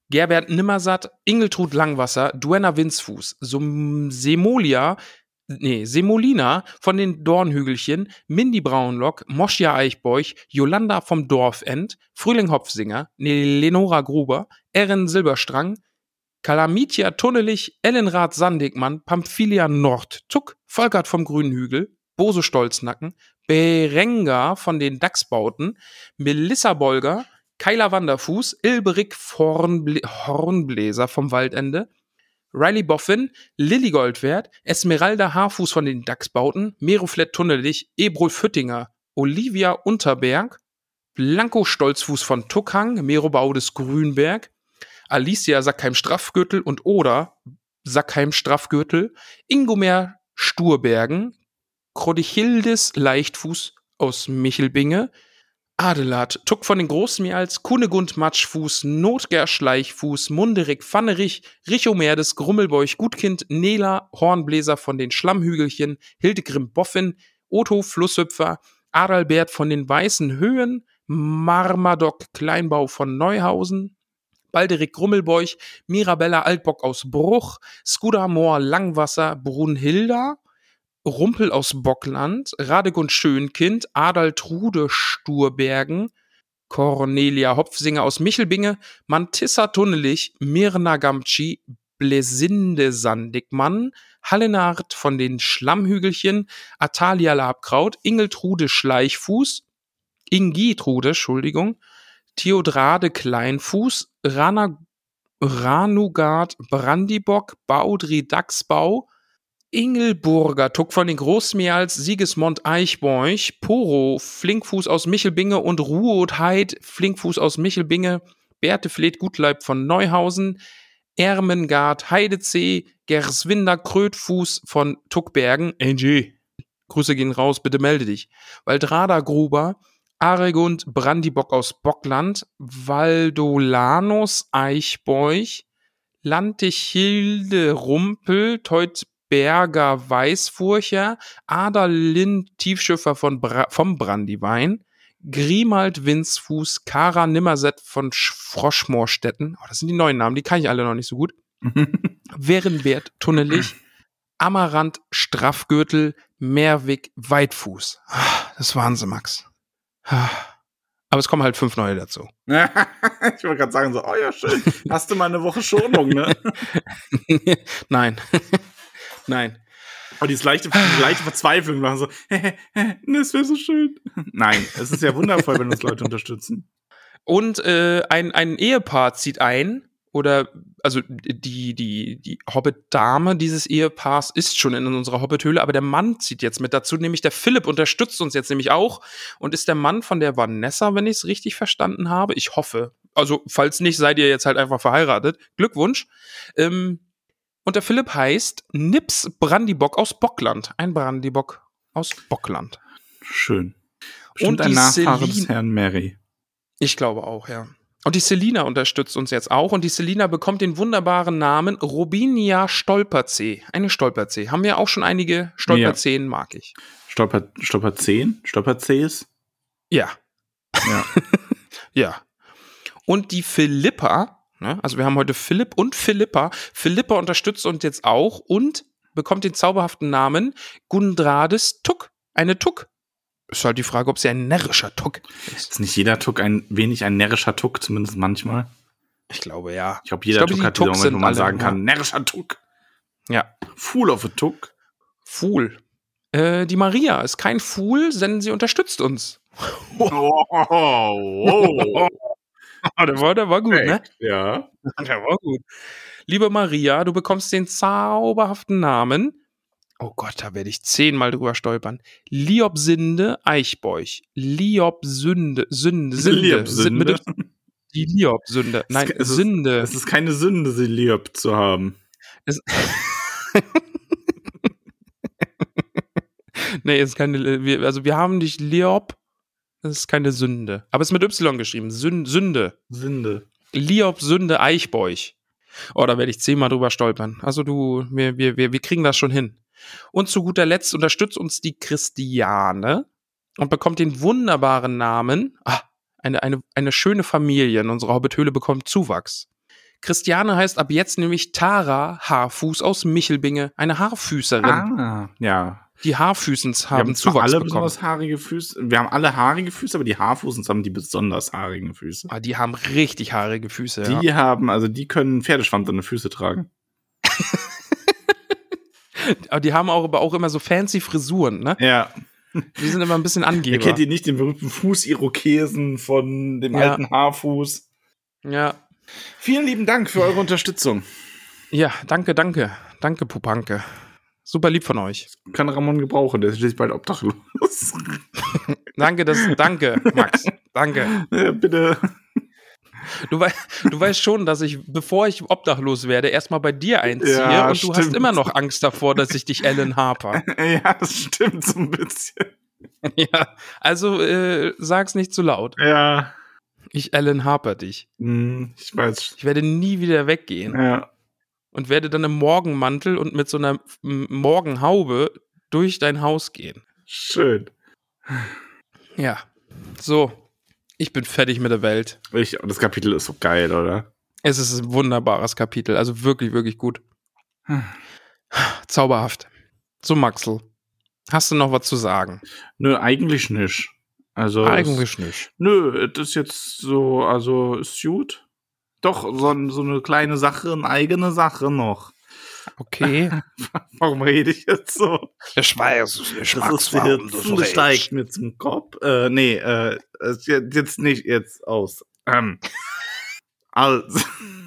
Gerbert Nimmersatt, Ingeltrud Langwasser, Duenna Winzfuß, Sum- Semolia, nee, Semolina von den Dornhügelchen, Mindy Braunlock, Moschia Eichbeuch, Jolanda vom Dorfend, Frühling Hopfsinger, Lenora Gruber, Erin Silberstrang, Kalamitia Tunnelich, Ellenrath Sandigmann, Pamphilia Nord, Tuck, Volkert vom Grünen Hügel, Bose Stolznacken, Berenga von den Dachsbauten, Melissa Bolger, Kyla Wanderfuß, Ilberik Hornblä- Hornbläser vom Waldende, Riley Boffin, Lilly Goldwert, Esmeralda Haarfuß von den Dachsbauten, Meroflett Tunnelich, Ebrol Füttinger, Olivia Unterberg, Blanco Stolzfuß von Tuckhang, Mero Baudes Grünberg, Alicia Sackheim Straffgürtel und Oda Sackheim Straffgürtel, Ingomer Sturbergen, Krodichildes Leichtfuß aus Michelbinge, Adelard Tuck von den Großmeerls, Kunegund Matschfuß, Notger Schleichfuß, Munderik Pfannerich, Richomerdes Grummelbeuch Gutkind, Nela Hornbläser von den Schlammhügelchen, Hildegrim Boffin, Otto Flusshüpfer, Adalbert von den Weißen Höhen, Marmadoc Kleinbau von Neuhausen, Balderik Grummelbeuch, Mirabella Altbock aus Bruch, Skudamor Langwasser, Brunhilda, Rumpel aus Bockland, Radegund Schönkind, Adaltrude Sturbergen, Cornelia Hopfsinger aus Michelbinge, Mantissa Tunnelich, Mirna Gamtschi, Blesinde Sandigmann, Hallenard von den Schlammhügelchen, Atalia Labkraut, Ingeltrude Schleichfuß, Ingitrude, Entschuldigung, Theodrade Kleinfuß, Rana, Ranugard Brandibock, Baudry Dachsbau, Ingelburger Tuck von den Großmeerls, Sigismund Eichbeuch, Poro Flinkfuß aus Michelbinge und Ruot Heid Flinkfuß aus Michelbinge, Berthe Fleet Gutleib von Neuhausen, Ermengard Heidezee, Gerswinder Krötfuß von Tuckbergen, Angie, Grüße gehen raus, bitte melde dich, Waldrada Gruber, Aregund Brandibock aus Bockland, Valdolanus Eichbeuch, Lantichilde Rumpel, Teut Berger Weißfurcher, Adalin Tiefschiffer von Bra- vom Brandywein, Grimald Winzfuß, Kara Nimmerset von Sch- Froschmoorstetten, oh, das sind die neuen Namen, die kann ich alle noch nicht so gut, Werenwert Tunnelich, Amaranth Straffgürtel, Meerwig Weitfuß. Das waren sie, Max. Aber es kommen halt fünf neue dazu. Ich wollte gerade sagen, so, oh ja, schön. Hast du mal eine Woche Schonung, ne? Nein. Nein. Aber dieses leichte, diese leichte Verzweiflung machen so, das wäre so schön. Nein, es ist ja wundervoll, wenn uns Leute unterstützen. Und äh, ein, ein Ehepaar zieht ein, oder, also die, die, die Hobbit-Dame dieses Ehepaars ist schon in unserer Hobbit-Höhle, aber der Mann zieht jetzt mit dazu, nämlich der Philipp unterstützt uns jetzt nämlich auch und ist der Mann von der Vanessa, wenn ich es richtig verstanden habe. Ich hoffe. Also, falls nicht, seid ihr jetzt halt einfach verheiratet. Glückwunsch. Ähm, Und der Philipp heißt Nips Brandibock aus Bockland. Ein Brandibock aus Bockland. Schön. Bestimmt Und ein die Nachfahre Celine- des Herrn Mary. Ich glaube auch, ja. Und die Selina unterstützt uns jetzt auch. Und die Selina bekommt den wunderbaren Namen Robinia Stolperzee. Eine Stolperzee. Haben wir auch schon einige Stolperzeen, ja. Mag ich. Stolper, Stolperzehen? Stolperzees? Ja. Ja. Ja. Und die Philippa, ne? Also wir haben heute Philipp und Philippa. Philippa unterstützt uns jetzt auch und bekommt den zauberhaften Namen Gundrades Tuck. Eine Tuck. Ist halt die Frage, ob sie ein närrischer Tuck ist. Ist nicht jeder Tuck ein wenig ein närrischer Tuck, zumindest manchmal? Ich glaube, ja. Ich glaube, jeder Ich glaube, Tuck die hat diesen Tucks Moment, wo sind man alle, sagen kann, ja. närrischer Tuck. Ja. Fool of a Tuck. Fool. Äh, die Maria ist kein Fool, denn sie unterstützt uns. Oh, oh, Oh, der war, der war gut, ne? Ja. Der war gut. Liebe Maria, du bekommst den zauberhaften Namen. Oh Gott, da werde ich zehnmal drüber stolpern. Liobsinde Eichbeuch. Liobsünde. Sünde. Sünde. Liobsünde. Mit- Die Liobsünde. Nein, es ist, Sünde. Es ist keine Sünde, sie lieb zu haben. Es nee, es ist keine. Wir, also, wir haben dich Liob. Das ist keine Sünde. Aber es ist mit Y geschrieben. Sün- Sünde. Sünde. Liobsünde Eichbeuch. Oh, da werde ich zehnmal drüber stolpern. Also du, wir, wir, wir, wir kriegen das schon hin. Und zu guter Letzt unterstützt uns die Christiane und bekommt den wunderbaren Namen, ah, eine, eine, eine schöne Familie in unserer Hobbithöhle bekommt Zuwachs. Christiane heißt ab jetzt nämlich Tara Haarfuß aus Michelbinge, eine Haarfüßerin. Ah, ja. Die Haarfüßens Wir haben haben zwar Zuwachs alle bekommen. besonders haarige Füße. Wir haben alle haarige Füße, aber die Haarfußens haben die besonders haarigen Füße. Ah, die haben richtig haarige Füße, Die ja. haben, also die können Pferdeschwanz an den Füße tragen. Aber die haben auch, aber auch immer so fancy Frisuren, ne? Ja. Die sind immer ein bisschen Angeber. Ihr kennt ihr nicht den berühmten Fußirokesen von dem Ja. alten Haarfuß. Ja. Vielen lieben Dank für eure Unterstützung. Ja, danke, danke. Danke, Pupanke. Super lieb von euch. Kann Ramon gebrauchen, der ist schließlich bald obdachlos. Danke, das, danke, Max. Danke. Ja, bitte. Du, wei du weißt schon, dass ich, bevor ich obdachlos werde, erstmal bei dir einziehe Ja, und du hast stimmt. immer noch Angst davor, dass ich dich Alan Harper. Ja, das stimmt so ein bisschen. Ja, also äh, sag's nicht zu laut. Ja. Ich Alan Harper dich. Hm, ich weiß. Ich werde nie wieder weggehen Ja. und werde dann im Morgenmantel und mit so einer M- Morgenhaube durch dein Haus gehen. Schön. Ja, so. Ich bin fertig mit der Welt. Ich, das Kapitel ist so geil, oder? Es ist ein wunderbares Kapitel, also wirklich, wirklich gut. Zauberhaft. So, Maxl, hast du noch was zu sagen? Nö, eigentlich nicht. Also Eigentlich nicht. Nö, das ist jetzt so, also ist gut. Doch, so, so eine kleine Sache, eine eigene Sache noch. Okay. Warum rede ich jetzt so? Ich weiß es nicht, Das ist jetzt steigt mir zum Kopf. Äh, nee, äh, ist jetzt jetzt nicht jetzt aus. Ähm, also.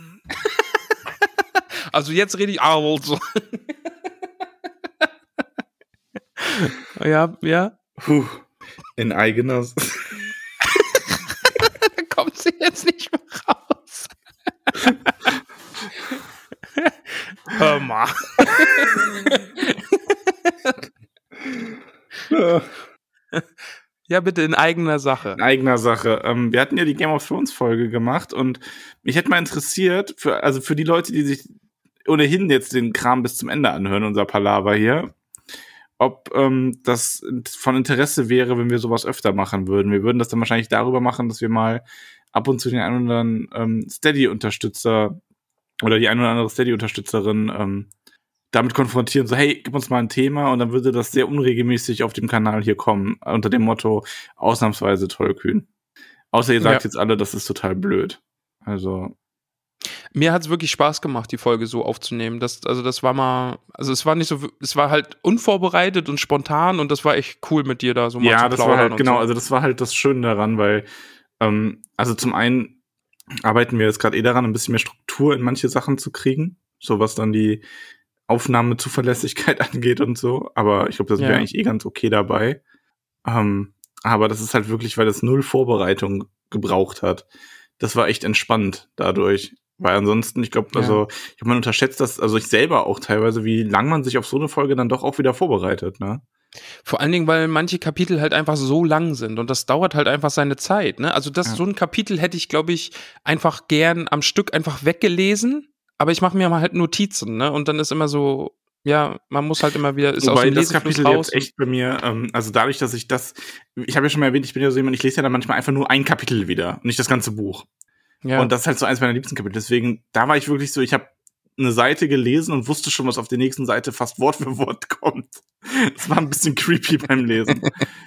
Also jetzt rede ich also. Ja, ja. Puh, in eigener. Da kommt sie jetzt nicht mehr raus. Hör mal. Ja, bitte in eigener Sache. In eigener Sache. Ähm, wir hatten ja die Game of Thrones Folge gemacht und mich hätte mal interessiert, für, also für die Leute, die sich ohnehin jetzt den Kram bis zum Ende anhören, unser Palaver hier, ob ähm, das von Interesse wäre, wenn wir sowas öfter machen würden. Wir würden das dann wahrscheinlich darüber machen, dass wir mal ab und zu den einen oder anderen ähm, Steady-Unterstützer oder die eine oder andere Steady-Unterstützerin ähm, damit konfrontieren, so hey, gib uns mal ein Thema und dann würde das sehr unregelmäßig auf dem Kanal hier kommen, unter dem Motto ausnahmsweise tollkühn. Außer ihr sagt Ja. jetzt alle, das ist total blöd. Also Mir hat es wirklich Spaß gemacht, die Folge so aufzunehmen. Das, also das war mal, also es war nicht so, es war halt unvorbereitet und spontan und das war echt cool mit dir da so mal ja, zu das war plaudern halt, und genau, so. also das war halt das Schöne daran, weil, ähm, also zum einen arbeiten wir jetzt gerade eh daran, ein bisschen mehr Struktur in manche Sachen zu kriegen, so was dann die Aufnahmezuverlässigkeit angeht und so, aber ich glaube, da sind wir Ja. eigentlich eh ganz okay dabei. Ähm, aber das ist halt wirklich, weil das null Vorbereitung gebraucht hat. Das war echt entspannt dadurch. Weil ansonsten, ich glaube, Ja. also, ich glaube, man unterschätzt das, also ich selber auch teilweise, wie lang man sich auf so eine Folge dann doch auch wieder vorbereitet, ne? Vor allen Dingen, weil manche Kapitel halt einfach so lang sind und das dauert halt einfach seine Zeit, ne? Also das, Ja. so ein Kapitel hätte ich, glaube ich, einfach gern am Stück einfach weggelesen, aber ich mache mir mal halt Notizen, ne? Und dann ist immer so, ja, man muss halt immer wieder, ist aus Wobei dem das Lesefluss Kapitel raus. jetzt echt bei mir, ähm, also dadurch, dass ich das, ich habe ja schon mal erwähnt, ich bin ja so jemand, ich lese ja dann manchmal einfach nur ein Kapitel wieder, nicht das ganze Buch. Ja. Und das ist halt so eins meiner liebsten Kapitel. Deswegen, da war ich wirklich so, ich habe eine Seite gelesen und wusste schon, was auf der nächsten Seite fast Wort für Wort kommt. Das war ein bisschen creepy beim Lesen.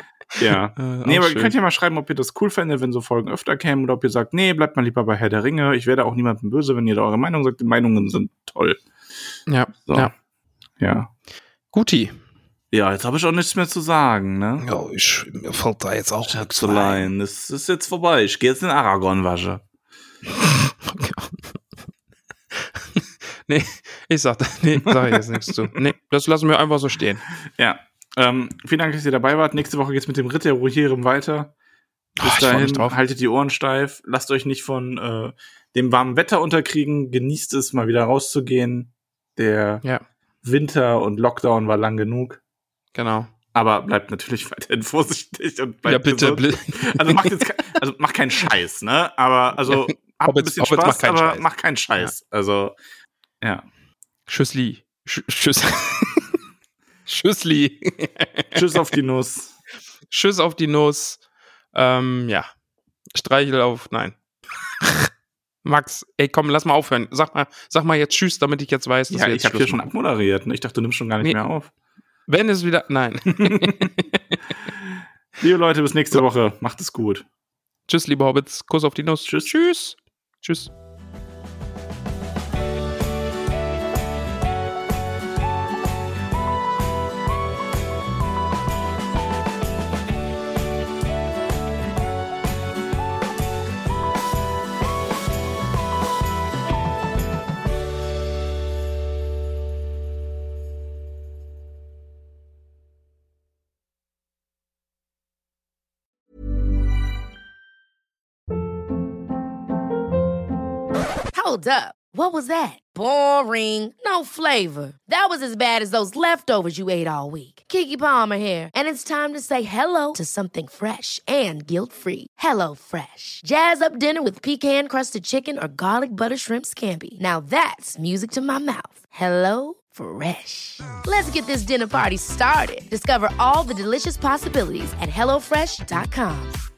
Ja. Äh, Nee, auch aber schön. ihr könnt ja mal schreiben, ob ihr das cool fändet, wenn so Folgen öfter kämen oder ob ihr sagt, nee, bleibt mal lieber bei Herr der Ringe. Ich werde auch niemandem böse, wenn ihr da eure Meinung sagt. Die Meinungen sind toll. Ja, So. ja. Ja. Guti. Ja, jetzt habe ich auch nichts mehr zu sagen, ne? Ja, ich, mir fällt da jetzt auch Schätzelein, das ist jetzt vorbei. Ich gehe jetzt in Aragorn wasche. Nee, ich sag, nee, sag ich jetzt nichts zu. Nee, das lassen wir einfach so stehen. Ja. Ähm, vielen Dank, dass ihr dabei wart. Nächste Woche geht's mit dem Ritt der Rohirrim weiter. Bis Oh, ich freu mich dahin, drauf. haltet die Ohren steif. Lasst euch nicht von äh, dem warmen Wetter unterkriegen. Genießt es, mal wieder rauszugehen. Der Ja, Winter und Lockdown war lang genug. genau. Aber bleibt natürlich weiterhin vorsichtig und bleibt Ja, bitte, gesund. bl- Also macht jetzt, ke- also macht keinen Scheiß, ne? Aber also Ja, habt ein Hobbits- bisschen Hobbits Spaß, macht keinen aber Scheiß. macht keinen Scheiß. Also ja. Schüssli. Sch Schüss. Schüssli. Tschüss auf die Nuss. Tschüss auf die Nuss. Ähm, ja. Streichel auf, nein. Max, ey, komm, lass mal aufhören. Sag mal, sag mal jetzt Tschüss, damit ich jetzt weiß, dass Ja, wir ich jetzt habe hier schon abmoderiert. Ne? Ich dachte, du nimmst schon gar nicht Nee. mehr auf. Wenn es wieder, nein. Liebe Leute, bis nächste Woche. Macht es gut. Tschüss, liebe Hobbits. Kuss auf die Nuss. Tschüss. Tschüss. Tschüss. Hold up. What was that? Boring. No flavor. That was as bad as those leftovers you ate all week. Keke Palmer here, and it's time to say hello to something fresh and guilt-free. Hello Fresh. Jazz up dinner with pecan-crusted chicken or garlic butter shrimp scampi. Now that's music to my mouth. Hello Fresh. Let's get this dinner party started. Discover all the delicious possibilities at hello fresh dot com.